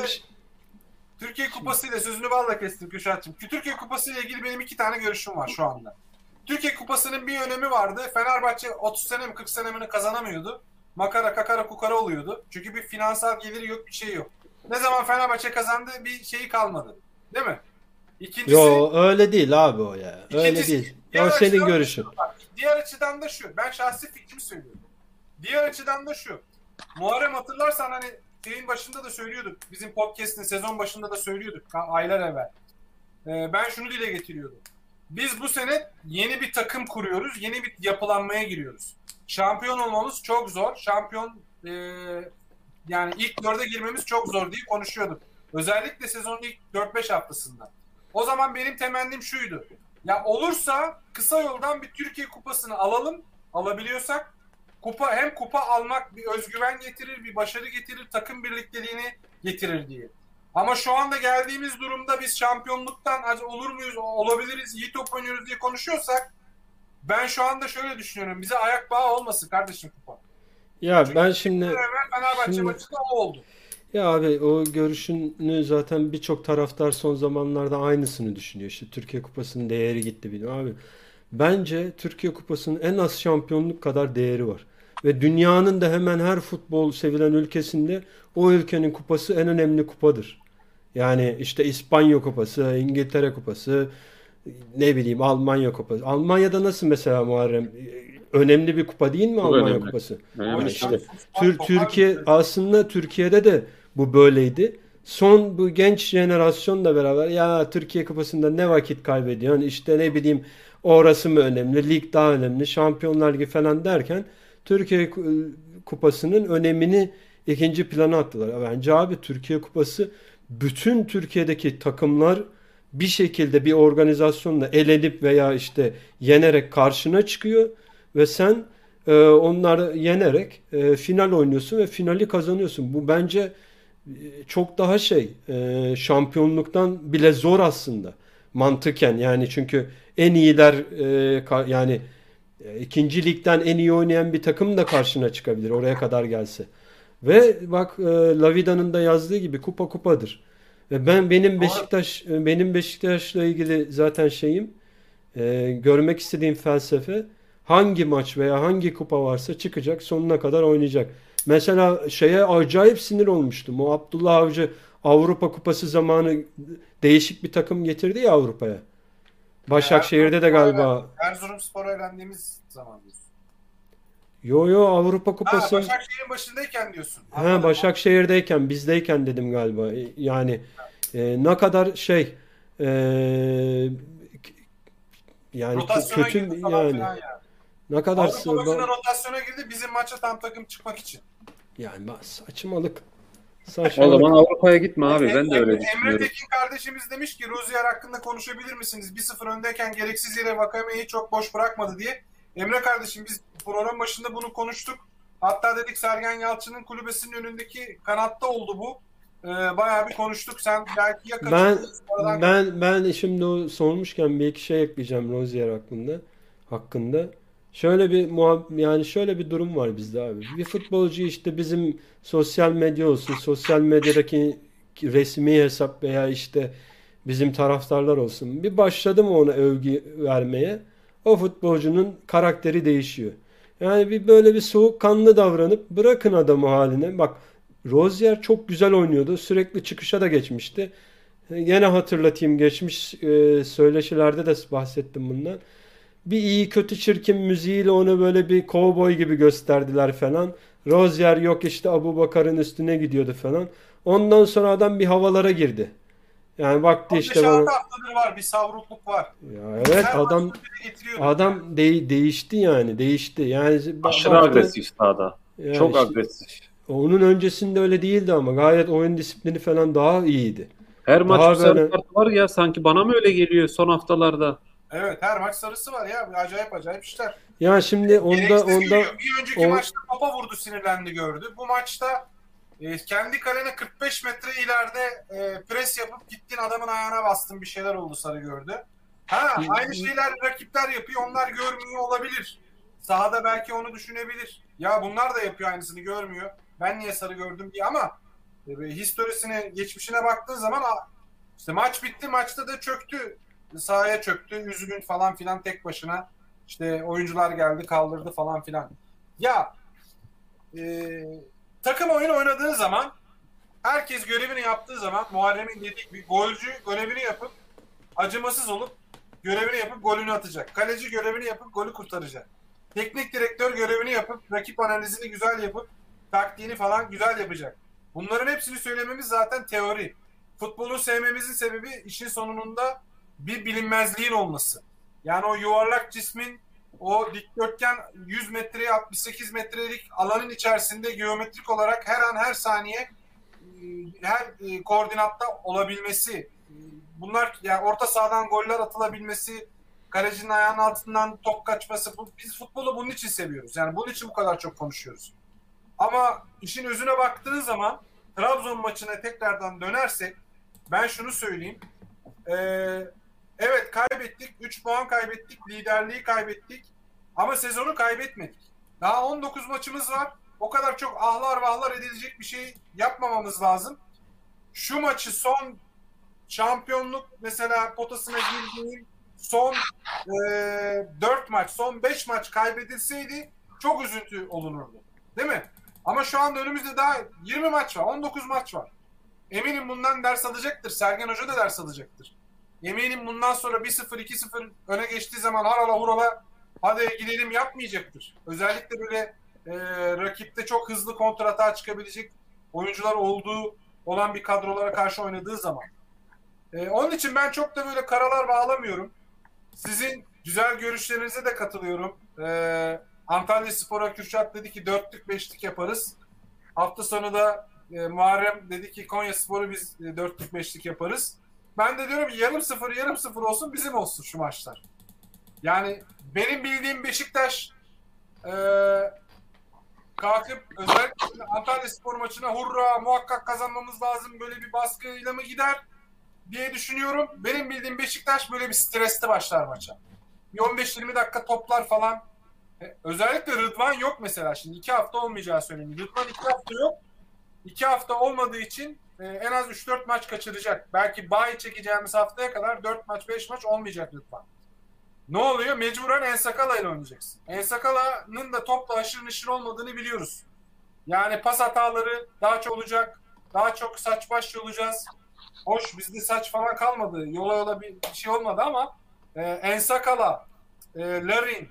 Türkiye Kupası ile sözünü balla kestim Kürşat'cığım. Türkiye Kupası ile ilgili benim iki tane görüşüm var şu anda. Türkiye Kupası'nın bir önemi vardı. Fenerbahçe otuz sene mi kırk sene mi kazanamıyordu. Makara kakara kukara oluyordu. Çünkü bir finansal geliri yok, bir şey yok. Ne zaman Fenerbahçe kazandı bir şeyi kalmadı. Değil mi? İkincisi, Yo öyle değil abi o ya. Öyle İkincisi, değil. diğer O senin açıdan da görüşün. şu, bak, diğer açıdan da şu. Ben şahsi fikrimi söylüyorum. Diğer açıdan da şu. Muharrem hatırlarsan hani şeyin başında da söylüyorduk. Bizim podcast'in sezon başında da söylüyorduk. Aylar evvel. Ee, ben şunu dile getiriyordum. Biz bu sene yeni bir takım kuruyoruz. Yeni bir yapılanmaya giriyoruz. Şampiyon olmamız çok zor. Şampiyon e, yani ilk dörde girmemiz çok zor diye konuşuyorduk. Özellikle sezonun ilk dört beş haftasında. O zaman benim temennim şuydu. Ya olursa kısa yoldan bir Türkiye Kupası'nı alalım. Alabiliyorsak kupa hem kupa almak bir özgüven getirir, bir başarı getirir, takım birlikteliğini getirir diye. Ama şu anda geldiğimiz durumda biz şampiyonluktan olur muyuz, olabiliriz, iyi top oynuyoruz diye konuşuyorsak ben şu anda şöyle düşünüyorum. Bize ayak bağı olmasın kardeşim kupa. Ya Çünkü ben şimdi evvel Fenerbahçe şimdi maçında o oldu. ya abi o görüşünü zaten birçok taraftar son zamanlarda aynısını düşünüyor. İşte Türkiye Kupası'nın değeri gitti bilmiyorum abi. Bence Türkiye Kupası'nın en az şampiyonluk kadar değeri var. Ve dünyanın da hemen her futbol sevilen ülkesinde o ülkenin kupası en önemli kupadır. Yani işte İspanya Kupası, İngiltere Kupası, ne bileyim Almanya Kupası. Almanya'da nasıl mesela Muharrem? Önemli bir kupa değil mi Çok Almanya önemli. Kupası? Önemli. Yani işte Tür Türkiye aslında Türkiye'de de bu böyleydi. Son bu genç jenerasyonla beraber ya Türkiye Kupası'nda ne vakit kaybediyorsun? İşte ne bileyim orası mı önemli? Lig daha önemli. Şampiyonlar Ligi falan derken Türkiye Kupası'nın önemini ikinci plana attılar. Bence abi Türkiye Kupası bütün Türkiye'deki takımlar bir şekilde bir organizasyonla elenip veya işte yenerek karşına çıkıyor ve sen e, onları yenerek e, final oynuyorsun ve finali kazanıyorsun. Bu bence çok daha şey e, şampiyonluktan bile zor aslında mantıken yani çünkü en iyiler e, ka- yani e, ikinci ligden en iyi oynayan bir takım da karşına çıkabilir oraya kadar gelse. Ve bak e, Lavida'nın da yazdığı gibi kupa kupadır. Ve ben benim Doğru. Beşiktaş e, benim Beşiktaş'la ilgili zaten şeyim e, görmek istediğim felsefe hangi maç veya hangi kupa varsa çıkacak sonuna kadar oynayacak. Mesela şeye acayip sinir olmuştum. O Abdullah Avcı Avrupa Kupası zamanı değişik bir takım getirdi ya Avrupa'ya. Başakşehir'de de Erzurumspor'a galiba. Erzurumspor'a eğlendiğimiz zaman diyorsun. Yo yo Avrupa Ha, Kupası. Başakşehir'in başındayken diyorsun. Ha, Anladım. Başakşehir'deyken bizdeyken dedim galiba. E, Yani e, ne kadar şey e, yani kö- Rotasyona kötü girdi falan yani filan yani. ne kadar Avrupa maçına ba- rotasyona girdi bizim maça tam takım çıkmak için. yani ba- saçmalık. O Saçmalık. zaman Avrupa'ya gitme abi. Em- Ben de Emre, öyle Emre düşünüyorum. Tekin kardeşimiz demiş ki Rozier hakkında konuşabilir misiniz? bir sıfır öndeyken gereksiz yere Vakame'yi çok boş bırakmadı diye. Emre kardeşim biz program başında bunu konuştuk. Hatta dedik Sergen Yalçın'ın kulübesinin önündeki kanatta oldu bu. Ee, bayağı bir konuştuk. Sen belki ya Ben kaçırdın, sonradan ben ben şimdi o sormuşken bir iki şey ekleyeceğim Rozier hakkında hakkında. Şöyle bir muhab yani şöyle bir durum var bizde abi. Bir futbolcu işte bizim sosyal medya olsun, sosyal medyadaki resmi hesap veya işte bizim taraftarlar olsun. Bir başladı mı ona övgü vermeye, o futbolcunun karakteri değişiyor. Yani bir böyle bir soğukkanlı davranıp bırakın adamı haline. Bak Rozier çok güzel oynuyordu. Sürekli çıkışa da geçmişti. Yine hatırlatayım geçmiş e, söyleşilerde de bahsettim bundan. Bir iyi kötü çirkin müziğiyle onu böyle bir kovboy gibi gösterdiler falan. Rozier yok işte Abubakar'ın üstüne gidiyordu falan. Ondan sonra adam bir havalara girdi. Yani baktı işte bana. beş altı haftadır var. Bir savrukluk var. Ya evet Her adam maçta biri getiriyordu. adam de- değişti yani değişti. Yani ba- Aşırı baktı agresif sahada. yani Çok işte agresif. onun öncesinde öyle değildi ama gayet oyun disiplini falan daha iyiydi. Her maç bir Daha sarı böyle kart var ya, sanki bana mı öyle geliyor son haftalarda? Evet her maç sarısı var ya. Acayip acayip işler. ya şimdi onda Gereksiz onda gülüyor. Bir önceki o maçta topa vurdu sinirlendi gördü. Bu maçta e, kendi kalene kırk beş metre ileride e, pres yapıp gittin adamın ayağına bastın bir şeyler oldu sarı gördü. Ha aynı şeyler rakipler yapıyor onlar görmüyor olabilir. Sahada belki onu düşünebilir. Ya bunlar da yapıyor aynısını görmüyor. Ben niye sarı gördüm diye ama e, historisine geçmişine baktığın zaman a, işte maç bitti maçta da çöktü. Sahaya çöktü üzgün falan filan tek başına. İşte oyuncular geldi kaldırdı falan filan. Ya e, takım oyun oynadığı zaman herkes görevini yaptığı zaman Muharrem'in dediği bir golcü görevini yapıp acımasız olup görevini yapıp golünü atacak. Kaleci görevini yapıp golü kurtaracak. Teknik direktör görevini yapıp rakip analizini güzel yapıp taktiğini falan güzel yapacak. Bunların hepsini söylememiz zaten teori. Futbolu sevmemizin sebebi işin sonunda bir bilinmezliğin olması. Yani o yuvarlak cismin o dikdörtgen yüz metreye altmış sekiz metrelik alanın içerisinde geometrik olarak her an her saniye her koordinatta olabilmesi, bunlar yani orta sahadan goller atılabilmesi, kalecinin ayağının altından top kaçması, biz futbolu bunun için seviyoruz. Yani bunun için bu kadar çok konuşuyoruz. Ama işin özüne baktığın zaman Trabzon maçına tekrardan dönersek ben şunu söyleyeyim. Ee, evet kaybettik. üç puan kaybettik. Liderliği kaybettik. Ama sezonu kaybetmedik. Daha on dokuz maçımız var. O kadar çok ahlar vahlar edilecek bir şey yapmamamız lazım. Şu maçı son şampiyonluk mesela potasına girdiğim son e, dört maç, son beş maç kaybedilseydi çok üzüntü olunurdu. Değil mi? Ama şu anda önümüzde daha yirmi maç var, on dokuz maç var. Eminim bundan ders alacaktır. Sergen Hoca da ders alacaktır. Eminim bundan sonra bir sıfır iki sıfır öne geçtiği zaman harala hurala hadi gidelim yapmayacaktır. Özellikle böyle e, rakipte çok hızlı kontratağa çıkabilecek oyuncular olduğu olan bir kadrolara karşı oynadığı zaman. E, onun için ben çok da böyle karalar bağlamıyorum. Sizin güzel görüşlerinize de katılıyorum. E, Antalya Spor'a Kürşat dedi ki dörtlük beşlik yaparız. Hafta sonu da e, Muharrem dedi ki Konya Spor'u biz e, dörtlük beşlik yaparız. Ben de diyorum ki yarım sıfır yarım sıfır olsun bizim olsun şu maçlar. Yani benim bildiğim Beşiktaş e, kalkıp özellikle Antalyaspor maçına hurra muhakkak kazanmamız lazım böyle bir baskıyla mı gider diye düşünüyorum. Benim bildiğim Beşiktaş böyle bir stresli başlar maça. Bir on beş yirmi dakika toplar falan. E, özellikle Rıdvan yok mesela şimdi. iki hafta olmayacağı söyleniyor. Rıdvan iki hafta yok. iki hafta olmadığı için e, en az üç dört maç kaçıracak. Belki bye çekeceğimiz haftaya kadar dört maç beş maç olmayacak Rıdvan. Ne oluyor? Mecburen Ensakala ile oynayacaksın. Ensakala'nın da topla aşırı neşir olmadığını biliyoruz. Yani pas hataları daha çok olacak. Daha çok saç baş yolacağız. Hoş bizde saç falan kalmadı. Yola yola bir şey olmadı ama e, Ensakala, e, Larin,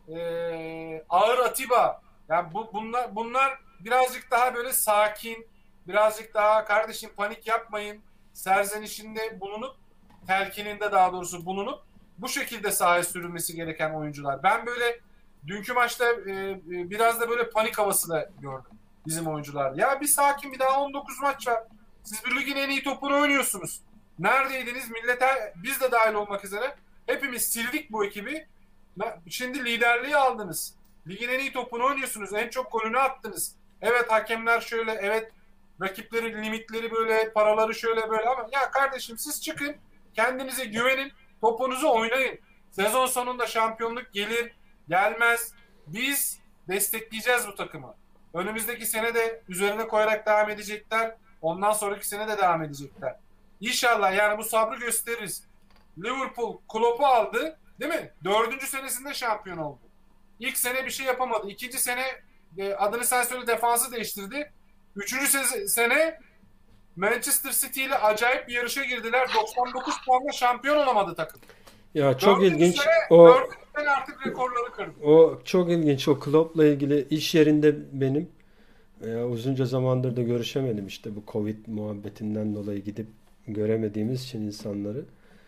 e, Ağır Atiba yani bu, bunlar, bunlar birazcık daha böyle sakin, birazcık daha kardeşim panik yapmayın serzenişinde bulunup telkininde daha doğrusu bulunup bu şekilde sahaya sürülmesi gereken oyuncular. Ben böyle dünkü maçta e, biraz da böyle panik havası da gördüm bizim oyuncular. Ya bir sakin bir daha on dokuz maç var. Siz bir ligin en iyi topunu oynuyorsunuz. Neredeydiniz? Millete biz de dahil olmak üzere hepimiz sildik bu ekibi. Şimdi liderliği aldınız. Ligin en iyi topunu oynuyorsunuz. En çok golünü attınız. Evet hakemler şöyle, evet rakiplerin limitleri böyle, paraları şöyle böyle ama ya kardeşim siz çıkın, kendinize güvenin, topunuzu oynayın. Sezon sonunda şampiyonluk gelir, gelmez. Biz destekleyeceğiz bu takımı. Önümüzdeki sene de üzerine koyarak devam edecekler. Ondan sonraki sene de devam edecekler. İnşallah yani bu sabrı gösteririz. Liverpool Klopp'u aldı, değil mi? Dördüncü senesinde şampiyon oldu. İlk sene bir şey yapamadı. İkinci sene adını sen söyle defansı değiştirdi. Üçüncü sene Manchester City ile acayip bir yarışa girdiler. doksan dokuz puanla şampiyon olamadı takım. Ya çok Dördüncü ilginç. sene, O dördüncü sene artık rekorları kırdı. o çok ilginç. O Klopp'la ilgili iş yerinde benim e, uzunca zamandır da görüşemedim işte bu Covid muhabbetinden dolayı gidip göremediğimiz için insanları.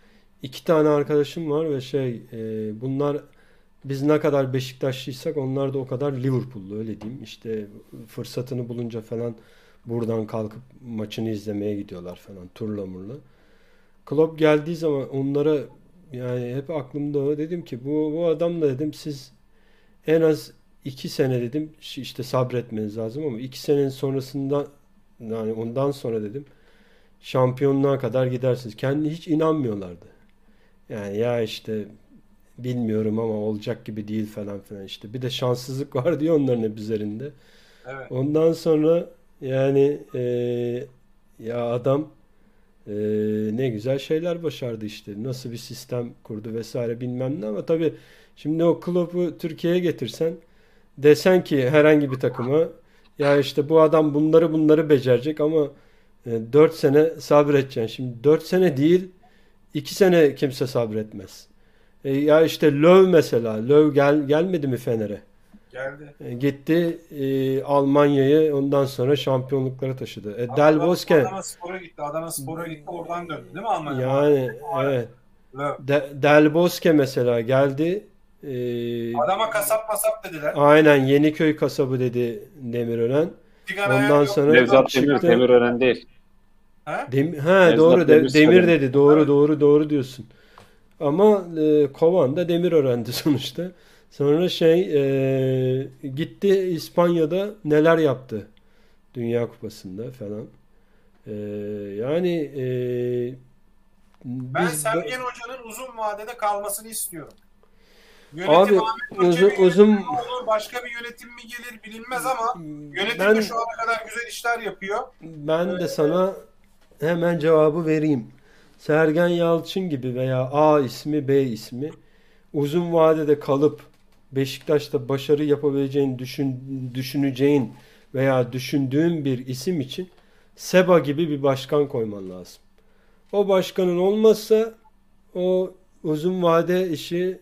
İki tane arkadaşım var ve şey e, bunlar biz ne kadar Beşiktaşlıysak onlar da o kadar Liverpool'lu öyle diyeyim. İşte fırsatını bulunca falan buradan kalkıp maçını izlemeye gidiyorlar falan turla murla. Klopp geldiği zaman onlara yani hep aklımda o dedim ki bu bu adamla dedim siz en az iki sene dedim işte sabretmeniz lazım ama iki senenin sonrasında yani ondan sonra dedim şampiyonluğa kadar gidersiniz. Kendi hiç inanmıyorlardı. Yani ya işte bilmiyorum ama olacak gibi değil falan filan işte. Bir de şanssızlık var diyor onların hep üzerinde. Evet. Ondan sonra yani e, ya adam e, ne güzel şeyler başardı işte. Nasıl bir sistem kurdu vesaire bilmem ne ama tabii şimdi o Klopp'u Türkiye'ye getirsen desen ki herhangi bir takıma ya işte bu adam bunları bunları becerecek ama e, dört sene sabredeceksin. Şimdi dört sene değil iki sene kimse sabretmez. E, ya işte Löw mesela. Löw gel, gelmedi mi Fener'e? Geldi. E, gitti e, Almanya'yı ondan sonra şampiyonluklara taşıdı. E, Del Adana, Bosque Adana Spor'a gitti. Adana Spor'a gitti. Oradan döndü değil mi Almanya? yani evet. De, Del Bosque mesela geldi. E, Adama kasap masap dediler. aynen Yeniköy kasabı dedi Demirören. Tigana'ya Ondan yok. sonra Nevzat Demir, çıktı. Demirören değil. Ha? Dem ha Nevzat doğru de- Demir Demir söyledi. dedi. Doğru Evet. doğru doğru diyorsun. Ama e, kovan da Demir öğrendi sonuçta. Sonra şey e, gitti İspanya'da neler yaptı Dünya Kupası'nda falan. E, yani e, Ben biz Sergen Hoca'nın uzun vadede kalmasını istiyorum. abi Yönetim Ahmet Koç'a uzun bir yönetim uzun mi olur, başka bir yönetim mi gelir bilinmez ama yönetim ben de şu ana kadar güzel işler yapıyor. ben de sana hemen cevabı vereyim. Sergen Yalçın gibi veya A ismi B ismi uzun vadede kalıp Beşiktaş'ta başarı yapabileceğini düşün, düşüneceğin veya düşündüğün bir isim için Seba gibi bir başkan koyman lazım. O başkanın olmazsa o uzun vade işi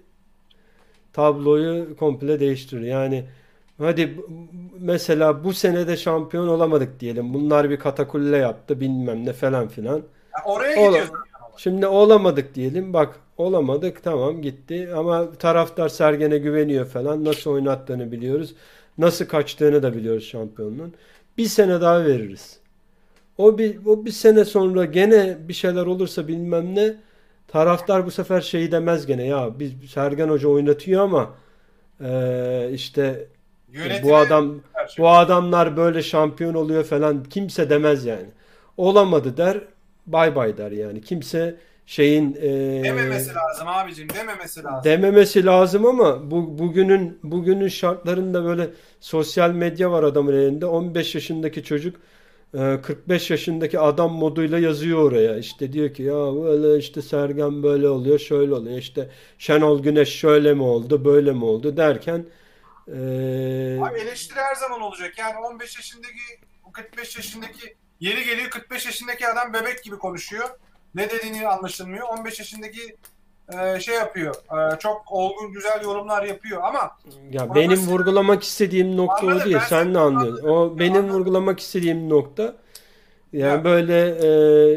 tabloyu komple değiştirir. Yani hadi b- mesela bu senede şampiyon olamadık diyelim. Bunlar bir katakulle yaptı bilmem ne falan filan. Ya oraya Ola- gidiyoruz. Şimdi olamadık diyelim. Bak olamadık tamam gitti ama taraftar Sergen'e güveniyor falan. Nasıl oynattığını biliyoruz. Nasıl kaçtığını da biliyoruz şampiyonluğun. Bir sene daha veririz. O bir, o bir sene sonra gene bir şeyler olursa bilmem ne taraftar bu sefer şey demez gene ya biz Sergen Hoca oynatıyor ama eee, işte bu Yönetime adam gerçekten. Bu adamlar böyle şampiyon oluyor falan kimse demez yani. Olamadı der, bay bay der yani. Kimse şeyin e, Dememesi lazım abicim, dememesi lazım. dememesi lazım ama bu bugünün bugünün şartlarında böyle sosyal medya var adamın elinde. on beş yaşındaki çocuk e, kırk beş yaşındaki adam moduyla yazıyor oraya. İşte diyor ki ya böyle işte Sergen böyle oluyor, şöyle oluyor. İşte Şenol Güneş şöyle mi oldu, böyle mi oldu derken e, Abi eleştiri her zaman olacak. Yani on beş yaşındaki, kırk beş yaşındaki, yeri geliyor kırk beş yaşındaki adam bebek gibi konuşuyor. Ne dediğini anlaşılmıyor. on beş yaşındaki e, şey yapıyor. E, çok olgun, güzel yorumlar yapıyor ama ya Ama benim mesela- vurgulamak istediğim nokta o Anladım, değil. ben Sen seni ne anlıyorsun? O anladım. benim Anladım. vurgulamak istediğim nokta yani Ya. böyle e,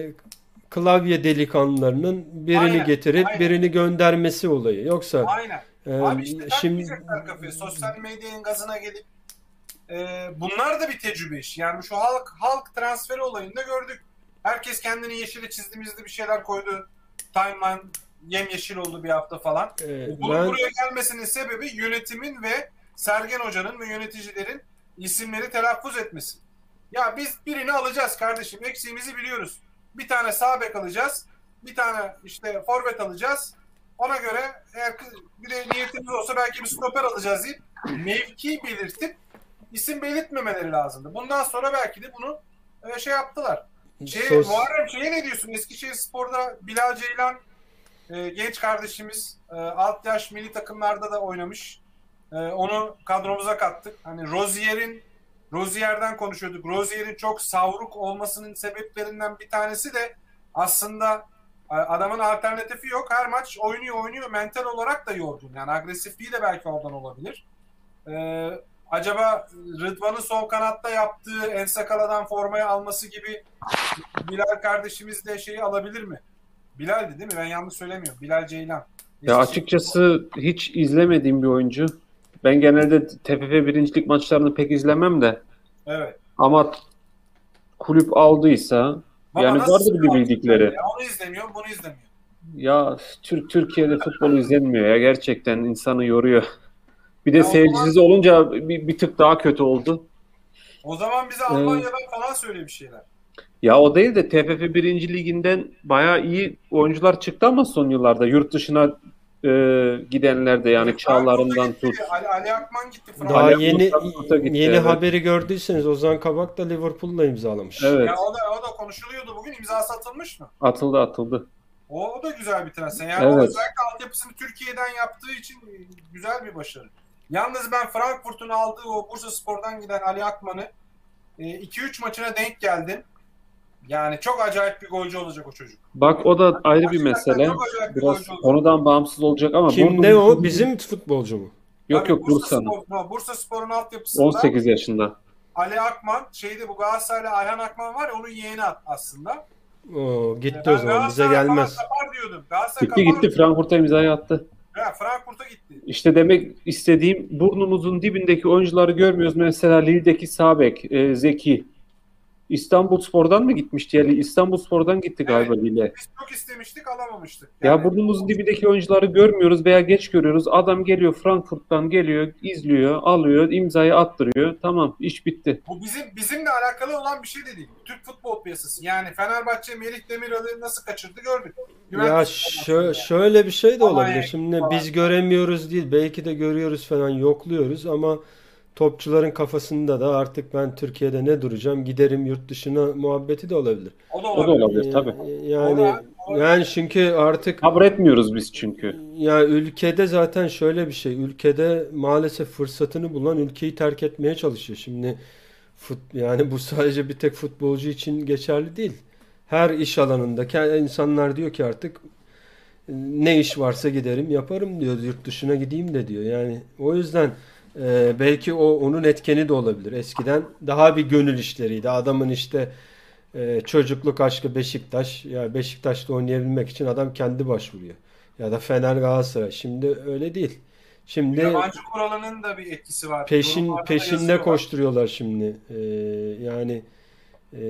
klavye delikanlılarının birini Aynen, getirip aynen. birini göndermesi olayı. Yoksa aynen. e, Abi işte şimdi takmayacaklar kafaya. Sosyal medyanın gazına gelip e, bunlar da bir tecrübe işi. Yani şu halk halk transferi olayında gördük. Herkes kendini yeşile çizdiğimizde bir şeyler koydu. Timeline yemyeşil oldu bir hafta falan. e, Bunun ben buraya gelmesinin sebebi yönetimin ve Sergen Hoca'nın ve yöneticilerin isimleri telaffuz etmesi. Ya biz birini alacağız kardeşim. Eksiğimizi biliyoruz. Bir tane sağ bek alacağız. Bir tane işte forvet alacağız. Ona göre eğer bir de niyetimiz olsa belki bir stoper alacağız deyip mevki belirtip isim belirtmemeleri lazımdı. Bundan sonra belki de bunu e, şey yaptılar. Şey, sos- Muharrem şeye ne diyorsun? Eskişehirspor'da Bilal Ceylan e, genç kardeşimiz e, alt yaş milli takımlarda da oynamış. E, onu kadromuza kattık. Hani Rozier'in Rozier'den konuşuyorduk. Rozier'in çok savruk olmasının sebeplerinden bir tanesi de aslında e, adamın alternatifi yok. Her maç oynuyor oynuyor. Mental olarak da yorgun. Yani agresifliği de belki oradan olabilir. E, acaba Rıdvan'ın sol kanatta yaptığı En Sakala'dan formayı alması gibi Bilal kardeşimiz de şeyi alabilir mi? Bilal'di değil mi? Ben yanlış söylemiyorum. Bilal Ceylan. Ya açıkçası hiç izlemediğim bir oyuncu. Ben genelde T F F birincilik maçlarını pek izlemem de. Evet. Ama kulüp aldıysa Baba yani nasıl vardır bir sıkıyor bildikleri. ya? Onu izlemiyor, bunu izlemiyor. Ya Türk Türkiye'de futbol izlenmiyor ya, gerçekten insanı yoruyor. Bir de Ya o seyircisiz olunca bir, bir tık daha kötü oldu. O zaman bize Almanya'dan falan söyle bir şeyler. Ya o değil de T F F birinci liginden bayağı iyi oyuncular çıktı ama son yıllarda yurt dışına e, gidenler de yani Çağlar'ından Frankfurt'a tut. gitti, Ali, Ali Akman gitti daha Frankfurt'a. Ali yeni Frankfurt'a gitti, yeni evet. haberi gördüyseniz Ozan Kabak da Liverpool'la imzalamış. Evet, Ya o da, o da konuşuluyordu bugün. İmzası atılmış mı? atıldı atıldı. O, o da güzel bir transfer. Yani o Evet. özellikle altyapısını Türkiye'den yaptığı için güzel bir başarı. Yalnız ben Frankfurt'un aldığı o Bursaspor'dan giden Ali Akman'ı iki üç maçına denk geldim. Yani çok acayip bir golcü olacak o çocuk. Bak o da ayrı bir Gerçekten mesele. çok acayip bir Biraz golcü olacak. konudan bağımsız olacak ama Kim Bursa- ne o? Bizim futbolcu mu? Yok Tabii yok Bursa'nın. Bursaspor, Bursaspor'un altyapısında on sekiz yaşında. Ali Akman, şeyde bu Galatasaray'la Ayhan Akman var ya onun yeğeni aslında. Oo, gitti Ben o zaman bize Galatasaray gelmez. falan kapar diyordum. Galatasaray Gitti kapar gitti Frankfurt'a imzayı attı. Ya, Frankfurt'a gitti. İşte demek istediğim burnumuzun dibindeki oyuncuları görmüyoruz. Mesela Lille'deki sağ bek e, Zeki. İstanbulspor'dan mı gitmişti? Yani İstanbulspor'dan gitti galiba Lille. Biz çok istemiştik alamamıştık. Ya burnumuzun dibindeki oyuncuları görmüyoruz veya geç görüyoruz. Adam geliyor Frankfurt'tan geliyor, izliyor, alıyor, imzayı attırıyor. Tamam, iş bitti. Bu bizim bizimle alakalı olan bir şey de değil. Türk futbol piyasası. Yani Fenerbahçe Melih Demirel'i nasıl kaçırdı gördük. Ya Juventus şö- yani. şöyle bir şey de Almanya'ya olabilir. Şimdi falan. biz göremiyoruz değil, belki de görüyoruz falan, yokluyoruz ama topçuların kafasında da artık ben Türkiye'de ne duracağım, giderim yurt dışına muhabbeti de olabilir. O da O da olabilir. olabilir tabii. Ee, Yani Doğru, doğru. yani çünkü artık Sabretmiyoruz biz çünkü. ya ülkede zaten şöyle bir şey, ülkede maalesef fırsatını bulan ülkeyi terk etmeye çalışıyor. Şimdi fut, yani bu sadece bir tek futbolcu için geçerli değil. Her iş alanında ke- insanlar diyor ki artık ne iş varsa giderim yaparım diyor, yurt dışına gideyim de diyor. Yani o yüzden e, belki o onun etkeni de olabilir. Eskiden daha bir gönül işleriydi. Adamın işte e, çocukluk aşkı Beşiktaş. Ya Beşiktaş'ta oynayabilmek için adam kendi başvuruyor. Ya da Fener Galatasaray. Şimdi öyle değil. Şimdi Yabancı kuralının da bir etkisi var. peşin Yorumlarda da peşinde yazıyorlar. koşturuyorlar şimdi. E, yani e,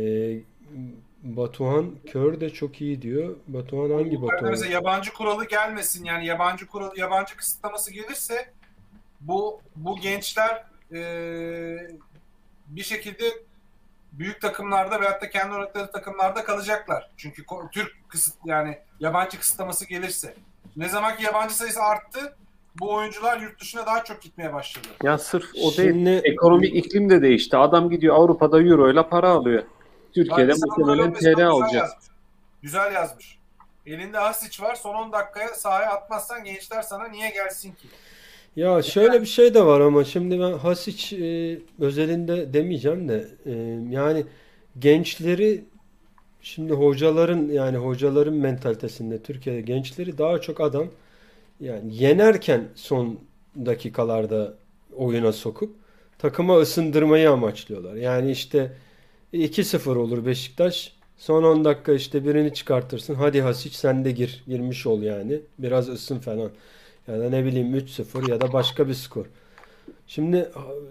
Batuhan Kör de çok iyi diyor. Batuhan hangi Yukarıda Batuhan? mesela yabancı kuralı gelmesin, yani yabancı kuralı, yabancı kısıtlaması gelirse bu bu gençler e, bir şekilde büyük takımlarda veyahut da kendi oynadıkları takımlarda kalacaklar. Çünkü Türk kısıt yani yabancı kısıtlaması gelirse. Ne zaman ki yabancı sayısı arttı, bu oyuncular yurt dışına daha çok gitmeye başladı. Ya sırf o Şimdi- değil. Ekonomik iklim de değişti. Adam gidiyor Avrupa'da euro ile para alıyor. Türkiye'de Bak, muhtemelen Lopez T L güzel alacak. yazmış. Güzel yazmış. Elinde Hasic var. Son on dakikaya sahaya atmazsan gençler sana niye gelsin ki? Ya şöyle bir şey de var ama şimdi ben Hasic e, özelinde demeyeceğim de e, yani gençleri şimdi hocaların yani hocaların mentalitesinde Türkiye'de gençleri daha çok adam yani yenerken son dakikalarda oyuna sokup takıma ısındırmayı amaçlıyorlar. Yani işte iki sıfır olur Beşiktaş. Son on dakika işte birini çıkartırsın. Hadi Hasic sen de gir. Girmiş ol yani. Biraz ısın falan. Ya da ne bileyim üç sıfır ya da başka bir skor. Şimdi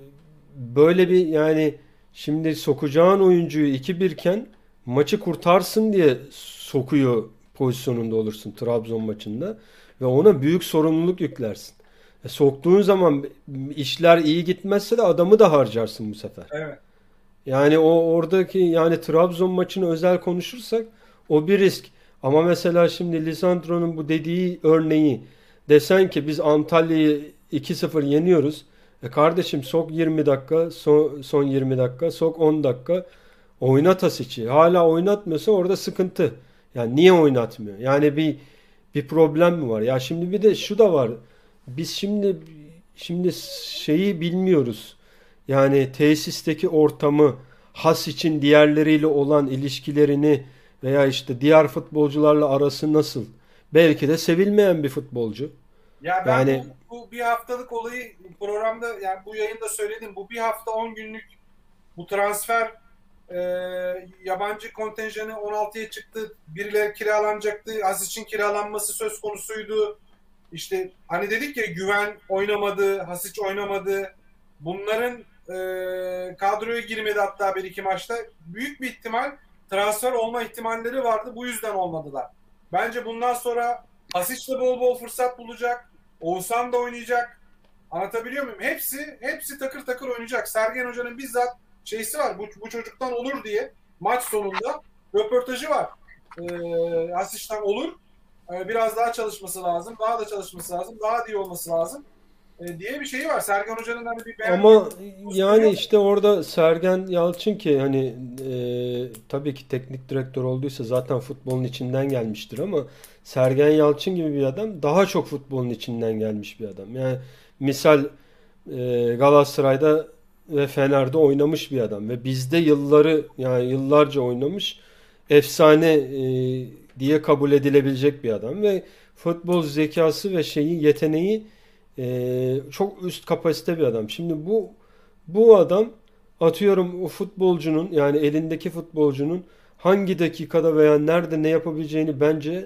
böyle bir yani şimdi sokacağın oyuncuyu iki bir iken maçı kurtarsın diye sokuyor pozisyonunda olursun Trabzon maçında ve ona büyük sorumluluk yüklersin. E, soktuğun zaman işler iyi gitmezse de adamı da harcarsın bu sefer. Evet. Yani o oradaki yani Trabzon maçını özel konuşursak o bir risk. Ama mesela şimdi Lisandro'nun bu dediği örneği desen ki biz Antalya'yı iki sıfır yeniyoruz. E kardeşim sok yirmi dakika, son, son yirmi dakika, sok on dakika oynat Hasic'i. Hala oynatmıyorsa orada sıkıntı. Yani niye oynatmıyor? Yani bir bir problem mi var? Ya şimdi bir de şu da var. Biz şimdi şimdi şeyi bilmiyoruz. Yani tesisteki ortamı, Has için diğerleriyle olan ilişkilerini veya işte diğer futbolcularla arası nasıl? Belki de sevilmeyen bir futbolcu. Ya ben Yani bu, bu bir haftalık olayı programda yani bu yayında söyledim. Bu bir hafta on günlük bu transfer e, yabancı kontenjanı on altıya çıktı. Birileri kiralanacaktı. Hasic'in kiralanması söz konusuydu. İşte hani dedik ya Güven oynamadı, Hasic oynamadı. Bunların e, kadroya girmedi hatta bir iki maçta. Büyük bir ihtimal transfer olma ihtimalleri vardı. Bu yüzden olmadılar. Bence bundan sonra Hasic de bol bol fırsat bulacak. Oğuzhan da oynayacak. Anlatabiliyor muyum? Hepsi hepsi takır takır oynayacak. Sergen Hoca'nın bizzat şeysi var. Bu, bu çocuktan olur diye maç sonunda röportajı var. Ee, Hasic'ten olur. Ee, biraz daha çalışması lazım. Daha da çalışması lazım. Daha iyi olması lazım. Ee, diye bir şeyi var. Sergen Hoca'nın hani bir beğen ama yani işte orada Sergen Yalçın ki hani e, tabii ki teknik direktör olduysa zaten futbolun içinden gelmiştir ama Sergen Yalçın gibi bir adam daha çok futbolun içinden gelmiş bir adam. Yani misal e, Galatasaray'da ve Fener'de oynamış bir adam ve bizde yılları yani yıllarca oynamış efsane e, diye kabul edilebilecek bir adam ve futbol zekası ve şeyi yeteneği e, çok üst kapasite bir adam. Şimdi bu bu adam atıyorum o futbolcunun yani elindeki futbolcunun hangi dakikada veya nerede ne yapabileceğini bence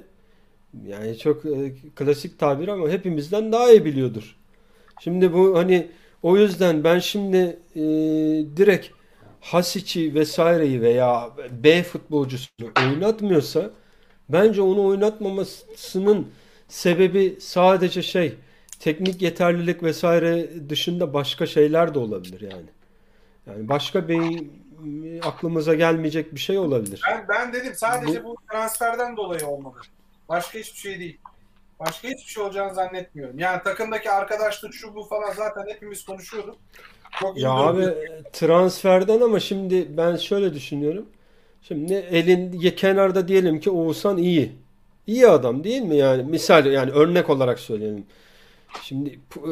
yani çok e, klasik tabir ama hepimizden daha iyi biliyordur. Şimdi bu hani o yüzden ben şimdi e, direkt Hasic'i vesaireyi veya B futbolcusunu oynatmıyorsa bence onu oynatmamasının sebebi sadece şey teknik yeterlilik vesaire dışında başka şeyler de olabilir yani. Yani başka bir aklımıza gelmeyecek bir şey olabilir. Ben, ben dedim sadece Bu- bu transferden dolayı olmadı. Başka hiçbir şey değil. Başka hiçbir şey olacağını zannetmiyorum. Yani takımdaki arkadaşlık şu bu falan zaten hepimiz konuşuyorduk. Çok iyi Ya abi durumda. transferden ama şimdi ben şöyle düşünüyorum. Şimdi elin ya kenarda diyelim ki Oğuzhan iyi. İyi adam değil mi yani? Misal yani örnek olarak söyleyelim. Şimdi e,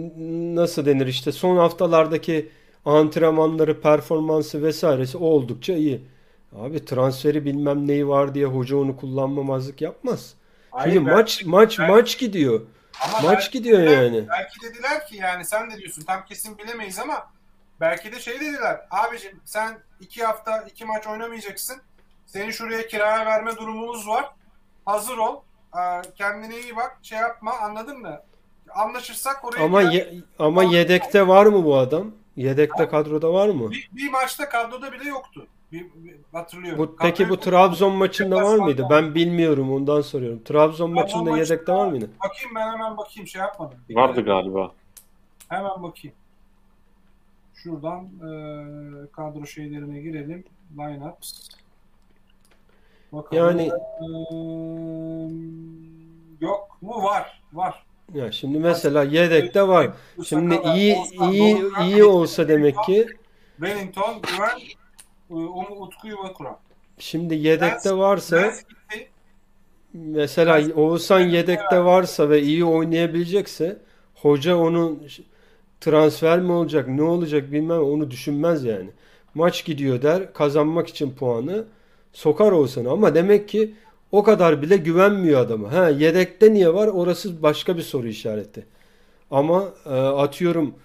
nasıl denir işte son haftalardaki antrenmanları, performansı vesairesi oldukça iyi. Abi transferi bilmem neyi var diye hoca onu kullanmamazlık yapmaz. Hayır, Çünkü ben- maç maç ben- maç gidiyor. Ama Maç belki gidiyor dediler- yani. Belki dediler ki yani sen de diyorsun tam kesin bilemeyiz ama belki de şey dediler. Abicim sen iki hafta iki maç oynamayacaksın. Seni şuraya kiraya verme durumumuz var. Hazır ol. Ee, Kendine iyi bak. Şey yapma anladın mı? Anlaşırsak oraya Ama gel. ye- ama yedekte var mı bu adam? Yedekte kadroda var mı? bir, bir maçta kadroda bile yoktu. Bir, bir- hatırlıyorum. Bu peki bu Kadroyu- Trabzon maçında var mıydı? Deplasmanda. Ben bilmiyorum ondan soruyorum. Trabzon maçında maçında- yedekte var mıydı? Bakayım ben hemen bakayım şey yapmadım. Vardı galiba. Hemen bakayım. Şuradan e, kadro şeylerine girelim. Lineups. Bakalım. Yani Ee, yok mu? Var. Var. ya şimdi mesela yedekte var. Şimdi Sakala, iyi Oğuzhan, iyi Dorukhan, iyi olsa demek ki Wellington, Güven, Umut Utku Yuvakuran. şimdi Lens, yedekte varsa Lens gitti. mesela Lens Oğuzhan gitti. yedekte varsa ve iyi oynayabilecekse hoca onun transfer mi olacak ne olacak bilmem onu düşünmez yani. Maç gidiyor der kazanmak için puanı sokar Oğuzhan'ı ama demek ki o kadar bile güvenmiyor adama. Ha yedekte niye var orası başka bir soru işareti. Ama e, atıyorum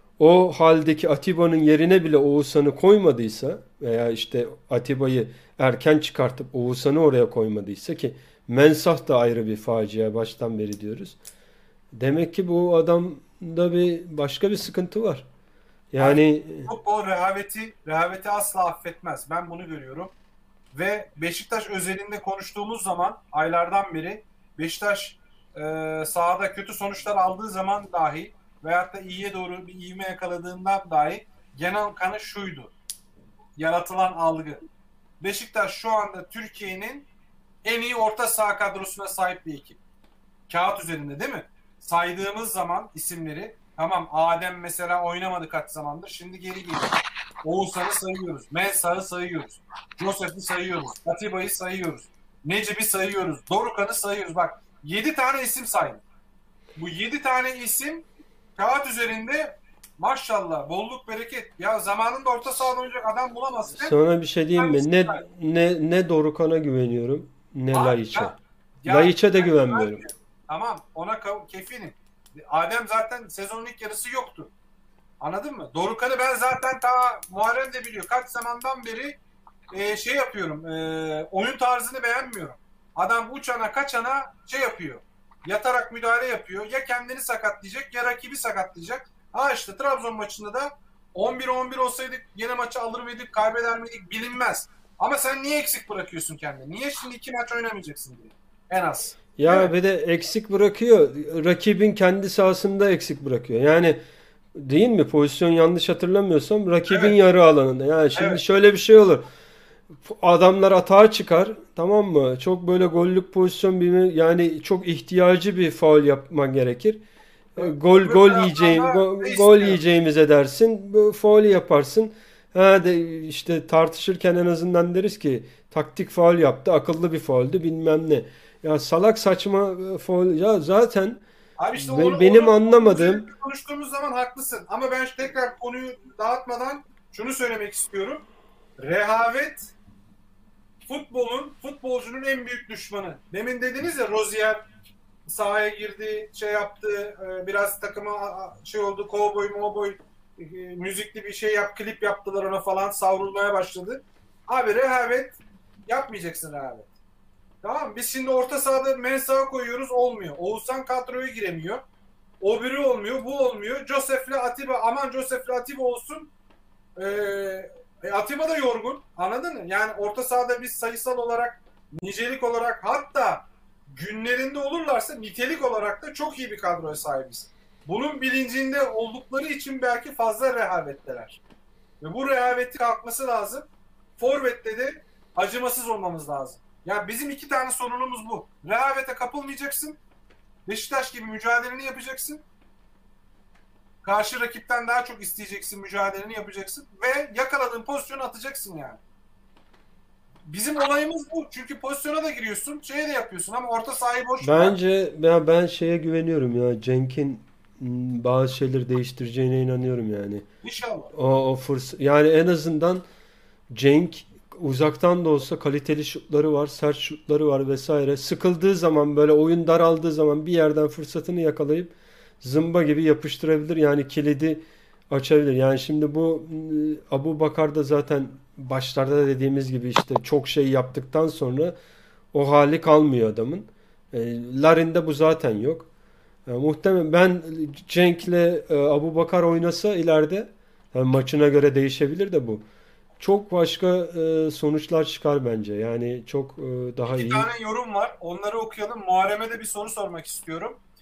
o haldeki Atiba'nın yerine bile Oğuzhan'ı koymadıysa veya işte Atiba'yı erken çıkartıp Oğuzhan'ı oraya koymadıysa ki Mensah da ayrı bir facia baştan beri diyoruz. Demek ki bu adamda bir başka bir sıkıntı var. Yani Futbol rehaveti, rehaveti asla affetmez. Ben bunu görüyorum. Ve Beşiktaş özelinde konuştuğumuz zaman aylardan beri Beşiktaş e, sahada kötü sonuçlar aldığı zaman dahi veyahut da iyiye doğru bir ivme yakaladığından dahi genel kanı şuydu. Yaratılan algı. Beşiktaş şu anda Türkiye'nin en iyi orta saha kadrosuna sahip bir ekip. Kağıt üzerinde değil mi? Saydığımız zaman isimleri tamam Adem mesela oynamadı kaç zamandır. Şimdi geri geliyor. Oğuzhan'ı sayıyoruz. Mensah'ı sayıyoruz. Josef'i sayıyoruz. Atiba'yı sayıyoruz. Necip'i sayıyoruz. Dorukhan'ı sayıyoruz. Bak yedi tane isim saydım. Bu yedi tane isim kağıt üzerinde maşallah bolluk bereket. Ya zamanında orta sahada oynayacak adam bulamazsın. sana bir şey diyeyim mi? Ne ne ne Dorukhan'a güveniyorum ne Abi, Laiç'e. ya- ya Laiç'e de ben güvenmiyorum. güvenmiyorum. Tamam ona ka- kefilim. Adem zaten sezonun ilk yarısı yoktu. Anladın mı? Dorukhan'ı ben zaten ta Muharrem de biliyor. Kaç zamandan beri e, şey yapıyorum. E, oyun tarzını beğenmiyorum. Adam uçana kaçana şey yapıyor. Yatarak müdahale yapıyor. Ya kendini sakatlayacak ya rakibi sakatlayacak. Ha işte Trabzon maçında da on bir on bir olsaydık yine maçı alır mıydık kaybeder miydik bilinmez. Ama sen niye eksik bırakıyorsun kendini? Niye şimdi iki maç oynamayacaksın diye? En az. Ya Evet. bir de eksik bırakıyor. Rakibin kendi sahasında eksik bırakıyor. Yani değil mi? Pozisyon yanlış hatırlamıyorsam rakibin Evet. yarı alanında. Yani şimdi Evet. şöyle bir şey olur. Adamlar atağa çıkar. Tamam mı? Çok böyle gollük pozisyon bilme yani çok ihtiyacı bir faul yapman gerekir. E, Gol Öbür gol taraftan yiyeceğim da go- ne gol istiyor? yiyeceğimize dersin. Bu faulü yaparsın. Ha de işte tartışırken en azından deriz ki taktik faul yaptı, akıllı bir fauldü bilmem ne. Ya salak saçma e, faul ya zaten Abi işte be- onu, benim onu anlamadığım konuştuğumuz zaman haklısın. Ama ben tekrar konuyu dağıtmadan şunu söylemek istiyorum. Rehavet futbolun, futbolcunun en büyük düşmanı. Demin dediniz ya Rozier sahaya girdi, şey yaptı, e, biraz takıma a- şey oldu, kovboy movboy e, müzikli bir şey yap, klip yaptılar ona falan savrulmaya başladı. Abi rehavet yapmayacaksın rehavet. Tamam mı? Biz şimdi orta sahada Mensah'ı koyuyoruz olmuyor. Oğuzhan kadroya giremiyor. O biri olmuyor, bu olmuyor. Josef'le Atiba, aman Josef'le Atiba olsun. Ee, e, Atiba da yorgun. Anladın mı? Yani orta sahada biz sayısal olarak, nicelik olarak hatta günlerinde olurlarsa nitelik olarak da çok iyi bir kadroya sahibiz. Bunun bilincinde oldukları için belki fazla rehavetteler. Ve bu rehavetin kalkması lazım. Forvet'te de acımasız olmamız lazım. Ya bizim iki tane sorunumuz bu. Rehavete kapılmayacaksın. Beşiktaş gibi mücadeleni yapacaksın. Karşı rakipten daha çok isteyeceksin, mücadeleni yapacaksın. Ve yakaladığın pozisyonu atacaksın yani. Bizim olayımız bu. Çünkü pozisyona da giriyorsun, şeye de yapıyorsun ama orta sahayı boş ver. bence ben, ben şeye güveniyorum ya Cenk'in m, bazı şeyleri değiştireceğine inanıyorum yani. İnşallah. O, o fırsat yani en azından Cenk uzaktan da olsa kaliteli şutları var, sert şutları var vesaire. Sıkıldığı zaman böyle oyun daraldığı zaman bir yerden fırsatını yakalayıp zımba gibi yapıştırabilir. Yani kilidi açabilir. Yani şimdi bu e, Abu Bakar da zaten başlarda da dediğimiz gibi işte çok şey yaptıktan sonra o hali kalmıyor adamın. E, Larin'de bu zaten yok. E, muhtemelen ben Cenk'le e, Abu Bakar oynasa ileride yani maçına göre değişebilir de bu. Çok başka e, sonuçlar çıkar bence. Yani çok e, daha İki iyi. tane yorum var. Onları okuyalım. Muharrem'e de bir soru sormak istiyorum.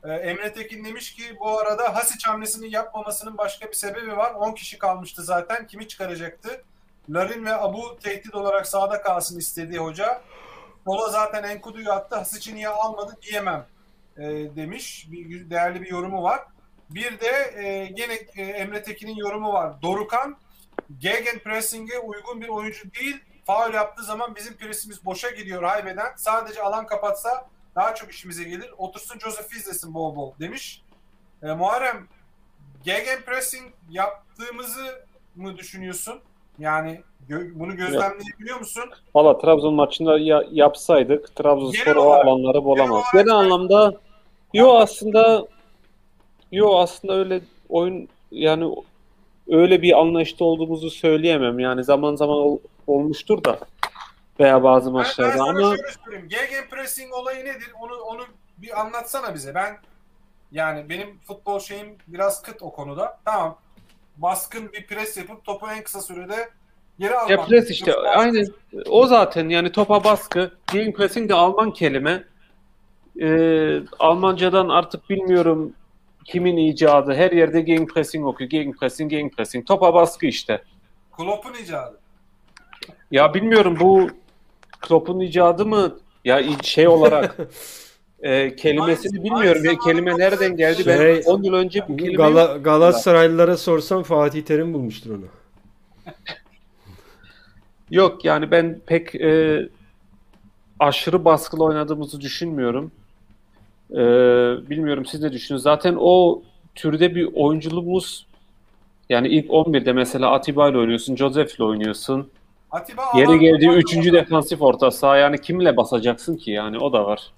Ee, Emre Tekin demiş ki bu arada Hasic hamlesini yapmamasının başka bir sebebi var. on kişi kalmıştı zaten. Kimi çıkaracaktı? Larin ve Abu tehdit olarak sahada kalsın istediği hoca. Sola zaten Enkudu'yu attı. Hasic'i niye almadı diyemem e, demiş. Bir, değerli bir yorumu var. Bir de e, gene e, Emre Tekin'in yorumu var. Dorukhan Gegenpressing'e uygun bir oyuncu değil. Faul yaptığı zaman bizim presimiz boşa gidiyor haybeden. Sadece alan kapatsa daha çok işimize gelir. Otursun Joseph izlesin bol bol demiş. E, Muharrem, Gegenpressing yaptığımızı mı düşünüyorsun? Yani gö- bunu gözlemleyebiliyor musun? Valla Trabzon maçında ya, yapsaydık Trabzonspor Genel o olarak- alanları bulamaz. genel Genel olarak- anlamda yo aslında yo aslında öyle oyun yani öyle bir anlayışta olduğumuzu söyleyemem. Yani zaman zaman ol- olmuştur da veya bazı Ben, ben maçlarda sana ama şöyle söyleyeyim. Gegenpressing olayı nedir? Onu onu bir anlatsana bize. Ben yani benim futbol şeyim biraz kıt o konuda. Tamam. Baskın bir pres yapıp topu en kısa sürede geri almak. ya pres işte aynen o zaten yani topa baskı. Gegenpressing de Alman kelime. Ee, Almancadan artık bilmiyorum kimin icadı. Her yerde gegenpressing okuyor. Gegenpressing, gegenpressing. Topa baskı işte. Klopp'un icadı. Ya bilmiyorum bu Klopp'un icadı mı? Ya şey olarak e, kelimesini Aynı- bilmiyorum. aynı Ya kelime zamanda nereden geldi? Şey- Ben on yıl önce bu kelime Gala, Galatasaraylılara sorsam Fatih Terim bulmuştur onu. yok. Yani ben pek e, aşırı baskılı oynadığımızı düşünmüyorum. E, bilmiyorum siz ne düşünüyorsunuz? Zaten o türde bir oyunculuğumuz yani ilk on birde mesela Atiba ile oynuyorsun, Joseph ile oynuyorsun. Atiba Yeri alan- geldiği alan- üçüncü defansif orta saha yani kimle basacaksın ki yani o da var.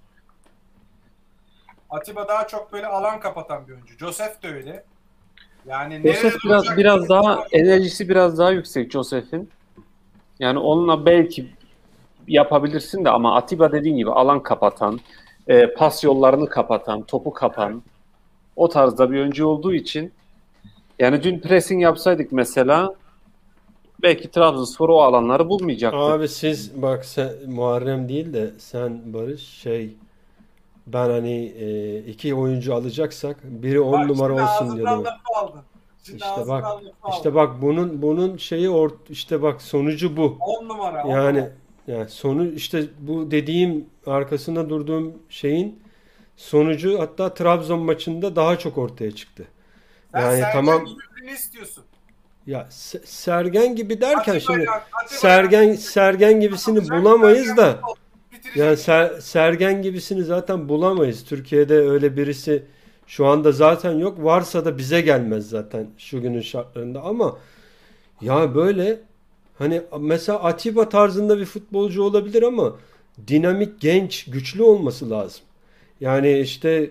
Atiba daha çok böyle alan kapatan bir oyuncu. Joseph de öyle. Yani Joseph nerede biraz duracak- biraz daha enerjisi biraz daha yüksek Joseph'in. Yani onunla belki yapabilirsin de ama Atiba dediğin gibi alan kapatan, e, pas yollarını kapatan, topu kapan o tarzda bir oyuncu olduğu için yani dün pressing yapsaydık mesela belki Trabzonspor o alanları bulmayacaktı. Abi siz bak sen Muharrem değil de sen Barış şey ben hani e, iki oyuncu alacaksak biri on Bak, numara şimdi olsun ağzından diyordum. lafı aldın. Şimdi İşte ağzından bak lafı aldın. işte bak bunun bunun şeyi or işte bak sonucu bu. on numara. on Yani numara. yani sonu işte bu dediğim arkasında durduğum şeyin sonucu hatta Trabzon maçında daha çok ortaya çıktı. Sen Yani Sergen tamam gibi birini istiyorsun. ya Se- Sergen gibi derken Atiba şimdi ile- Atiba Sergen ile- Sergen gibisini Atacak, bulamayız da bitirecek. yani Ser- Sergen gibisini zaten bulamayız. Türkiye'de öyle birisi şu anda zaten yok. Varsa da bize gelmez zaten şu günün şartlarında ama ya böyle hani mesela Atiba tarzında bir futbolcu olabilir ama dinamik, genç, güçlü olması lazım. Yani işte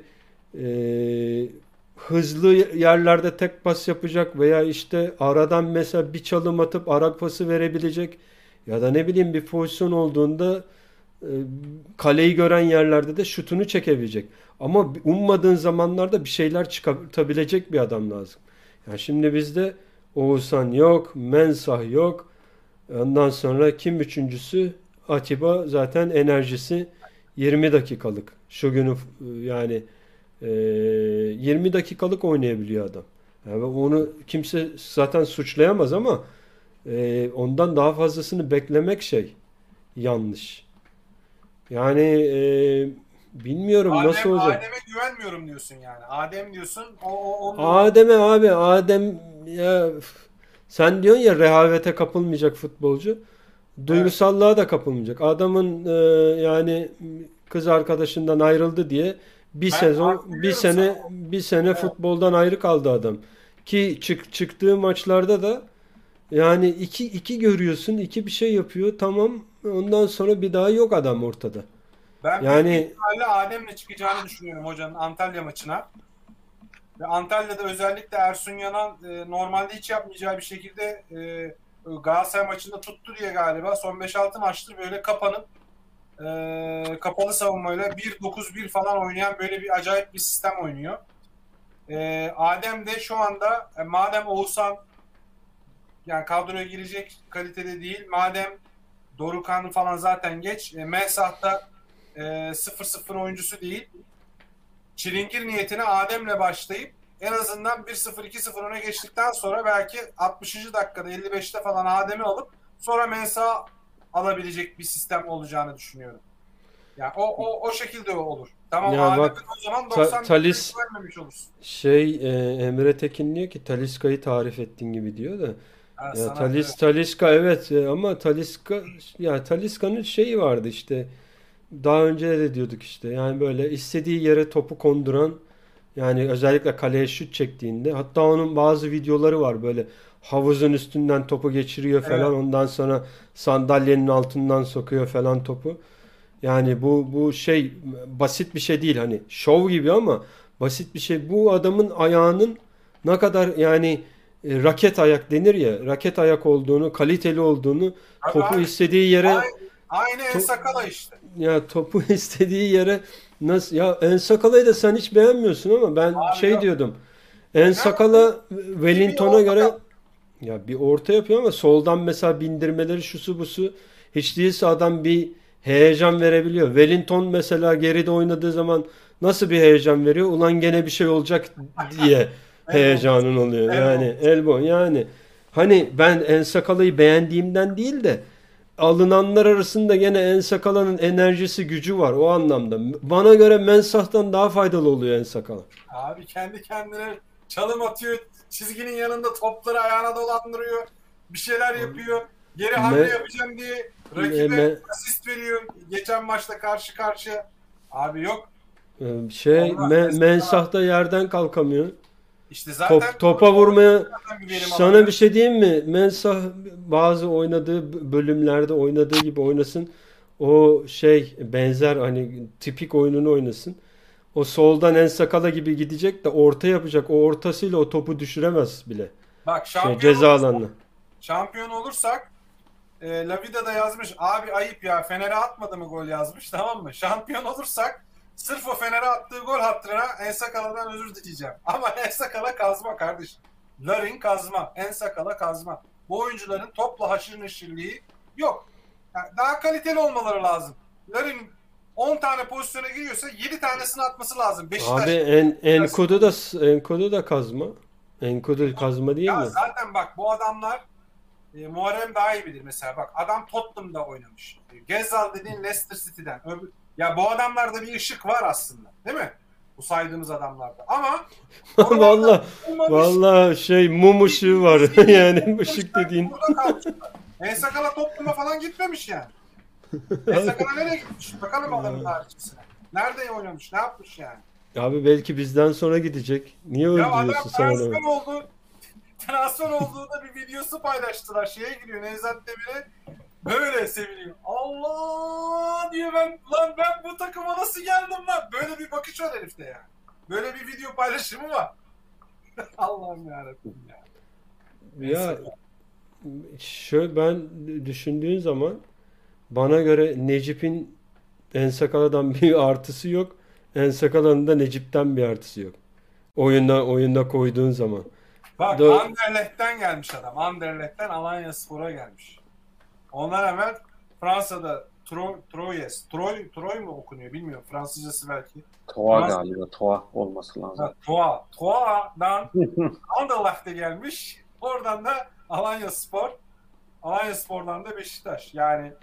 e, hızlı yerlerde tek pas yapacak veya işte aradan mesela bir çalım atıp ara pası verebilecek ya da ne bileyim bir pozisyon olduğunda e, kaleyi gören yerlerde de şutunu çekebilecek. Ama ummadığın zamanlarda bir şeyler çıkartabilecek bir adam lazım. Yani şimdi bizde Oğuzhan yok, Mensah yok. Ondan sonra kim üçüncüsü? Atiba zaten enerjisi yirmi dakikalık. Şu günü yani e, yirmi dakikalık oynayabiliyor adam. Yani onu kimse zaten suçlayamaz ama e, ondan daha fazlasını beklemek şey yanlış. Yani e, bilmiyorum Adem, nasıl olacak. Adem'e güvenmiyorum diyorsun yani. Adem diyorsun. O, o, o Adem'e abi Adem ya üf, sen diyorsun ya rehavete kapılmayacak futbolcu. Duygusallığa da kapılmayacak. Adamın e, yani kız arkadaşından ayrıldı diye bir Ben sezon hak bir veriyorum sene sana. bir sene Evet. futboldan ayrı kaldı adam. Ki çık, çıktığı maçlarda da yani iki iki görüyorsun, iki bir şey yapıyor. Tamam. Ondan sonra bir daha yok adam ortada. Ben Yani- büyük ihtimalle Adem'le çıkacağını düşünüyorum hocanın Antalya maçına. Ve Antalya'da özellikle Ersun Yanal e, normalde hiç yapmayacağı bir şekilde e, Galatasaray maçında tuttu diye galiba son beş altı maçtır böyle kapanıp e, kapalı savunmayla bir dokuz bir falan oynayan böyle bir acayip bir sistem oynuyor. E, Adem de şu anda e, madem Oğuzhan yani kadroya girecek kalitede değil, madem Dorukhan falan zaten geç, e, Mensah da e, sıfır sıfır oyuncusu değil. çilingir niyetine Adem'le başlayıp en azından bir sıfır iki sıfır öne geçtikten sonra belki altmışıncı dakikada elli beşte falan Adem'i alıp sonra Mensah alabilecek bir sistem olacağını düşünüyorum. Yani o o o şekilde olur. Tamam Ya Adem'in bak, o zaman Ta- doksan Talis vermemiş olursun. şey e, Emre Tekin diyor ki Talisca'yı tarif ettin gibi diyor da. Ha, Ya sana Talis evet. Talisca evet e, ama Talisca ya Talisca'nın şeyi vardı işte. Daha önce de diyorduk işte. Yani böyle istediği yere topu konduran, yani özellikle kaleye şut çektiğinde, hatta onun bazı videoları var böyle havuzun üstünden topu geçiriyor falan, Evet. ondan sonra sandalyenin altından sokuyor falan topu. Yani bu bu şey basit bir şey değil, hani şov gibi ama basit bir şey. Bu adamın ayağının ne kadar yani e, raket ayak denir ya, raket ayak olduğunu, kaliteli olduğunu, Tabii topu abi. istediği yere Aynı, aynı En to- Sakala işte. ya topu istediği yere nasıl, ya En Sakala'yı da sen hiç beğenmiyorsun ama ben Abi şey yok. diyordum. En Ya ne Sakala iyi bir Wellington'a orta göre yap. ya bir orta yapıyor ama soldan mesela bindirmeleri şusu busu, hiç değilse adam bir heyecan verebiliyor. Wellington mesela geride oynadığı zaman nasıl bir heyecan veriyor? Ulan gene bir şey olacak diye El bombası. heyecanın oluyor. El Yani bombası. elbow yani. Hani ben En Sakala'yı beğendiğimden değil de alınanlar arasında gene En Sakala'nın enerjisi, gücü var o anlamda. Bana göre Mensah'tan daha faydalı oluyor En Sakala. Abi kendi kendine çalım atıyor. Çizginin yanında topları ayağına dolandırıyor. Bir şeyler yapıyor. Geri hamle Me, yapacağım diye me, rakibe me- asist veriyor. Geçen maçta karşı karşıya. Abi yok. e, şey Olmaz. Me, Mesela Mensah da yerden kalkamıyor. işte Top zaten topa vurmaya, oradan bir verim sana bir alamıyor. şey diyeyim mi? Mensah bazı oynadığı bölümlerde oynadığı gibi oynasın. O şey benzer, hani tipik oyununu oynasın. O soldan En Sakala gibi gidecek de orta yapacak. O ortasıyla o topu düşüremez bile. Bak Şey şampiyon ceza olursak, alanına. şampiyon olursak e, La Vida da yazmış. Abi ayıp ya, Fener'e atmadı mı gol yazmış, tamam mı? Şampiyon olursak sırf o Fener'e attığı gol hatırına Ensakala'dan özür dileyeceğim. Ama Ensakala kazma kardeşim. Larin kazma. Ensakala kazma. Bu oyuncuların topla haşır neşirliği yok. Yani daha kaliteli olmaları lazım. Larin on tane pozisyona giriyorsa yedi tanesini atması lazım. Abi Beşiktaş. en Enkodu da Enkodu da kazma. Enkodu kazma değil Ya mi? zaten bak bu adamlar E, Muharrem daha iyi bilir mesela. Bak adam Tottenham'da oynamış. E, Gezal dediğin Leicester City'den. Öbür, ya bu adamlarda bir ışık var aslında. Değil mi? Bu saydığımız adamlarda. Ama oralarda Valla olmamış. valla şey mum ışığı var. Yani ışık Yapmışlar, dediğin. burada kalmışlar. Ensakala Tottenham'a falan gitmemiş yani. Ensakala nereye gitmiş? Bakalım adamın tarihçisine. Nerede oynamış? Ne yapmış yani? Abi belki bizden sonra gidecek. Niye Ya öyle adam diyorsun sen adamı? transfer oldu. Transfer olduğunda bir videosu paylaştılar. Şeye giriyor, Nevzat Demir'e. Böyle seviniyor. Allah diyor, ben lan ben bu takıma nasıl geldim lan? Böyle bir bakış var herifte yani. Böyle bir video paylaşımı var. Allah'ım yarabbim ya. Ya Neyse. şöyle ben düşündüğün zaman bana göre Necip'in Ensakala'dan bir artısı yok. Ensakala'nın da Necip'ten bir artısı yok. Oyunda oyunda koyduğun zaman. Bak Do Anderlecht'ten gelmiş adam. Anderlecht'ten Alanyaspor'a gelmiş. Ondan evvel Fransa'da Tro Troyes. Troy, Troy mu okunuyor bilmiyorum. Fransızcası belki. Toa Frans galiba. Toa olması lazım. ha, Troyes. Troyes'dan Anderlecht'e gelmiş. Oradan da Alanyaspor. Alanyaspor'dan da Beşiktaş. Yani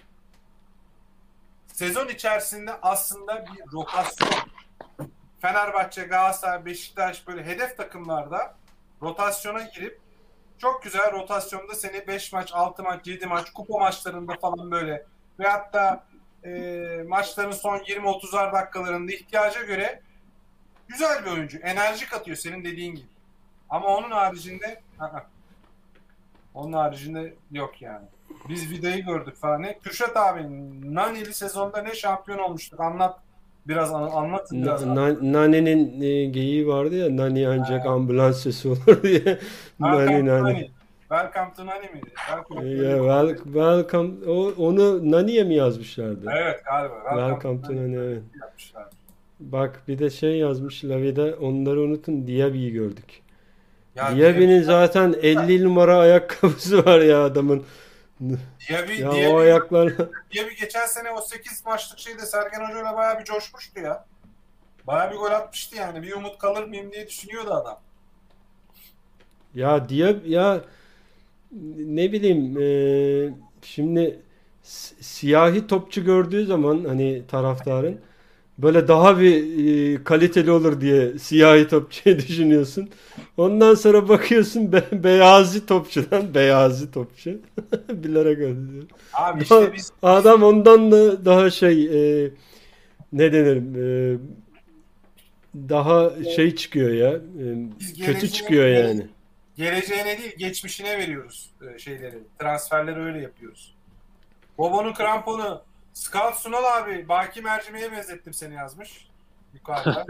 sezon içerisinde aslında bir rotasyon. Fenerbahçe, Galatasaray, Beşiktaş böyle hedef takımlarda rotasyona girip çok güzel rotasyonda seni beş maç, altı maç, yedi maç, kupa maçlarında falan böyle ve hatta e, maçların son yirmi otuzar dakikalarında ihtiyaca göre güzel bir oyuncu. Enerji katıyor senin dediğin gibi. Ama onun haricinde ı-ı. Onun haricinde yok yani. Biz Vida'yı gördük falan. Ne? Kürşat abi Nanili sezonda ne şampiyon olmuştuk? Anlat. Biraz an- anlatın biraz Na- abi. Na- Nani'nin e, geyiği vardı ya, Nani ancak ambulans sesi olur diye. Nani Welcome to Nani. Nani. Welcome to Nani miydi? E, Welcome to Ya Nani. wel- welcome o, onu Nani'ye mi yazmışlardı? Evet galiba. Welcome Welcome to to Nani Nani, evet. yapmışlar. Bak bir de şey yazmış Lavida, onları unutun, Diaby'i gördük. Ya Diaby'nin zaten elli numara ayakkabısı var ya adamın. Diaby, Ya o Diaby, ayaklarla Diaby geçen sene o sekiz maçlık şeyde Sergen Hoca ile bayağı bir coşmuştu ya. Bayağı bir gol atmıştı yani. Bir umut kalır mıyım diye düşünüyordu adam. Ya diye ya ne bileyim e, şimdi si- siyahi topçu gördüğü zaman hani taraftarın böyle daha bir e, kaliteli olur diye siyahi topçuyu düşünüyorsun. Ondan sonra bakıyorsun be, beyazi topçudan beyazi topçu bilerek öyle diyor. Abi Daha- işte biz, biz adam ondan da daha şey e, ne denir e, daha şey çıkıyor ya e, biz kötü geleceğe, çıkıyor yani. geleceğine değil geçmişine veriyoruz e, şeyleri. Transferleri öyle yapıyoruz. Bobo'nun kramponu. Scout Sunal abi. Baki mercimeğe benzettim seni yazmış. Yukarıda.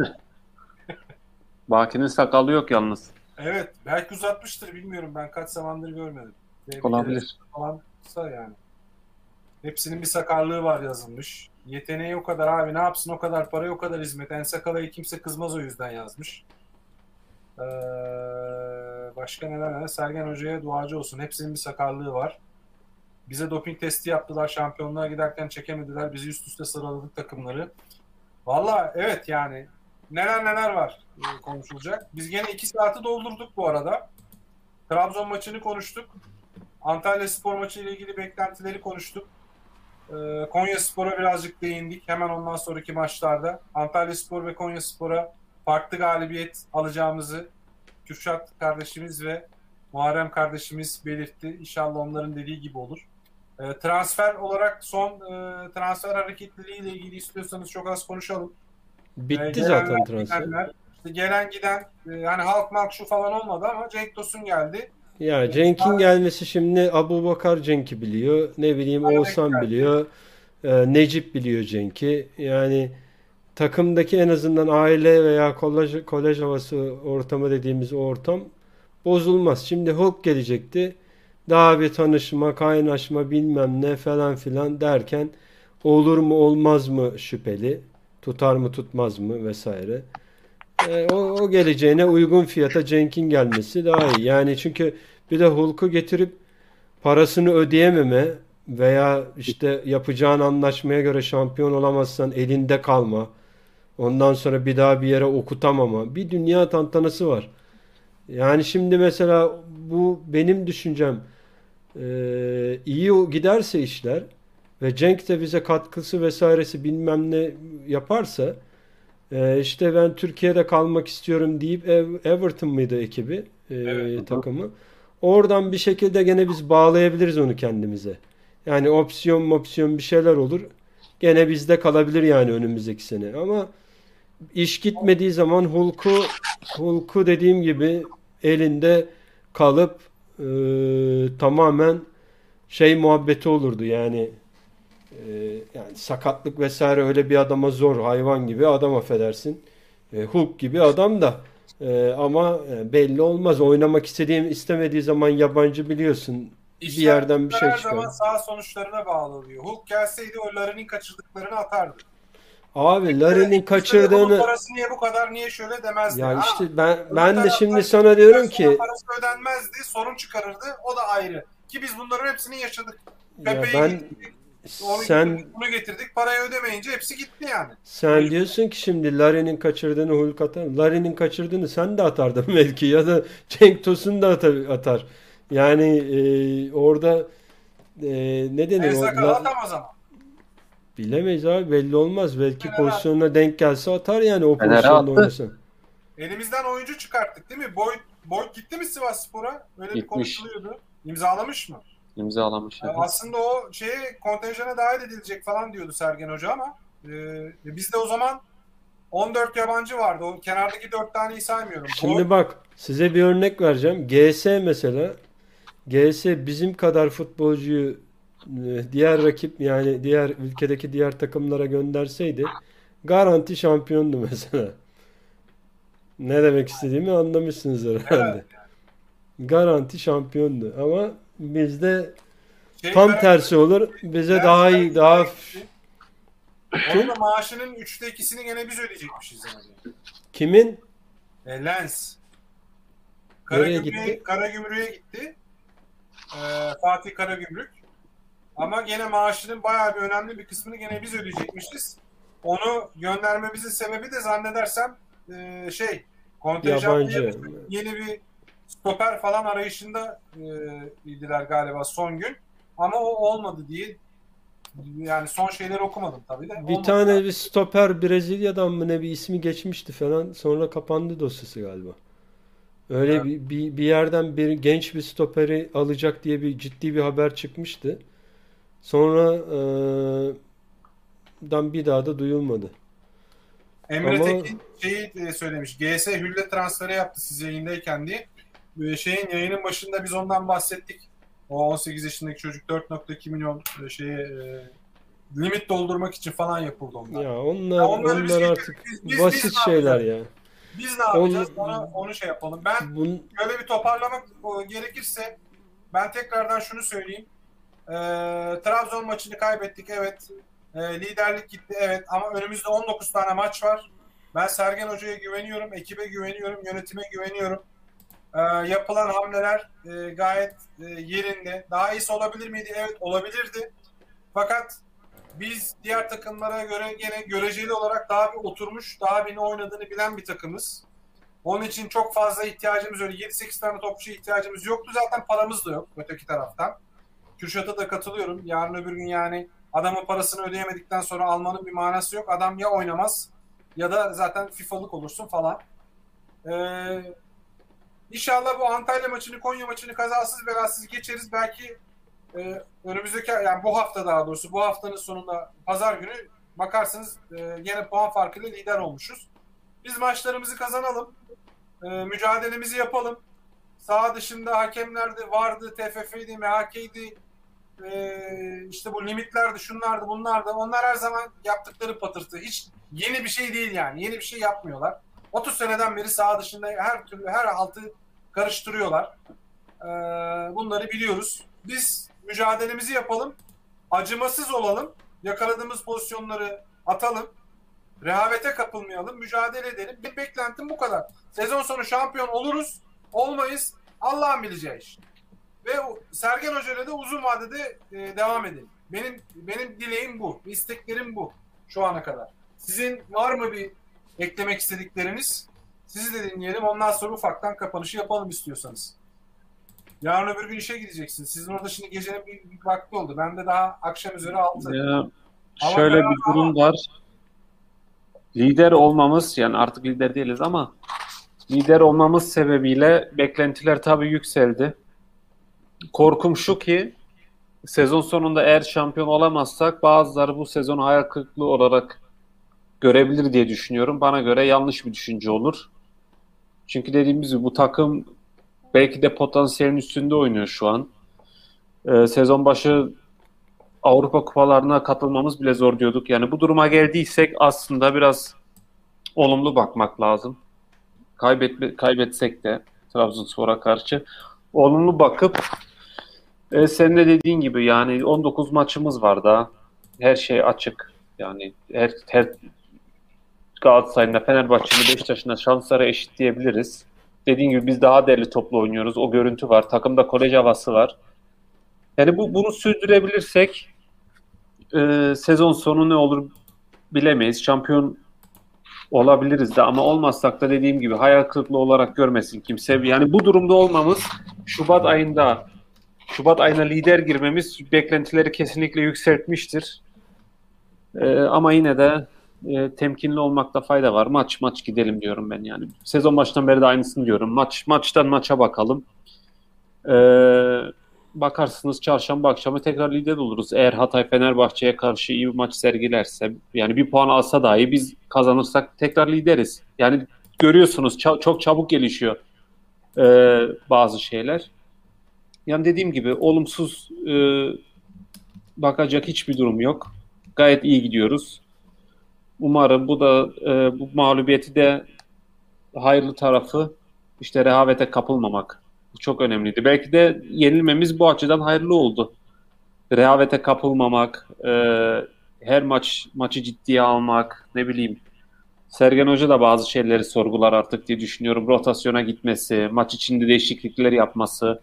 Baki'nin sakalı yok yalnız. Evet. Belki uzatmıştır bilmiyorum. Ben kaç zamandır görmedim. Tebrik ederiz Olabilir. falansa yani. Hepsinin bir sakarlığı var yazılmış. Yeteneği o kadar abi ne yapsın o kadar parayı o kadar hizmet. En sakalayı kimse kızmaz o yüzden yazmış. Ee, başka neler neler. Sergen Hoca'ya duacı olsun. Hepsinin bir sakarlığı var. Bize doping testi yaptılar. Şampiyonluğa giderken çekemediler. Bizi üst üste sıraladık takımları. Valla evet yani neler neler var e, konuşulacak. Biz gene iki saati doldurduk bu arada. Trabzon maçını konuştuk. Antalya Spor maçı ile ilgili beklentileri konuştuk. Ee, Konya Spor'a birazcık değindik. Hemen ondan sonraki maçlarda Antalya Spor ve Konya Spor'a farklı galibiyet alacağımızı Kürşat kardeşimiz ve Muharrem kardeşimiz belirtti. İnşallah onların dediği gibi olur. E, transfer olarak son e, transfer hareketliliği ile ilgili istiyorsanız çok az konuşalım. E, Bitti gelenler, zaten transfer. gidenler, işte gelen giden e, hani halk malk şu falan olmadı ama Cenk Tosun geldi. Ya E, Cenk'in gelmesi şimdi Abubakar Cenk'i biliyor. Ne bileyim Oğuzhan biliyor. e, Necip biliyor Cenk'i. Yani takımdaki en azından aile veya kolej, kolej havası ortamı dediğimiz o ortam bozulmaz. Şimdi Hulk gelecekti. Daha bir tanışma, kaynaşma bilmem ne falan filan derken olur mu olmaz mı şüpheli. Tutar mı tutmaz mı vesaire. E, o, o geleceğine uygun fiyata Cenk'in gelmesi daha iyi. Yani çünkü bir de Hulk'u getirip parasını ödeyememe veya işte yapacağın anlaşmaya göre şampiyon olamazsan elinde kalma. Ondan sonra bir daha bir yere okutamama. Bir dünya tantanası var. Yani şimdi mesela bu benim düşüncem. Ee, iyi giderse işler ve Cenk de bize katkısı vesairesi bilmem ne yaparsa e, işte ben Türkiye'de kalmak istiyorum deyip Ev- Everton mıydı ekibi e, Evet. takımı. Oradan bir şekilde gene biz bağlayabiliriz onu kendimize. Yani opsiyon opsiyon bir şeyler olur. Gene bizde kalabilir yani önümüzdeki sene. Ama iş gitmediği zaman Hulk'u Hulk'u dediğim gibi elinde kalıp e, tamamen şey muhabbeti olurdu yani e, yani sakatlık vesaire öyle bir adama zor hayvan gibi adam affedersin. E, Hulk gibi adam da e, ama e, belli olmaz. Oynamak istediğim istemediği zaman yabancı biliyorsun. Bir İşler yerden bir şey her çıkar. zaman sağ sonuçlarına bağlı oluyor. Hulk gelseydi o Larin'in kaçırdıklarını atardı. Abi Larin'in Onun kaçırdığını parası niye bu kadar niye şöyle demezdi. ya Ha, işte ben öbür ben de taraftan şimdi sana diyorum sonra ki parası ödenmezdi, sorun çıkarırdı. O da ayrı. Ki biz bunların hepsini yaşadık. ya Pepe'yi ben getirdik, onu sen getirdik, bunu getirdik. Parayı ödemeyince hepsi gitti yani. Sen diyorsun ki şimdi Larin'in kaçırdığını Hulk atar. Larin'in kaçırdığını sen de atardın belki ya da Cenk Tosun da atar. atar. Yani e, orada e, ne denir En o? sakalı La- atamaz ama. bilemeyiz abi belli olmaz. Belki Fener pozisyonuna denk gelse atar yani o Fener'e pozisyonda attı. oynasa. Elimizden oyuncu çıkarttık değil mi? Boyd, Boyd gitti mi Sivasspor'a? Öyle bir Gitmiş. konuşuluyordu. İmzalamış mı? İmzalamış. Yani Evet. aslında o şeye kontenjana dahil edilecek falan diyordu Sergen Hoca ama e, bizde o zaman on dört yabancı vardı. O kenardaki dört taneyi saymıyorum. Şimdi Boyd, bak size bir örnek vereceğim. G S mesela G S bizim kadar futbolcuyu e, diğer rakip yani diğer ülkedeki diğer takımlara gönderseydi garanti şampiyondu mesela. Ne demek istediğimi anlamışsınızdır herhalde. evet. Garanti şampiyondu ama bizde Şey, tam Kara- tersi olur. Bize Lens daha iyi, Karagi'ye daha gitti. Onun da maaşının üçte ikisini gene biz ödeyecekmişiz yani. kimin? E, Lens. Nereye Karagümrük'e gitti? Karagümrük'e gitti. E, Fatih Karagümrük. Ama gene maaşının bayağı bir önemli bir kısmını gene biz ödeyecekmişiz. onu göndermemizin sebebi de zannedersem e, şey kontenjan Yabancı. yeni bir stoper falan arayışında e, idiler galiba son gün. Ama o olmadı diye. Yani son şeyleri okumadım tabii de. Bir Olmadı tane yani. bir stoper Brezilya'dan mı ne bir ismi geçmişti falan. Sonra kapandı dosyası galiba. Öyle Evet. bir, bir, bir yerden bir genç bir stoperi alacak diye bir ciddi bir haber çıkmıştı. Sonra eee, dan bir daha da duyulmadı. Emre Ama Tekin şeyi e, söylemiş. G S Hülle transferi yaptı siz yayındayken diye. E, şeyin yayının başında biz ondan bahsettik. O on sekiz yaşındaki çocuk dört nokta iki milyon e, şeye e, limit doldurmak için falan yapıldı onlar. ya Ya onlar onları biz onlar geçelim. artık Biz, biz, biz basit ne şeyler yapacağız? ya. Biz ne On, yapacağız? Onu, onu şey yapalım. Ben bun, şöyle bir toparlamak o, gerekirse ben tekrardan şunu söyleyeyim. Ee, Trabzon maçını kaybettik, evet. Ee, liderlik gitti, evet. Ama önümüzde on dokuz tane maç var. Ben Sergen Hoca'ya güveniyorum, ekibe güveniyorum, yönetime güveniyorum. Ee, yapılan hamleler e, gayet e, yerinde. Daha iyisi olabilir miydi? Evet, olabilirdi. Fakat biz diğer takımlara göre gene göreceli olarak daha bir oturmuş, daha bir ne oynadığını bilen bir takımız. Onun için çok fazla ihtiyacımız öyle yedi sekiz tane topçuya ihtiyacımız yoktu. Zaten paramız da yok öteki taraftan. Kürşat'a da katılıyorum. Yarın öbür gün yani adamın parasını ödeyemedikten sonra almanın bir manası yok. Adam ya oynamaz ya da zaten FIFA'lık olursun falan. Ee, İnşallah bu Antalya maçını, Konya maçını kazasız belasız geçeriz. Belki e, önümüzdeki yani bu hafta daha doğrusu bu haftanın sonunda pazar günü bakarsınız e, gene puan farkıyla lider olmuşuz. Biz maçlarımızı kazanalım. E, mücadelemizi yapalım. Saha dışında hakemler de vardı, T F F'ydi, M H K'ydi. Ee, işte bu limitlerdi, şunlardı, bunlardı. Onlar her zaman yaptıkları patırtı. Hiç yeni bir şey değil yani. Yeni bir şey yapmıyorlar. otuz seneden beri saha dışında her türlü her altı karıştırıyorlar. Ee, bunları biliyoruz. Biz mücadelemizi yapalım. Acımasız olalım. Yakaladığımız pozisyonları atalım. Rehavete kapılmayalım. Mücadele edelim. Bir beklentim bu kadar. Sezon sonu şampiyon oluruz. Olmayız. Allah'ın bileceği iş. Ve Sergen Hoca'yla da uzun vadede e, devam edelim. Benim benim dileğim bu. İsteklerim bu şu ana kadar. Sizin var mı bir eklemek istedikleriniz? Sizi de dinleyelim. Ondan sonra ufaktan kapanışı yapalım istiyorsanız. Yarın öbür gün işe gideceksiniz. Sizin orada şimdi gecenin bir, bir vakti oldu. Ben de daha akşam üzeri altı. Ya, Ama şöyle beraber- bir durum var. Lider olmamız, yani artık lider değiliz ama lider olmamız sebebiyle beklentiler tabii yükseldi. Korkum şu ki sezon sonunda eğer şampiyon olamazsak bazıları bu sezonu hayal kırıklığı olarak görebilir diye düşünüyorum. Bana göre yanlış bir düşünce olur. Çünkü dediğimiz gibi bu takım belki de potansiyelin üstünde oynuyor şu an. Ee, sezon başı Avrupa kupalarına katılmamız bile zor diyorduk. Yani bu duruma geldiysek aslında biraz olumlu bakmak lazım. Kaybetme, kaybetsek de Trabzonspor'a karşı olumlu bakıp e, senin de dediğin gibi yani on dokuz maçımız var daha. Her şey açık. Yani her, her Galatasaray'ın da Fenerbahçe'nin de Beşiktaş'ın da şansları eşitleyebiliriz. Dediğin gibi biz daha değerli toplu oynuyoruz. O görüntü var. Takımda kolej havası var. Yani bu bunu sürdürebilirsek e, sezon sonu ne olur bilemeyiz. Şampiyon olabiliriz de ama olmazsak da dediğim gibi hayal kırıklığı olarak görmesin kimse. Yani bu durumda olmamız Şubat ayında Şubat ayına lider girmemiz beklentileri kesinlikle yükseltmiştir. Ee, ama yine de e, temkinli olmakta fayda var. Maç maç gidelim diyorum ben yani. Sezon başından beri de aynısını diyorum. Maç maçtan maça bakalım. Ee, bakarsınız çarşamba akşamı tekrar lider oluruz. Eğer Hatay Fenerbahçe'ye karşı iyi bir maç sergilerse yani bir puan alsa dahi biz kazanırsak tekrar lideriz. Yani görüyorsunuz ça- çok çabuk gelişiyor e, bazı şeyler. Yani dediğim gibi olumsuz e, bakacak hiçbir durum yok. Gayet iyi gidiyoruz. Umarım bu da e, bu mağlubiyeti de hayırlı tarafı işte rehavete kapılmamak. Bu çok önemliydi. Belki de yenilmemiz bu açıdan hayırlı oldu. Rehavete kapılmamak, e, her maç maçı ciddiye almak, ne bileyim. Sergen Hoca da bazı şeyleri sorgular artık diye düşünüyorum. Rotasyona gitmesi, maç içinde değişiklikler yapması,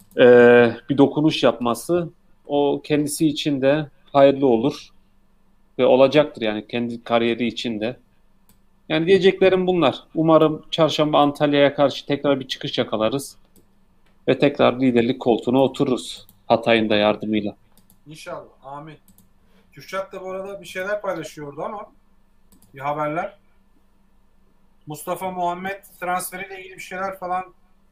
e, bir dokunuş yapması o kendisi için de hayırlı olur. ve olacaktır yani kendi kariyeri için de. Yani diyeceklerim bunlar. Umarım çarşamba Antalya'ya karşı tekrar bir çıkış yakalarız ve tekrar liderlik koltuğuna otururuz Hatay'ın da yardımıyla. İnşallah. Amin. Kürşat da bu arada bir şeyler paylaşıyordu ama bir haberler. Mustafa Muhammed transferiyle ilgili bir şeyler falan.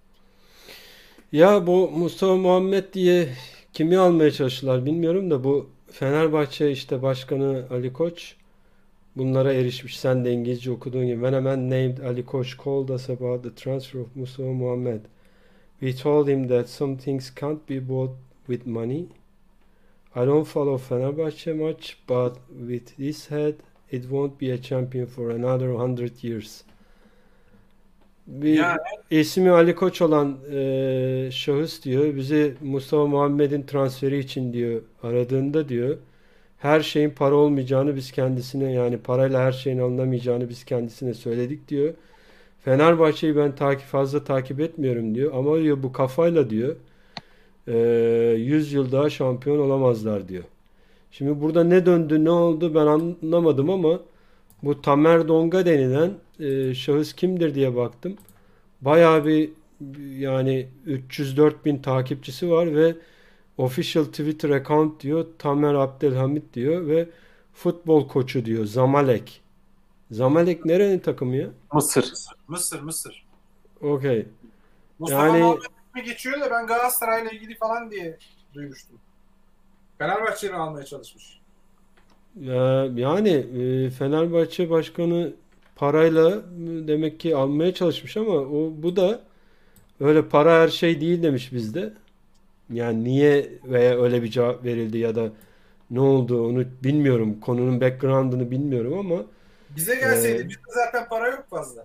Ya bu Mustafa Muhammed diye kimi almaya çalıştılar bilmiyorum da bu Fenerbahçe işte başkanı Ali Koç bunlara erişmiş. Sen de İngilizce okuduğun gibi. When a man named Ali Koç called us about the transfer of Mustafa Muhammed. We told him that some things can't be bought with money. I don't follow Fenerbahçe much, but with this head, it won't be a champion for another hundred years. Bir Yani ismi Ali Koç olan e, şahıs diyor bizi Mustafa Muhammed'in transferi için diyor aradığında diyor her şeyin para olmayacağını biz kendisine yani parayla her şeyin alınamayacağını biz kendisine söyledik diyor. Fenerbahçe'yi ben takip fazla takip etmiyorum diyor ama diyor bu kafayla diyor e, yüz yıl daha şampiyon olamazlar diyor. Şimdi burada ne döndü ne oldu ben anlamadım ama bu Tamer Donga denilen e, şahıs kimdir diye baktım. Bayağı bir yani üç yüz dört bin takipçisi var ve official Twitter account diyor Tamer Abdelhamit diyor ve futbol koçu diyor Zamalek. Zamalek nerenin takımı ya? Mısır. Mısır Mısır. Okey. Mustafa Yani Muhammed mi geçiyor da ben Galatasaray'la ilgili falan diye duymuştum. Fenerbahçe'yi almaya çalışmış. ya- yani e, Fenerbahçe başkanı parayla e, demek ki almaya çalışmış ama o bu da öyle para her şey değil demiş bizde. Yani niye veya öyle bir cevap verildi ya da ne oldu onu bilmiyorum. Konunun background'ını bilmiyorum ama Bize e, gelseydi bizde zaten para yok fazla.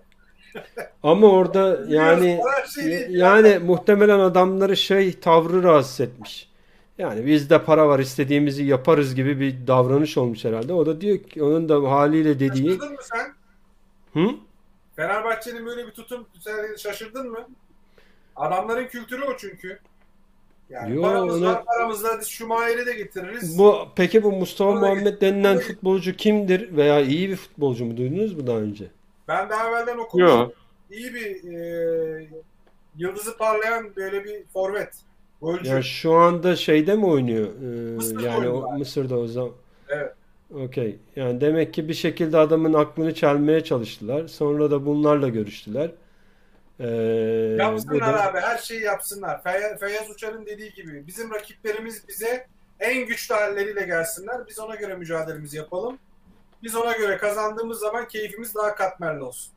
ama orada Biliyoruz yani para her şey değil. yani muhtemelen adamları şey tavrı rahatsız etmiş. Yani bizde para var istediğimizi yaparız gibi bir davranış olmuş herhalde. O da diyor ki onun da haliyle dediği Şaşırdın mı sen? hı? Fenerbahçe'nin böyle bir tutum sen şaşırdın mı? Adamların kültürü o çünkü. Yani Yo paramız ona var, paramızla biz Şumayer'i de getiririz. bu peki bu Mustafa Onu da Muhammed getiririz. denilen Bunu da getiririz. futbolcu kimdir veya iyi bir futbolcu mu duydunuz mu daha önce? Ben daha evvelden okumuştum. Yok. İyi bir e, yıldızı parlayan böyle bir forvet. Yani Golcü. şu anda şeyde mi oynuyor? Ee, Mısır'da yani oynuyor o abi. Mısır'da o zaman. Evet. Okey. Yani demek ki bir şekilde adamın aklını çelmeye çalıştılar. Sonra da bunlarla görüştüler. Ee, bu Yapsınlar da abi. Her şeyi yapsınlar. Feyyaz, Feyyaz Uçar'ın dediği gibi bizim rakiplerimiz bize en güçlü halleriyle gelsinler. Biz ona göre mücadelemizi yapalım. Biz ona göre kazandığımız zaman keyfimiz daha katmerli olsun.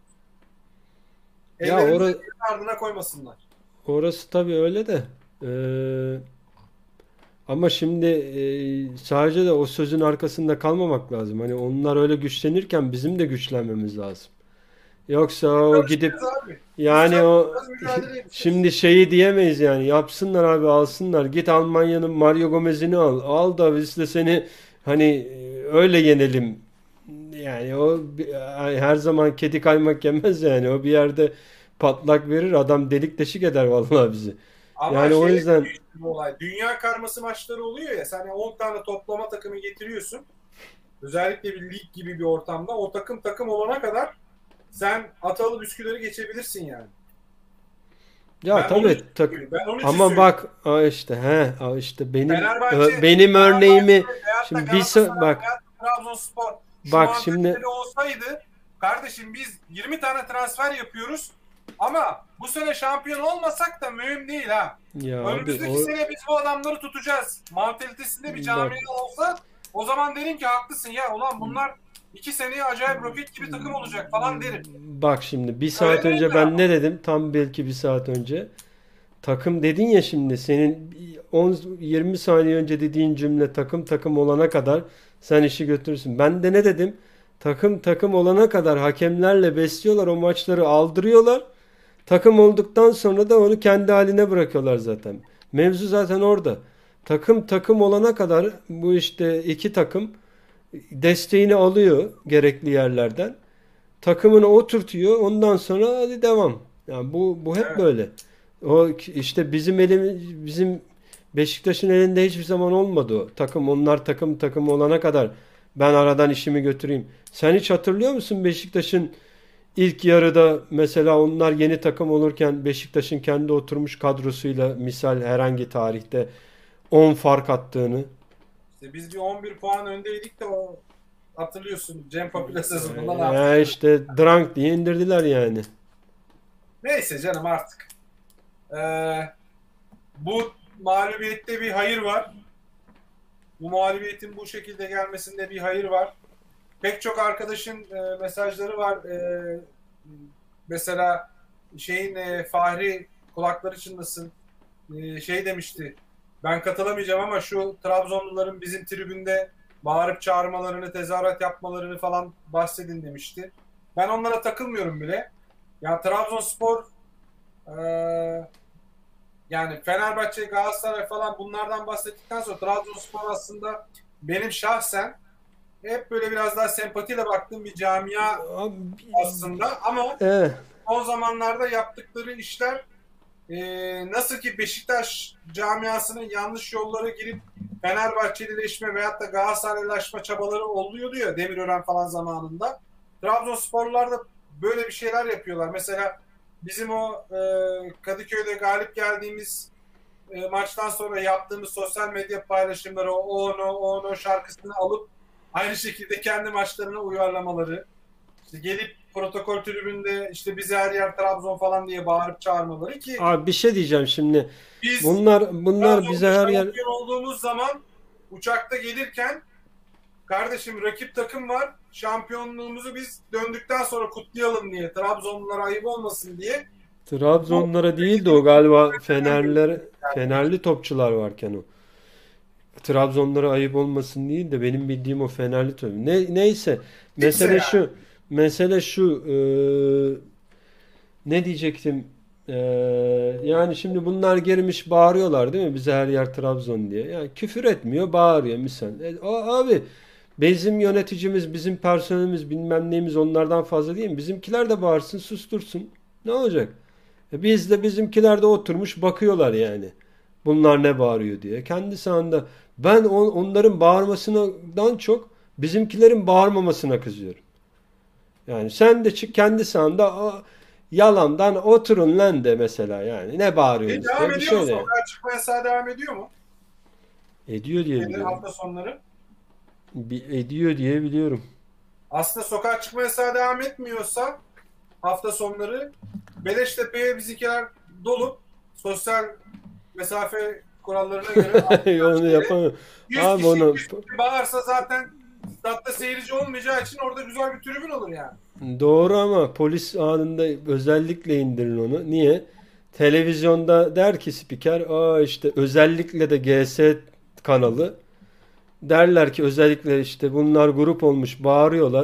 ya Ellerimizi ora, ellerinin ardına koymasınlar. orası tabii öyle de ee, ama şimdi ee, sadece de o sözün arkasında kalmamak lazım. Hani onlar öyle güçlenirken bizim de güçlenmemiz lazım. Yoksa o gidip Çalışacağız abi. Biz yani o çalışacağız, mücadele edeceğiz. şimdi şeyi diyemeyiz yani yapsınlar abi alsınlar git Almanya'nın Mario Gomez'ini al al da biz de seni hani e, öyle yenelim yani o bir- her zaman kedi kaymak yemez yani o bir yerde patlak verir adam delik deşik eder vallahi bizi Ama yani o şey yüzden bir olay. Dünya karması maçları oluyor ya. Sen on tane toplama takımı getiriyorsun. Özellikle bir lig gibi bir ortamda. O takım takım olana kadar sen Atalı Üsküdar'ı geçebilirsin yani. ya Ben onun tabii için tak söylüyorum. Ben onun için ama söylüyorum. bak aa işte he aa işte benim Fenerbahçe, ö- benim örneğimi Fenerbahçe veyahut da şimdi bir Galatasaray so- bak veyahut da Trabzonspor şu bak şimdi mantaliteleri olsaydı kardeşim biz yirmi tane transfer yapıyoruz ama bu sene şampiyon olmasak da mühim değil ha. ya abi Önümüzdeki o sene biz bu adamları tutacağız. Mantalitesinde bir bak camia olsa o zaman derim ki haklısın ya ulan bunlar iki seneye acayip roket gibi takım olacak falan derim. Bak şimdi bir Öyle saat önce değiller ben ama. ne dedim? Tam belki bir saat önce. Takım dedin ya şimdi senin on yirmi saniye önce dediğin cümle takım takım olana kadar sen işi götürürsün. Ben de ne dedim? Takım takım olana kadar hakemlerle besliyorlar o maçları aldırıyorlar. Takım olduktan sonra da onu kendi haline bırakıyorlar zaten. Mevzu zaten orada. Takım takım olana kadar bu işte iki takım desteğini alıyor gerekli yerlerden. Takımını oturtuyor. Ondan sonra hadi devam. Yani bu bu hep Evet. böyle. O işte bizim elimiz bizim Beşiktaş'ın elinde hiçbir zaman olmadı o. Takım onlar takım takım olana kadar Ben aradan işimi götüreyim. Sen hiç hatırlıyor musun Beşiktaş'ın ilk yarıda mesela onlar yeni takım olurken Beşiktaş'ın kendi oturmuş kadrosuyla misal herhangi tarihte on fark attığını? İşte biz bir on bir puan öndeydik de o hatırlıyorsun Cem Papila sezonunda ne Ya yaptık? işte drank diye indirdiler yani. Neyse canım artık. Ee, bu mağlubiyette bir hayır var. Bu mağlubiyetin bu şekilde gelmesinde bir hayır var. Pek çok arkadaşın e, mesajları var. E, mesela şeyin e, Fahri kulakları çınlasın. E, şey demişti. Ben katılamayacağım ama şu Trabzonluların bizim tribünde bağırıp çağırmalarını, tezahürat yapmalarını falan bahsedin demişti. Ben onlara takılmıyorum bile. Ya Trabzonspor e, yani Fenerbahçe, Galatasaray falan bunlardan bahsettikten sonra Trabzonspor aslında benim şahsen hep böyle biraz daha sempatiyle baktığım bir camia Abi, aslında ama eh, son zamanlarda yaptıkları işler e, nasıl ki Beşiktaş camiasının yanlış yollara girip Fenerbahçelileşme veyahut da Galatasaraylaşma çabaları oluyordu ya Demirören falan zamanında. Trabzonsporlular da böyle bir şeyler yapıyorlar. Mesela bizim o e, Kadıköy'de galip geldiğimiz e, maçtan sonra yaptığımız sosyal medya paylaşımları, o Ono, Ono şarkısını alıp aynı şekilde kendi maçlarına uyarlamaları, işte gelip protokol tribünde işte bize her yer Trabzon falan diye bağırıp çağırmaları ki abi bir şey diyeceğim şimdi. biz Bunlar bunlar bize Trabzon'da her yer şampiyon olduğumuz zaman uçakta gelirken kardeşim rakip takım var, şampiyonluğumuzu biz döndükten sonra kutlayalım diye, Trabzonlulara ayıp olmasın diye bu Trabzonlara değil de o galiba Fenerler Fenerli topçular varken o. Trabzonlara ayıp olmasın değil de benim bildiğim o Fenerli topçu. Ne, neyse. Mesele yani. şu. Mesele şu. e, ne diyecektim? E, yani şimdi bunlar girmiş bağırıyorlar değil mi? Bize her yer Trabzon diye. Yani küfür etmiyor, bağırıyor misal. E, o, abi bizim yöneticimiz, bizim personelimiz, bilmem neyimiz onlardan fazla değil mi? Bizimkiler de bağırsın, sustursun. Ne olacak? E, biz de bizimkiler de oturmuş bakıyorlar yani. Bunlar ne bağırıyor diye. Kendi sahanda ben on- onların bağırmasından çok bizimkilerin bağırmamasına kızıyorum. Yani sen de çık kendi sahanda o yalandan oturun lan de mesela yani. Ne E, bağırıyorsunuz devam diye bir ediyor mu? şey de. Sokağa çıkma yasağı devam ediyor mu? Ediyor diye Nedir biliyorum. hafta sonları? Bi- Ediyor diye biliyorum. Aslında sokağa çıkma yasağı devam etmiyorsa hafta sonları Beleştepe'ye bizimkiler dolup sosyal mesafe kurallarına göre Onu yapamam. yüz Abi kişi onu yüz kişi bağırsa zaten statta seyirci olmayacağı için orada güzel bir tribün olur yani. doğru ama polis anında özellikle indirin onu. Niye? Televizyonda der ki spiker, aa işte özellikle de G S kanalı derler ki özellikle işte bunlar grup olmuş bağırıyorlar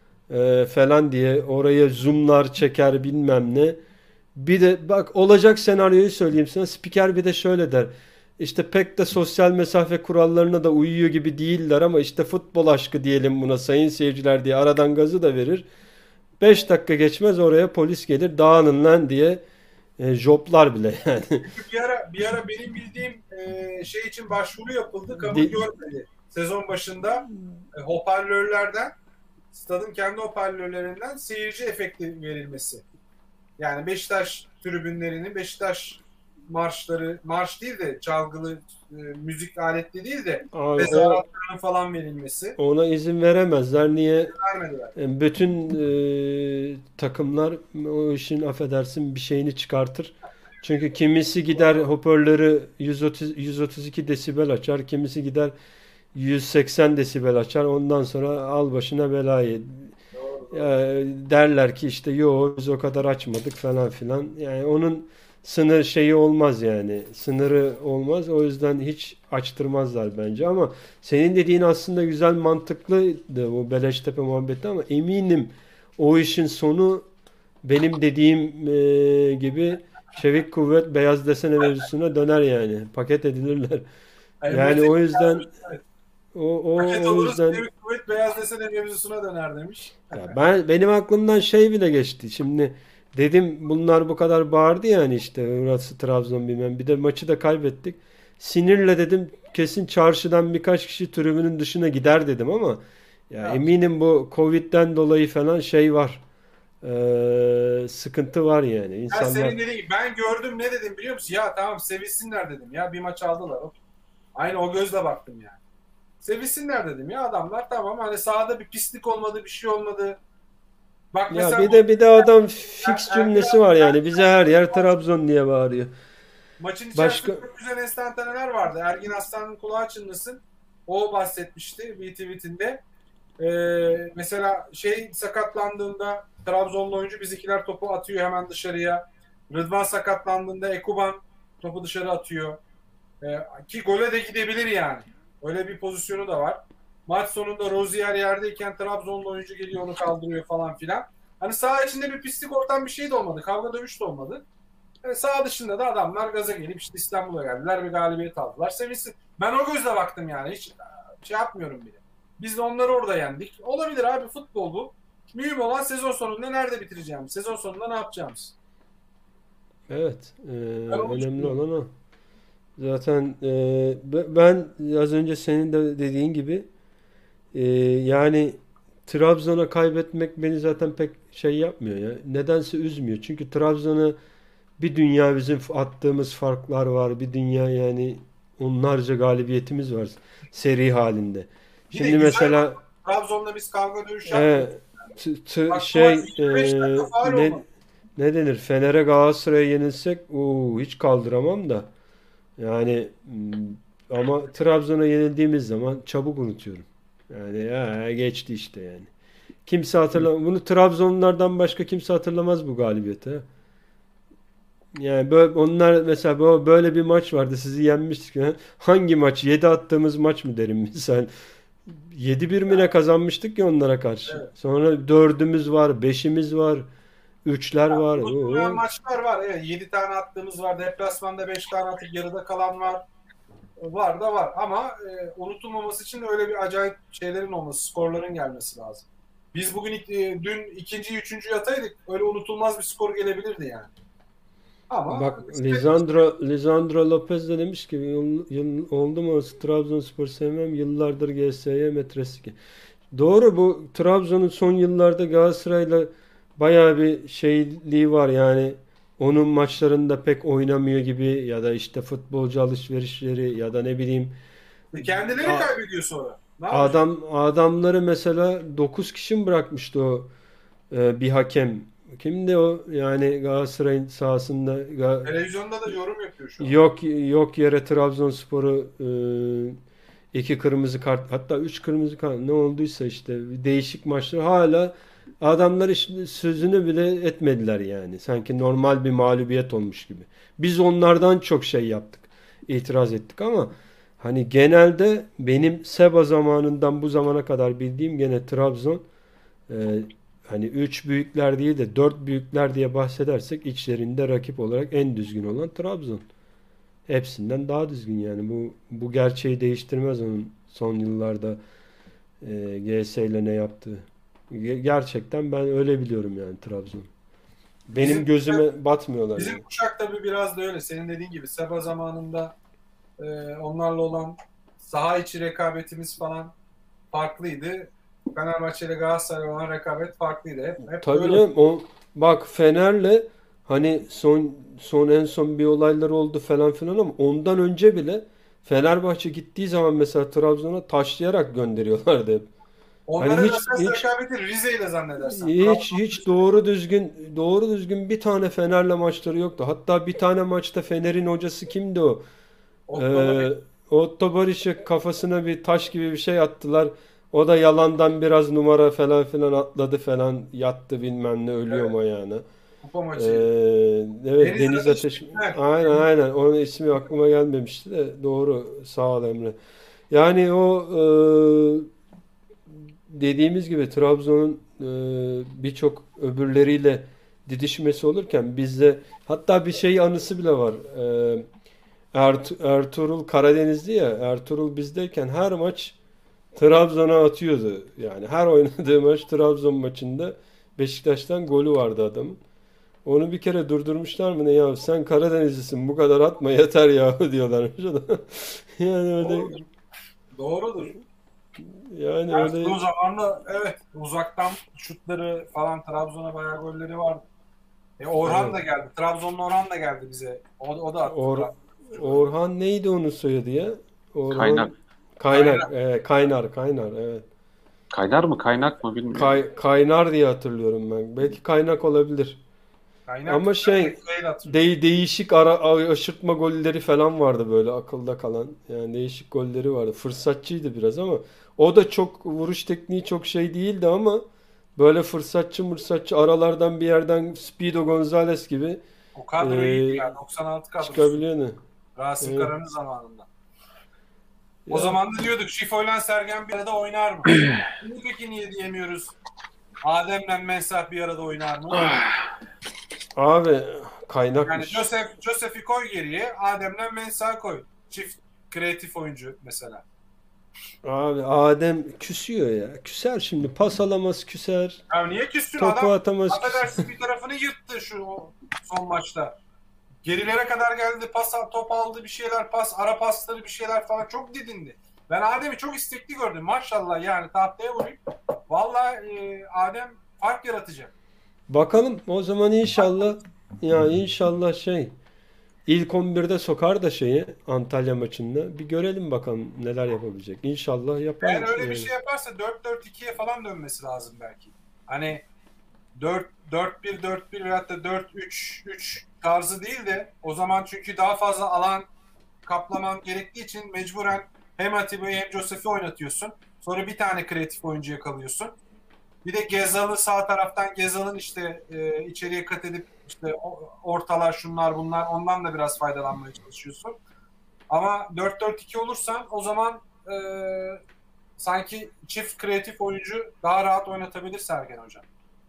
e, falan diye oraya zoomlar çeker bilmem ne. Bir de bak olacak senaryoyu söyleyeyim sana. Spiker bir de şöyle der. İşte pek de sosyal mesafe kurallarına da uyuyor gibi değiller ama işte futbol aşkı diyelim buna sayın seyirciler diye aradan gazı da verir. Beş dakika geçmez oraya polis gelir dağının lan diye e, joplar bile yani. Bir ara, bir ara benim bildiğim e, şey için başvuru yapıldı, kabul De- görmedi. Sezon başında e, hoparlörlerden, stadın kendi hoparlörlerinden seyirci efekti verilmesi. Yani Beşiktaş tribünlerinin, Beşiktaş marşları, marş değil de çalgılı e, müzik aletli değil de Abi o tezahüratların falan verilmesi. ona izin veremezler. Niye? Vermediler. E, Bütün e, takımlar o işin affedersin bir şeyini çıkartır. Çünkü kimisi gider hoparlörü yüz otuz, yüz otuz iki desibel açar, kimisi gider yüz seksen desibel açar. Ondan sonra al başına belayı. Doğru. Ya, derler ki işte yo biz o kadar açmadık falan filan. Yani onun sınır şeyi olmaz yani. Sınırı olmaz. O yüzden hiç açtırmazlar bence ama senin dediğin aslında güzel mantıklıydı o Beleştepe muhabbeti ama eminim o işin sonu benim dediğim e, gibi çevik kuvvet beyaz desene mevzusuna döner yani. Paket edilirler. Yani Yani Metin o yüzden evet, o, o, paket o oluruz, yüzden Çevik Kuvvet beyaz desene mevzusuna döner demiş. ya ben benim aklımdan şey bile geçti. Şimdi dedim bunlar bu kadar bağırdı yani işte burası Trabzon bilmem. Bir de maçı da kaybettik. Sinirle dedim kesin çarşıdan birkaç kişi tribünün dışına gider dedim ama Ya Ya, eminim bu Covid'den dolayı falan şey var. Ee, sıkıntı var yani. ya İnsanlar senin dediğin gibi ben gördüm, ne dedim biliyor musun? Ya tamam sevilsinler dedim ya, bir maç aldılar. Aynı o gözle baktım yani. Sevilsinler dedim ya adamlar, tamam hani sahada bir pislik olmadı, bir şey olmadı. Bak ya mesela bir bu de bir de adam Er- fix Ergin cümlesi abi, var Er- yani. Bize her yer Trabzon diye bağırıyor. maçın Başka içerisinde çok güzel enstantaneler vardı. Ergin Aslan'ın kulağı çınlasın. O bahsetmişti bir tweetinde. Ee, mesela şey sakatlandığında Trabzonlu oyuncu bizimkiler topu atıyor hemen dışarıya. Rıdvan sakatlandığında Ekuban topu dışarı atıyor. Ee, ki gole de gidebilir yani. Öyle bir pozisyonu da var. Maç sonunda Rozier yerdeyken Trabzonlu oyuncu geliyor onu kaldırıyor falan filan. Hani saha içinde bir pislik ortam bir şey de olmadı. Kavga dövüş de olmadı. E, saha dışında da adamlar gaza gelip işte İstanbul'a geldiler, bir galibiyet aldılar. Sevinsin. Ben o gözle baktım yani. Hiç e, şey yapmıyorum bile. Biz de onları orada yendik. Olabilir abi, futbol bu. Mühim olan sezon sonunda nerede bitireceğimiz, sezon sonunda ne yapacağımız. evet, e, Ben onu önemli düşünüyorum. olan o. Zaten e, be- ben az önce senin de dediğin gibi e, yani Trabzon'a kaybetmek beni zaten pek şey yapmıyor ya. Nedense üzmüyor. Çünkü Trabzon'a bir dünya bizim attığımız farklar var. Bir dünya yani onlarca galibiyetimiz var seri halinde. Bir de Şimdi güzel maç. mesela Trabzon'da biz kavga dövüş e, yapmıyoruz. t- t- Bak bu maç şey e, yirmi beş dakika faul ne olmadı. ne denir? Fener'e Galatasaray'a yenilsek uu, hiç kaldıramam da. Yani mm, ama Trabzon'a yenildiğimiz zaman çabuk unutuyorum. Yani ya geçti işte yani. Kimse hatırlamaz. Bunu Trabzonlulardan başka kimse hatırlamaz bu galibiyeti. Ha. Yani böyle, onlar mesela böyle, böyle bir maç vardı sizi yenmiştik. Ha. Hangi maç? Yedi attığımız maç mı derim misal. Yedi bir mi ne kazanmıştık ya onlara karşı. Evet. Sonra dördümüz var, beşimiz var, üçler var. Unutulmayan Oo. maçlar var. Evet, yedi tane attığımız var. Deplasmanda beş tane atıp yarıda kalan var. Var da var ama e, unutulmaması için de öyle bir acayip şeylerin olması, skorların gelmesi lazım. Biz bugün e, dün ikinci, üçüncü yataydık. Öyle unutulmaz bir skor gelebilirdi yani. Ama Bak kısmet Lisandro, Lisandro Lopez de demiş ki yıl, yıl- oldu mu Trabzonspor sevmem yıllardır G S Y metresi ki. Doğru bu Trabzon'un son yıllarda Galatasaray'la bayağı bir şeyliği var yani onun maçlarında pek oynamıyor gibi ya da işte futbolcu alışverişleri ya da ne bileyim kendileri a- kaybediyor sonra. Ne yapacak? adam adamları mesela dokuz kişi mi bırakmıştı o e, bir hakem. Kimdi o? Yani Galatasaray'ın sahasında Ga- Televizyonda da yorum yapıyor şu an. yok yok yere Trabzonspor'u e, iki kırmızı kart hatta üç kırmızı kart ne olduysa işte değişik maçlar hala adamlar işte sözünü bile etmediler yani. Sanki normal bir mağlubiyet olmuş gibi. Biz onlardan çok şey yaptık. İtiraz ettik ama hani genelde benim Seba zamanından bu zamana kadar bildiğim gene Trabzon e, hani üç büyükler değil de dört büyükler diye bahsedersek içlerinde rakip olarak en düzgün olan Trabzon. Hepsinden daha düzgün yani. Bu bu gerçeği değiştirmez onun son yıllarda e, G S ile ne yaptığı. Ge- Gerçekten ben öyle biliyorum yani Trabzon. Benim Bizim gözüme batmıyorlar bizim yani. kuşak tabii biraz da öyle. Senin dediğin gibi Seba zamanında e, onlarla olan saha içi rekabetimiz falan farklıydı. Fenerbahçe ile Galatasaray olan rekabet farklıydı. Hep, hep Tabii böyle. canım, o bak Fener'le hani son son en son bir olaylar oldu falan filan ama ondan önce bile Fenerbahçe gittiği zaman mesela Trabzon'a taşlayarak gönderiyorlardı hep. Hani Onların hiç esas hiç rekabeti Rize ile zannedersem. hiç Trabzon hiç doğru düzgün doğru düzgün bir tane Fener'le maçları yoktu. Hatta bir tane maçta Fener'in hocası kimdi o? Otto Ee, Otto Barış'ı kafasına bir taş gibi bir şey attılar. O da yalandan biraz numara falan filan atladı falan yattı bilmem ne ölüyor evet, mu ayağına. kupa Ee, maçıydı. evet Deniz Deniz Ateş Ateş Bitmer. aynen aynen onun ismi aklıma gelmemişti de doğru sağ ol Emre. Yani o e, dediğimiz gibi Trabzon'un e, birçok öbürleriyle didişmesi olurken bizde hatta bir şey anısı bile var. E, Ert- Ertuğrul Karadenizli ya Ertuğrul bizdeyken her maç Trabzon'a atıyordu. Yani her oynadığı maç Trabzon maçında Beşiktaş'tan golü vardı adamın. Onu bir kere durdurmuşlar mı ne ya sen Karadenizlisin bu kadar atma yeter ya diyorlarmış. Yani öyle Doğrudur. Doğrudur. Yani Yani öyle o zamanla evet uzaktan şutları falan Trabzon'a bayağı golleri vardı. E, Orhan evet. da geldi. Trabzon'un Orhan da geldi bize. O, o da attı Or Trabzon'cu golleri. Orhan neydi onun soyadı ya? Kaynak. Orhan Kaynak. Kaynak. Evet, Kaynar, Kaynar. Evet. Kaynar mı kaynak mı bilmiyorum. Kay, Kaynar diye hatırlıyorum ben. Belki Kaynak olabilir. Kaynak. Ama Ben şey de Kaynak hatırlıyorum. de değişik ara aşırtma golleri falan vardı böyle akılda kalan. Yani değişik golleri vardı. Fırsatçıydı biraz ama o da çok vuruş tekniği çok şey değildi ama böyle fırsatçı mırsatçı aralardan bir yerden Speedo Gonzales gibi O kadro iyiydi e, ya. doksan altı kadrosu. çıkabiliyordu. Rasim Evet. Kara'nın zamanında. O Ya zaman da diyorduk Şifo'yla Sergen bir arada oynar mı? Şimdi peki niye diyemiyoruz? Adem'le Mensah bir arada oynar mı? abi Yani kaynakmış. Joseph, Joseph'i koy geriye, Adem'le Mensah'ı koy. Çift kreatif oyuncu mesela. Abi Adem küsüyor ya. Küser şimdi. Pas alamaz küser. Ya niye küstün Topu adam? atamaz küser. Affedersin bir tarafını yırttı şu o son maçta. Gerilere kadar geldi, pas top aldı, bir şeyler pas, ara pasları bir şeyler falan çok didindi. Ben Adem'i çok istekli gördüm. Maşallah yani tahtaya vurayım. Vallahi e, Adem fark yaratacak. Bakalım o zaman inşallah ya inşallah şey ilk on birde sokar da şeyi Antalya maçında. Bir görelim bakalım neler yapabilecek. İnşallah yapar Eğer öyle bir yani. şey yaparsa dört dört ikiye falan dönmesi lazım belki. Hani dört dört bir dört bir veyahut da dört üç üç tarzı değil de o zaman çünkü daha fazla alan kaplaman gerektiği için mecburen hem Atiba'yı hem Joseph'i oynatıyorsun. Sonra bir tane kreatif oyuncuya kalıyorsun. Bir de Gezal'ı sağ taraftan Gezal'ın işte e, içeriye kat edip işte o- ortalar şunlar bunlar ondan da biraz faydalanmaya çalışıyorsun. Ama dört dört iki olursan o zaman e, sanki çift kreatif oyuncu daha rahat oynatabilir Sergen Hocam.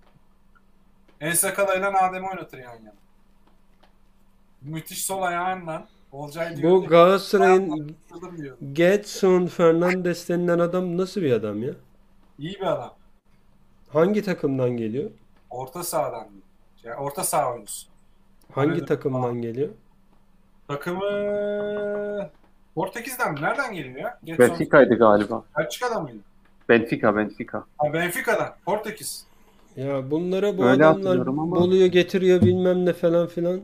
Ensakala ile Adem'i oynatır yan yana. Müthiş sol ayağından Olcay diyor Bu ki Galatasaray'ın "Kırdım" diyor. Gedson Fernandes denilen adam nasıl bir adam ya? İyi bir adam. Hangi takımdan geliyor? Orta sahadan diyor. Şey, orta saha oyuncusu. Hangi Öyle takımdan geliyor? takımı Portekiz'den mi? Nereden geliyor ya? Getson Benfica'ydı galiba. Belçika'dan mıydı? Benfica, Benfica. Ha, Benfica'dan. Portekiz. Ya bunlara bu Öyle adamlar hatırlıyorum ama buluyor getiriyor bilmem ne falan filan.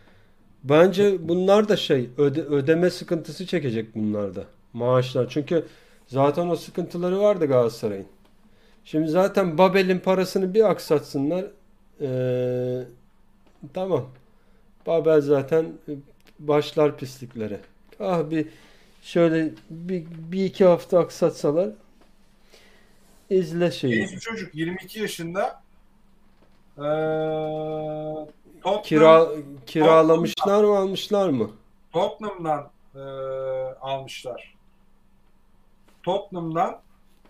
Bence bunlar da şey öde- ödeme sıkıntısı çekecek bunlar da. Maaşlar. Çünkü zaten o sıkıntıları vardı Galatasaray'ın. Şimdi zaten Babel'in parasını bir aksatsınlar. Ee, tamam. Babel zaten başlar pisliklere. Ah bir şöyle bir, bir iki hafta aksatsalar izle şeyi. Genç bir çocuk. yirmi iki yaşında. Ee, Tottenham, Kira Tottenham'dan, kiralamışlar mı almışlar mı? Tottenham'dan e, almışlar. Tottenham'dan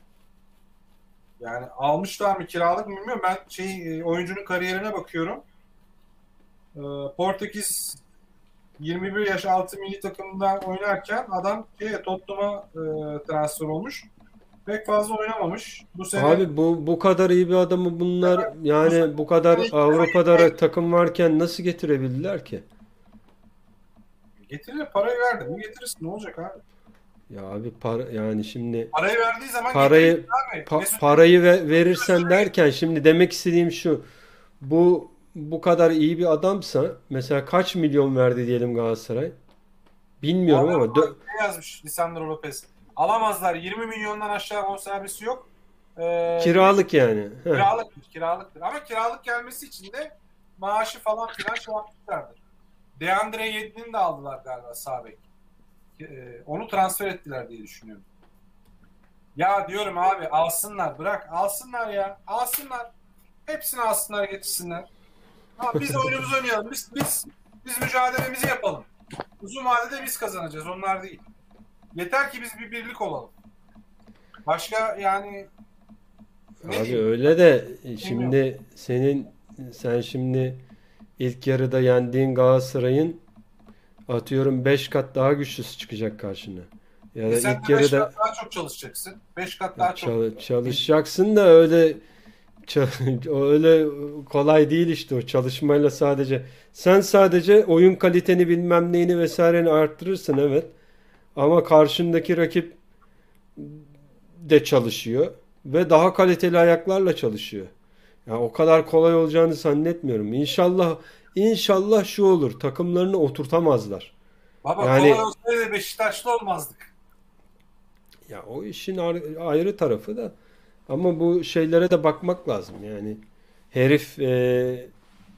yani almışlar mı kiralık mı bilmiyorum. Ben şey e, oyuncunun kariyerine bakıyorum. Ee, Portekiz yirmi bir yaş altı milli takımında oynarken adam şey, Tottenham'a e, transfer olmuş. Pek fazla oynamamış. Bu sene Abi bu bu kadar iyi bir adamı bunlar bu sene, yani bu kadar bu sene Avrupa'da takım varken nasıl getirebildiler ki? getirir parayı verdi. Bu getirirsin ne olacak abi? Ya abi para yani şimdi Parayı verdiği zaman parayı getirirsin abi. pa- Mesut parayı ve- verirsen derken şimdi demek istediğim şu bu bu kadar iyi bir adamsa mesela kaç milyon verdi diyelim Galatasaray? bu Bilmiyorum adam ama dö- ne yazmış Lisandro Lopez? Alamazlar. yirmi milyondan aşağı bonservisi yok. Ee, kiralık yani. Heh. kiralıktır, kiralıktır. Ama kiralık gelmesi için de maaşı falan filan şey yapmışlardır. Deandre Yedlin'i de aldılar galiba sağ bek. Ee, onu transfer ettiler diye düşünüyorum. Ya diyorum abi alsınlar bırak alsınlar ya alsınlar. Hepsini alsınlar getirsinler. Ha, biz oyunumuzu oynayalım. Biz, biz, biz mücadelemizi yapalım. Uzun vadede biz kazanacağız onlar değil. Yeter ki biz bir birlik olalım. Başka yani ne Abi diyeyim? öyle de şimdi senin sen şimdi ilk yarıda yendiğin Galatasaray'ın atıyorum beş kat daha güçlüsü çıkacak karşına. Ya E da sen ilk de beş yarıda kat daha çok çalışacaksın. beş kat ya daha çok. çal- çalışacaksın da öyle ça- o öyle kolay değil işte o çalışmayla sadece. Sen sadece oyun kaliteni bilmem neyini vesaireni arttırırsın evet. Ama karşındaki rakip de çalışıyor ve daha kaliteli ayaklarla çalışıyor. Yani o kadar kolay olacağını zannetmiyorum. İnşallah inşallah şu olur. Takımlarını oturtamazlar. Baba Yani kolay olsaydı Beşiktaşlı olmazdık. ya o işin ayrı tarafı da ama bu şeylere de bakmak lazım. Yani herif e,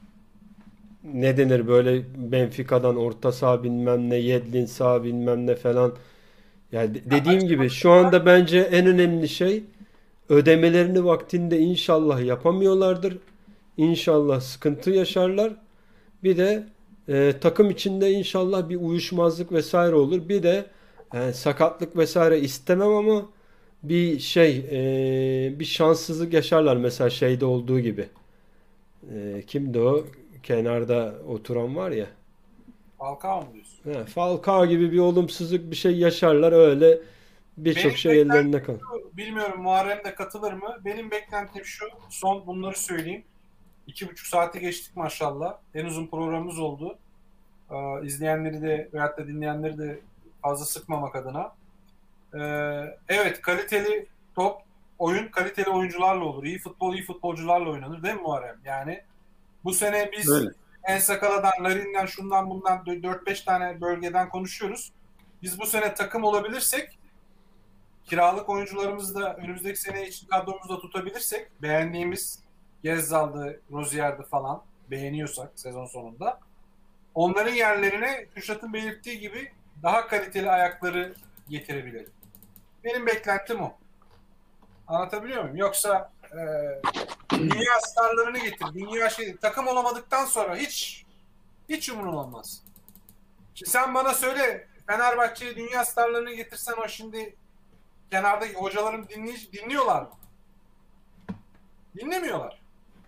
ne denir böyle Benfica'dan orta saha bilmem ne, Yedlin saha bilmem ne falan. Yani de- Ya dediğim gibi şu anda bence en önemli şey ödemelerini vaktinde inşallah yapamıyorlardır. İnşallah sıkıntı yaşarlar. Bir de e, takım içinde inşallah bir uyuşmazlık vesaire olur. Bir de e, sakatlık vesaire istemem ama bir şey e, bir şanssızlık yaşarlar mesela şeyde olduğu gibi. E, kimdi o? Kenarda oturan var ya. Falcao mu diyorsun? He, Falcao gibi bir olumsuzluk bir şey yaşarlar öyle birçok Benim şey beklentim ellerinde kal. şu, bilmiyorum Muharrem de katılır mı? Benim beklentim şu, son bunları söyleyeyim. İki buçuk saati geçtik maşallah. En uzun programımız oldu. Ee, izleyenleri de veyahut da dinleyenleri de fazla sıkmamak adına. Ee, evet, kaliteli top, oyun kaliteli oyuncularla olur. İyi futbol, iyi futbolcularla oynanır değil mi Muharrem? Yani bu sene biz Öyle. En Sakala'dan, Larin'den, şundan bundan dört beş tane bölgeden konuşuyoruz. Biz bu sene takım olabilirsek, kiralık oyuncularımızı da önümüzdeki sene için kadromuzda tutabilirsek, beğendiğimiz Gezzal'dı, Rozier'di falan beğeniyorsak sezon sonunda, onların yerlerine Kürşat'ın belirttiği gibi daha kaliteli ayakları getirebilelim. Benim beklentim o. Anlatabiliyor muyum? Yoksa e, dünya starlarını getir. Dünya şey takım olamadıktan sonra hiç hiç umurun olmaz. Şimdi sen bana söyle, Fenerbahçe'ye dünya starlarını getirsen, o şimdi kenardaki hocalarım dinley dinliyorlar mı? Dinlemiyorlar.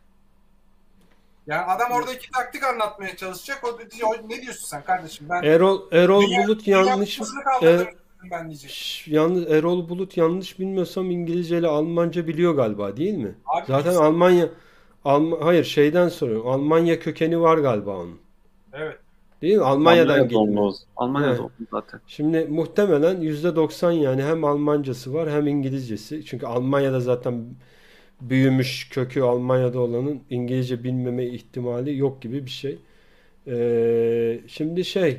Yani adam orada iki taktik anlatmaya çalışacak. O diyecek, "O ne diyorsun sen kardeşim? Ben Erol Erol dünya, Bulut dünya yanlış kupasını e, kaldırdım ben" diyecek. Şş, yalnız Erol Bulut yanlış bilmiyorsam İngilizce ile Almanca biliyor galiba değil mi? Abi Zaten bilsin. Almanya Alm hayır şeyden soruyorum. Almanya kökeni var galiba onun. Evet. Değil mi? Almanya'dan Almanya gelme. doğumlu. Almanya He. doğumlu zaten. Şimdi muhtemelen yüzde doksan yani hem Almancası var hem İngilizcesi. Çünkü Almanya'da zaten büyümüş kökü Almanya'da olanın İngilizce bilmeme ihtimali yok gibi bir şey. Ee, şimdi şey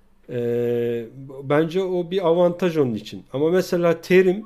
e, bence o bir avantaj onun için. Ama mesela Terim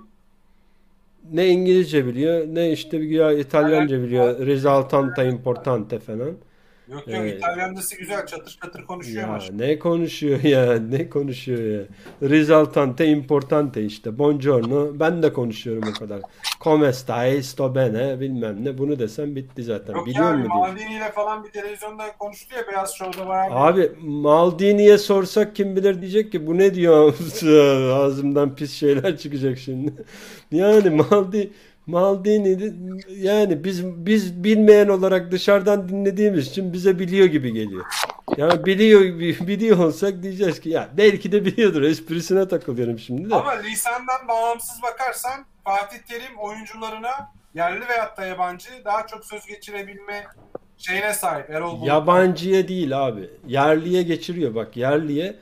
ne İngilizce biliyor ne işte güya İtalyanca biliyor. Risaltante importante falan. Yok yok, Ee, İtalyancası güzel, çatır çatır konuşuyor Ya maşallah. ne konuşuyor ya ne konuşuyor ya. Risaltante importante işte. Buongiorno. Ben de konuşuyorum o kadar. Come stai? Sto bene bilmem ne. Bunu desem bitti zaten. Yok Biliyor ya, mu diye. Maldini ile falan bir televizyonda konuştu ya, Beyaz Show'da bayağı bir. Abi Maldini'ye sorsak kim bilir diyecek ki bu ne diyor. Ağzımdan pis şeyler çıkacak şimdi. Yani Maldi Maldini yani biz biz bilmeyen olarak dışarıdan dinlediğimiz için bize biliyor gibi geliyor. Yani biliyor biliyor olsak diyeceğiz ki ya belki de biliyordur. Esprisine takılıyorum şimdi de. Ama lisandan bağımsız bakarsan Fatih Terim oyuncularına, yerli veyahut da yabancı, daha çok söz geçirebilme şeyine sahip Erol Bulut. Yabancıya değil abi. Yerliye geçiriyor bak yerliye.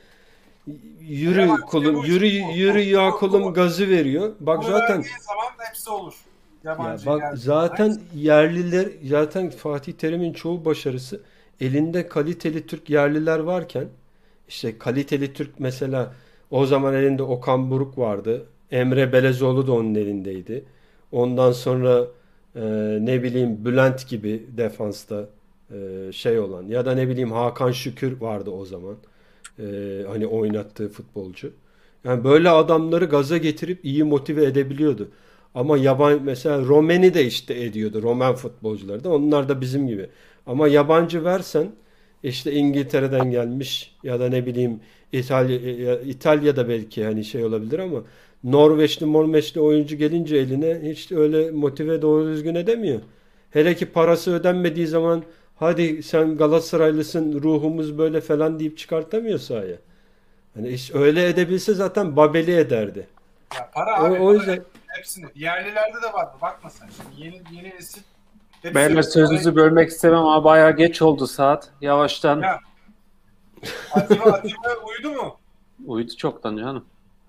Yürü Yabancı kulum, bu yürü işte, bu, yürü bu, ya bu, kulum bu. gazı veriyor. Bak Bunu zaten verdiği zaman hepsi olur. ya Yabancı, bak yerli. zaten yerliler zaten Fatih Terim'in çoğu başarısı elinde kaliteli Türk yerliler varken işte kaliteli Türk mesela o zaman elinde Okan Buruk vardı. Emre Belezoğlu da onun elindeydi. Ondan sonra e, ne bileyim Bülent gibi defansta e, şey olan ya da ne bileyim Hakan Şükür vardı o zaman. E, hani oynattığı futbolcu. Yani böyle adamları gaza getirip iyi motive edebiliyordu. Ama yabancı mesela Romeni de işte ediyordu. Romen futbolcuları da. Onlar da bizim gibi. Ama yabancı versen işte İngiltere'den gelmiş ya da ne bileyim İtalya İtalya'da belki hani şey olabilir ama Norveçli, Norveçli oyuncu gelince eline hiç öyle motive doğru düzgün edemiyor. Hele ki parası ödenmediği zaman hadi sen Galatasaraylısın ruhumuz böyle falan deyip çıkartamıyor sahaya. Hani iş öyle edebilse zaten Babel'i ederdi. Ya para O, abi, o para yüzden hepsini. Yerlilerde de var. Bakma sen şimdi. Yeni, yeni nesil. Hepsi Beyler sözünüzü bölmek istemem ama bayağı geç oldu saat. Yavaştan Ya, Atiba, Atiba uyudu mu? uyudu çoktan canım.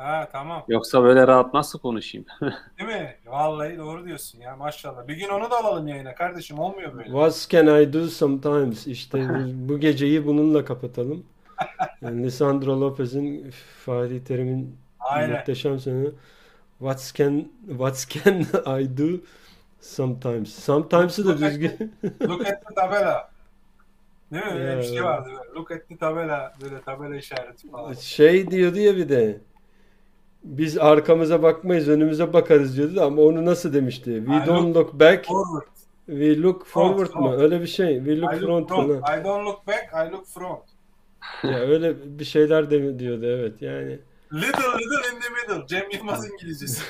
Ha tamam. Yoksa böyle rahat nasıl konuşayım? Değil mi? Vallahi doğru diyorsun ya maşallah. Bir gün onu da alalım yayına kardeşim. Olmuyor böyle. What can I do sometimes? İşte bu, bu geceyi bununla kapatalım. Yani Lisandro Lopez'in, Fatih Terim'in Aynen. muhteşem sonu. What can What can I do sometimes? Sometimes'ı da düzgün. Look at the tabela. Değil mi? Öyle bir şey Ya. vardı. Böyle. Look at the tabela. Böyle tabela işareti falan. Şey diyordu ya bir de. Biz arkamıza bakmayız, önümüze bakarız diyordu ama onu nasıl demişti? We I don't look look back, forward. we look forward Front, mı? front. Öyle bir şey. We look I look front front. falan. I don't look back, I look front. Ya öyle bir şeyler de diyordu, evet yani. Little little in the middle. Cem Yılmaz İngilizcesi.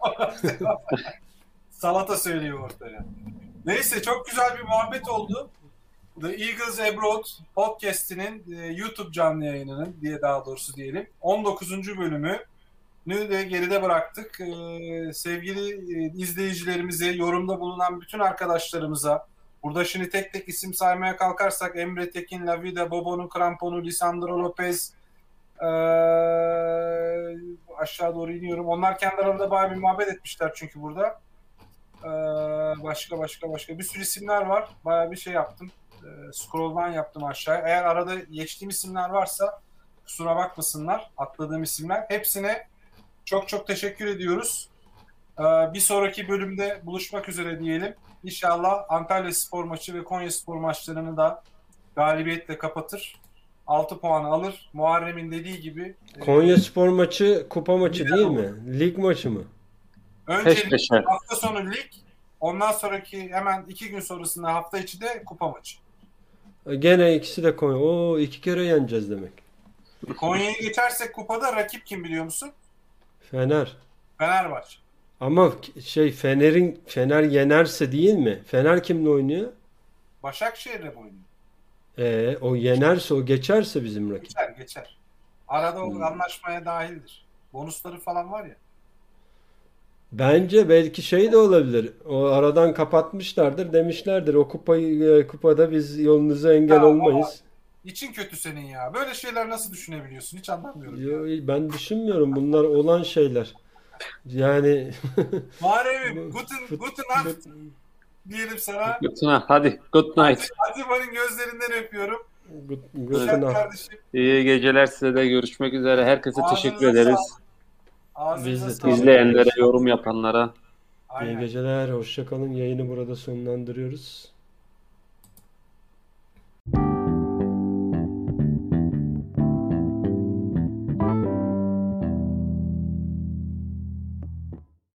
Salata söylüyor ortaya. Neyse çok güzel bir muhabbet oldu. The Eagles Abroad podcast'inin e, YouTube canlı yayınının diye daha doğrusu diyelim on dokuzuncu bölümü de geride bıraktık. Ee, sevgili e, izleyicilerimize, yorumda bulunan bütün arkadaşlarımıza, burada şimdi tek tek isim saymaya kalkarsak Emre Tekin, Lavida, Bobo'nun kramponu, Lisandro Lopez, ee, aşağı doğru iniyorum. Onlar kendi aralarında bayağı bir muhabbet etmişler çünkü burada. Ee, başka başka başka bir sürü isimler var. Bayağı bir şey yaptım. Ee, scroll'dan yaptım aşağıya. Eğer arada geçtiğim isimler varsa kusura bakmasınlar. Atladığım isimler. Hepsine çok çok teşekkür ediyoruz. Ee, bir sonraki bölümde buluşmak üzere diyelim. İnşallah Antalya Spor maçı ve Konya Spor maçlarını da galibiyetle kapatır. altı puanı alır. Muharrem'in dediği gibi. Konya Spor maçı kupa maçı Lig değil olur. mi? Lig maçı mı? Önce Peş peşe. hafta sonu lig. Ondan sonraki hemen iki gün sonrasında hafta içi de kupa maçı. Gene ikisi de Konya. Oo, iki kere yeneceğiz demek. Konya'yı geçersek kupada rakip kim biliyor musun? Fener. Fenerbahçe. Ama şey Fener'in Fener yenerse değil mi? Fener kimle oynuyor? Başakşehir'le mi oynuyor? Ee, o yenerse, o geçerse bizim rakip. Geçer geçer. Arada o Hmm. anlaşmaya dahildir. Bonusları falan var ya. Bence belki şey de olabilir. O aradan kapatmışlardır, demişlerdir. O kupayı e, kupada biz yolunuza engel Ya, olmayız. İçin kötü senin ya. Böyle şeyler nasıl düşünebiliyorsun? Hiç anlamıyorum. Yo, ben düşünmüyorum. Bunlar olan şeyler. Yani Muharrem'im, guten, guten Nacht diyelim sana. Gutuna, hadi good night. Atiba'nın gözlerinden öpüyorum. Good, good Güzel enough. kardeşim. İyi geceler size de, görüşmek üzere. Herkese Ağzınıza teşekkür ederiz. Ağzınıza Biz de sağlık. teşekkür İzleyenlere, yorum yapanlara. İyi Aynen. geceler. Hoşça kalın. Yayını burada sonlandırıyoruz.